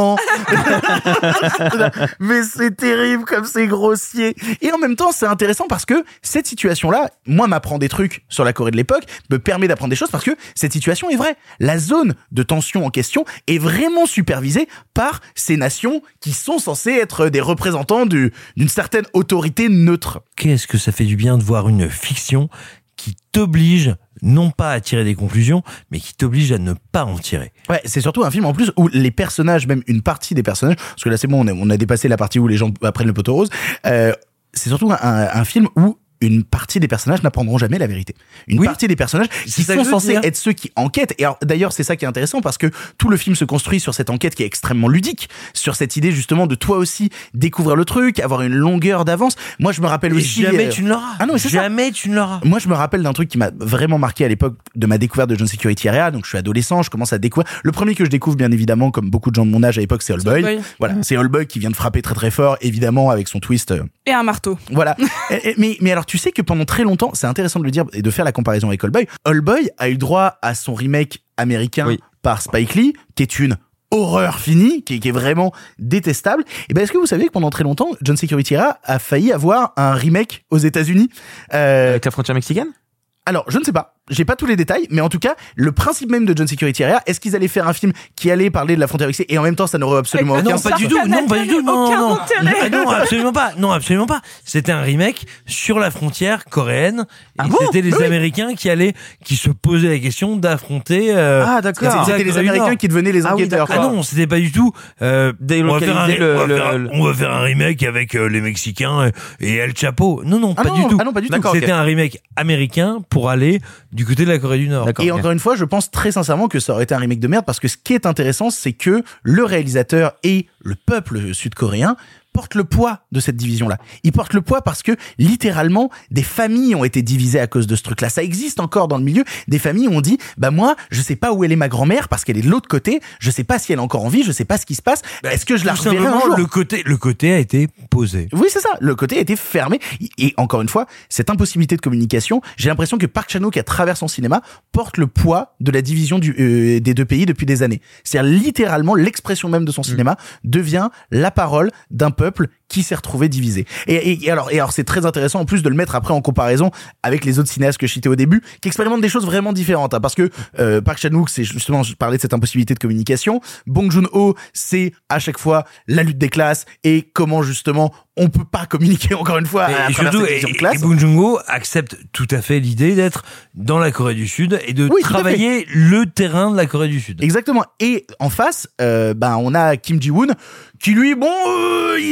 Mais c'est terrible comme c'est grossier. Et en même temps, c'est intéressant parce que cette situation-là, moi, m'apprend des trucs sur la Corée de l'époque, me permet d'apprendre des choses parce que cette situation est vraie. La zone de tension en question est vraiment supervisée par ces nations qui sont censées être des représentants du, d'une certaine autorité neutre. Qu'est-ce que ça fait du bien de voir une fiction qui t'oblige non pas à tirer des conclusions, mais qui t'oblige à ne pas en tirer. Ouais, c'est surtout un film en plus où les personnages, même une partie des personnages, parce que là c'est bon, on a, on a dépassé la partie où les gens apprennent le poteau rose, euh, c'est surtout un, un film où une partie des personnages n'apprendront jamais la vérité. Une oui. partie des personnages qui sont censés dire. être ceux qui enquêtent. Et alors, d'ailleurs, c'est ça qui est intéressant parce que tout le film se construit sur cette enquête qui est extrêmement ludique, sur cette idée justement de toi aussi découvrir le truc, avoir une longueur d'avance. Moi, je me rappelle et aussi. Jamais euh... tu ne l'auras. Ah non, mais c'est jamais ça. tu ne l'auras. Moi, je me rappelle d'un truc qui m'a vraiment marqué à l'époque de ma découverte de John Security Area. Donc, je suis adolescent, je commence à découvrir. Le premier que je découvre, bien évidemment, comme beaucoup de gens de mon âge à l'époque, c'est Oldboy. Boy. Voilà, mmh. c'est Oldboy qui vient de frapper très très fort, évidemment, avec son twist. Et un marteau. Voilà. et, et, mais, mais alors, tu sais que pendant très longtemps, c'est intéressant de le dire et de faire la comparaison avec Oldboy. Oldboy a eu droit à son remake américain oui. par Spike Lee, qui est une horreur finie, qui est, qui est vraiment détestable. Et ben, est-ce que vous savez que pendant très longtemps, John Security Area a failli avoir un remake aux États-Unis euh... avec la frontière mexicaine? Alors, je ne sais pas. J'ai pas tous les détails, mais en tout cas, le principe même de John Security Area, est-ce qu'ils allaient faire un film qui allait parler de la frontière mexicaine et en même temps ça n'aurait absolument aucun non, pas du tout, non, pas du tout, non, non, non, non, absolument pas, non, absolument pas. C'était un remake sur la frontière coréenne. Ah et bon c'était les oui. Américains qui allaient, qui se posaient la question d'affronter. Euh, ah d'accord. C'était les Américains Nord. qui devenaient les enquêteurs. Ah, oui, ah non, c'était pas du tout. Euh, on, va faire un, le, on, va le, faire, le... on va faire un remake avec euh, les Mexicains et El Chapo. Non, non, ah pas non, du tout. Ah non, pas du tout. C'était okay. un remake américain pour aller du côté de la Corée du Nord. D'accord, et okay. encore une fois, je pense très sincèrement que ça aurait été un remake de merde parce que ce qui est intéressant, c'est que le réalisateur et le peuple sud-coréen portent le poids de cette division-là. Ils portent le poids parce que, littéralement, des familles ont été divisées à cause de ce truc-là. Ça existe encore dans le milieu. Des familles ont dit, bah moi, je sais pas où elle est ma grand-mère parce qu'elle est de l'autre côté. Je sais pas si elle est encore en vie. Je sais pas ce qui se passe. Bah, Est-ce que je la reverrai un jour ? Le côté, le côté a été posé. Oui, c'est ça. Le côté a été fermé. Et encore une fois, cette impossibilité de communication, j'ai l'impression que Park Chan-wook, à travers son cinéma, porte le poids de la division du, euh, des deux pays depuis des années. C'est-à-dire, littéralement, l'expression même de son cinéma mmh. devient la parole d'un peuple qui s'est retrouvé divisé. Et, et, et alors, et alors, c'est très intéressant en plus de le mettre après en comparaison avec les autres cinéastes que je citais au début, qui expérimentent des choses vraiment différentes. Hein, parce que euh, Park Chan-wook, c'est justement, je parlais de cette impossibilité de communication. Bong Joon-ho, c'est à chaque fois la lutte des classes et comment justement on peut pas communiquer encore une fois à, à travers cette vision de classe. Et Bong Joon-ho accepte tout à fait l'idée d'être dans la Corée du Sud et de oui, travailler le terrain de la Corée du Sud. Exactement. Et en face, euh, ben on a Kim Ji-woon qui lui, bon, euh, il aime le cinéma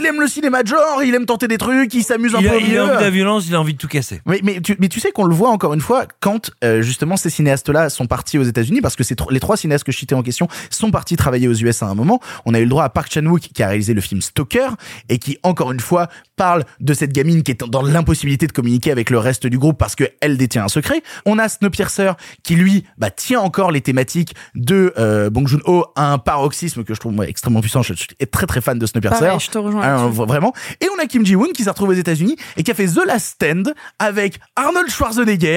cinéma de genre, il aime tenter des trucs, il s'amuse un il peu a, au il milieu. a envie de la violence, il a envie de tout casser. Mais, mais, tu, mais tu sais qu'on le voit encore une fois quand euh, justement ces cinéastes-là sont partis aux États-Unis, parce que c'est tr- les trois cinéastes que je citais en question sont partis travailler aux U S à un moment. On a eu le droit à Park Chan-wook qui a réalisé le film Stalker et qui encore une fois parle de cette gamine qui est dans l'impossibilité de communiquer avec le reste du groupe parce que elle détient un secret. On a Snowpiercer qui lui bah, tient encore les thématiques de euh, Bong Joon-ho à un paroxysme que je trouve moi, extrêmement puissant. Je suis très très fan de Snowpiercer. Pareil, je te rejoins Alors, vraiment. Et on a Kim Ji-woon qui s'est retrouvé aux États-Unis et qui a fait The Last Stand avec Arnold Schwarzenegger.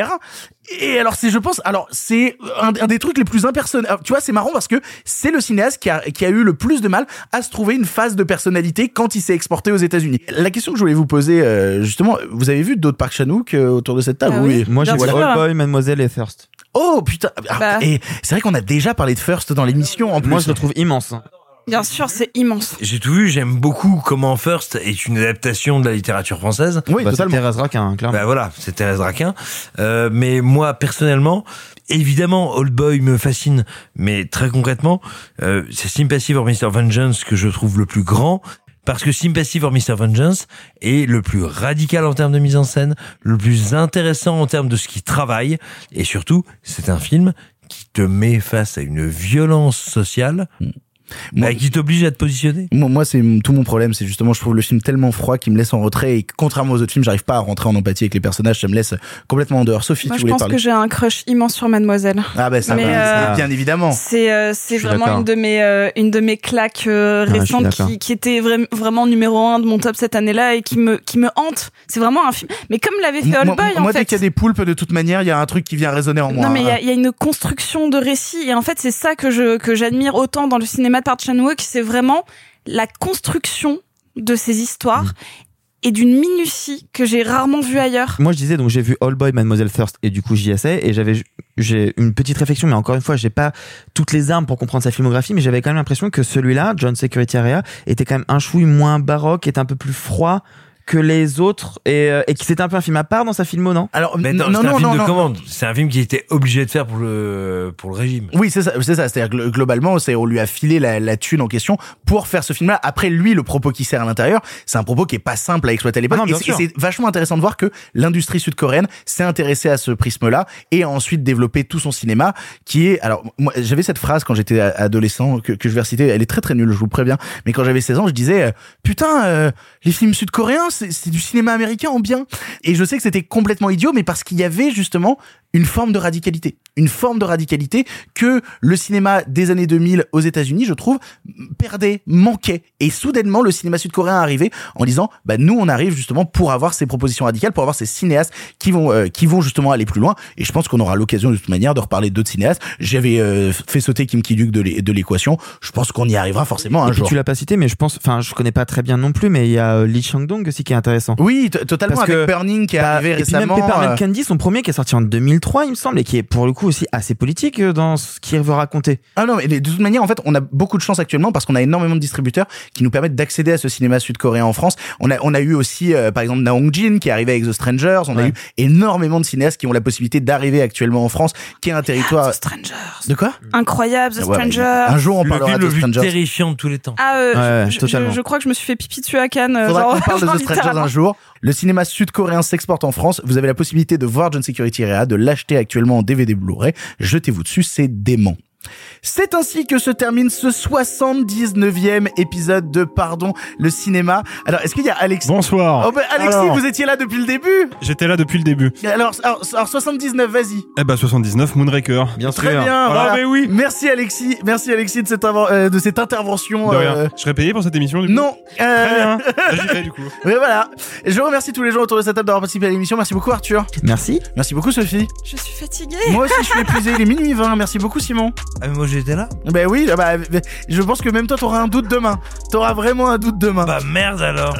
Et alors c'est, je pense, alors c'est un, un des trucs les plus impersonnels. Tu vois, c'est marrant parce que c'est le cinéaste qui a, qui a eu le plus de mal à se trouver une phase de personnalité quand il s'est exporté aux États-Unis. La question que je voulais vous poser, euh, justement, vous avez vu d'autres Park Chan-wook euh, autour de cette table? Ah oui. Moi, j'ai vu Old Boy, Mademoiselle et Thirst. Oh putain. Alors, Bah. Et c'est vrai qu'on a déjà parlé de First dans l'émission. En plus, moi je le trouve immense. Bien sûr, c'est immense. J'ai tout vu, j'aime beaucoup comment First est une adaptation de la littérature française. Oui, bah, totalement. C'est Thérèse Raquin, clairement. Bah voilà, c'est Thérèse Raquin. Euh, mais moi, personnellement, évidemment, Old Boy me fascine, mais très concrètement, euh, c'est Sympathy for mister Vengeance que je trouve le plus grand. Parce que Sympathy for mister Vengeance est le plus radical en termes de mise en scène, le plus intéressant en termes de ce qu'il travaille, et surtout, c'est un film qui te met face à une violence sociale, bah, qui t'oblige à te positionner. Moi, moi, c'est tout mon problème, c'est justement, je trouve le film tellement froid qu'il me laisse en retrait, et contrairement aux autres films, j'arrive pas à rentrer en empathie avec les personnages, ça me laisse complètement en dehors. Sophie, Moi, tu je voulais pense parler? que j'ai un crush immense sur Mademoiselle. Ah ben ça, Mais, va, euh, bien évidemment. C'est euh, c'est Je suis vraiment d'accord. une de mes euh, une de mes claques euh, Ah, je suis récentes d'accord. qui, qui était vra- vraiment numéro un de mon top cette année-là et qui me qui me hante. C'est vraiment un film. Mais comme l'avait fait Old Moi, Boy en moi fait. dès qu'il y a des poulpes, de toute manière, il y a un truc qui vient résonner en moi. Non mais il y hein. a, il y a une construction de récit et en fait c'est ça que je que j'admire autant dans le cinéma de Park Chan-wook, c'est vraiment la construction de ces histoires Mmh. et d'une minutie que j'ai rarement vue ailleurs. Moi je disais donc j'ai vu Old Boy, Mademoiselle Thirst et du coup j'y essayais et j'avais j'ai une petite réflexion mais encore une fois j'ai pas toutes les armes pour comprendre sa filmographie mais j'avais quand même l'impression que celui-là John Security Area était quand même un chouille moins baroque, était un peu plus froid que les autres et, euh, et qui c'était un peu un film à part dans sa filmo, non? Alors Mais non, non, c'est un non, film non, de non. commande. C'est un film qui était obligé de faire pour le, pour le régime. Oui, c'est ça, c'est ça. C'est-à-dire que globalement, c'est, on lui a filé la, la thune en question pour faire ce film-là. Après, lui, le propos qui sert à l'intérieur, c'est un propos qui est pas simple à exploiter à l'époque. Ah non, et, bien c'est, sûr. et c'est vachement intéressant de voir que l'industrie sud-coréenne s'est intéressée à ce prisme-là et a ensuite développé tout son cinéma qui est, alors, moi, j'avais cette phrase quand j'étais adolescent que, que je vais reciter. Elle est très très nulle, je vous préviens. Mais quand j'avais seize ans, je disais, euh, putain, euh, les films sud-coréens, c'est, c'est du cinéma américain en bien. Et je sais que c'était complètement idiot, mais parce qu'il y avait justement une forme de radicalité. Une forme de radicalité que le cinéma des années deux mille aux États-Unis, je trouve, perdait, manquait. Et soudainement, le cinéma sud-coréen arrivait en disant, bah, nous, on arrive justement pour avoir ces propositions radicales, pour avoir ces cinéastes qui vont, euh, qui vont justement aller plus loin. Et je pense qu'on aura l'occasion de toute manière de reparler d'autres cinéastes. J'avais euh, fait sauter Kim Ki-duk de, l'é- de l'équation. Je pense qu'on y arrivera forcément un Et puis jour. tu l'as pas cité mais je pense, enfin je connais pas très bien non plus mais il y a euh, Lee Chang-dong aussi qui est intéressant. Oui, t- totalement, Parce avec que- Burning qui est Bah, arrivé et puis récemment. même Peppermint euh, Candy, son premier qui est sorti en deux mille trois il me semble et qui est pour le coup aussi assez politique euh, dans ce qu'il veut raconter. Ah non, mais de toute manière, en fait, on a beaucoup de chance actuellement parce qu'on a énormément de distributeurs qui nous permettent d'accéder à ce cinéma sud-coréen en France. On a, on a eu aussi, euh, par exemple, Na Hong-jin qui est arrivé avec The Strangers. On a Ouais. eu énormément de cinéastes qui ont la possibilité d'arriver actuellement en France, qui est un territoire. The Strangers. De quoi? Incroyable, The Ouais, Stranger. Un jour, on Le parlera film de le The plus Strangers. terrifiant de tous les temps. Ah, euh, Ouais, je, je- totalement. je crois que je me suis fait pipi dessus à Cannes. euh, Faudra genre, qu'on parle de genre The Strangers littéralement. un jour. Le cinéma sud-coréen s'exporte en France. Vous avez la possibilité de voir John Security Area, de l'acheter actuellement en D V D Blu-ray. Jetez-vous dessus, c'est dément. C'est ainsi que se termine ce soixante-dix-neuvième épisode de Pardon le cinéma. Alors, est-ce qu'il y a Alexis? Bonsoir. Oh ben, Alexis, Alors. vous étiez là depuis le début. J'étais là depuis le début. Alors, alors, alors soixante-dix-neuf, vas-y. Eh ben soixante-dix-neuf, Moonraker. Bien Très sûr. bien. Voilà. voilà. mais oui. Merci Alexis, merci Alexis de cette, inven- euh, de cette intervention. De rien. euh, Je serais payé pour cette émission du coup. Non. Euh... Très bien. Bah, j'y vais du coup. Mais voilà. Et je remercie tous les gens autour de cette table d'avoir participé à l'émission. Merci beaucoup Arthur. Merci. Merci beaucoup Sophie. Je suis fatiguée. Moi aussi je suis épuisé. Il est minuit vingt. Merci beaucoup Simon. Ah, mais moi j'étais là. Ben oui, ah bah, je pense que même toi t'auras un doute demain. T'auras vraiment un doute demain. Bah merde alors.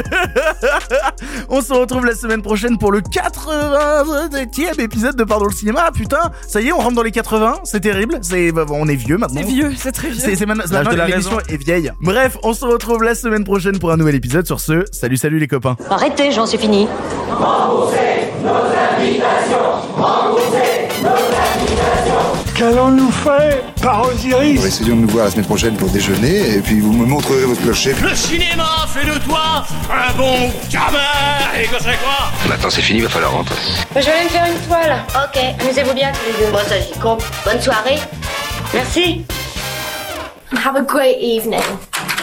On se retrouve la semaine prochaine pour le quatre-vingtième épisode de Pardon le cinéma. Ah, putain, ça y est, on rentre dans les quatre-vingts. C'est terrible. C'est, bah, on est vieux maintenant. C'est vieux, c'est très vieux. C'est, c'est maintenant, L'âge maintenant, de la l'émission raison. est vieille. Bref, on se retrouve la semaine prochaine pour un nouvel épisode. Sur ce, salut, salut les copains. Arrêtez, j'en suis fini. Câlin. qu'allons-nous faire par Osiris? Essayons de nous voir la semaine prochaine pour déjeuner, et puis vous me montrerez votre clocher. Le cinéma fait de toi un bon gamin, et que c'est quoi? Maintenant c'est fini, il va falloir rentrer. Je vais aller me faire une toile. Ok, amusez-vous bien tous les deux. Bon, ça j'y compte. Bonne soirée. Merci. Have a great evening.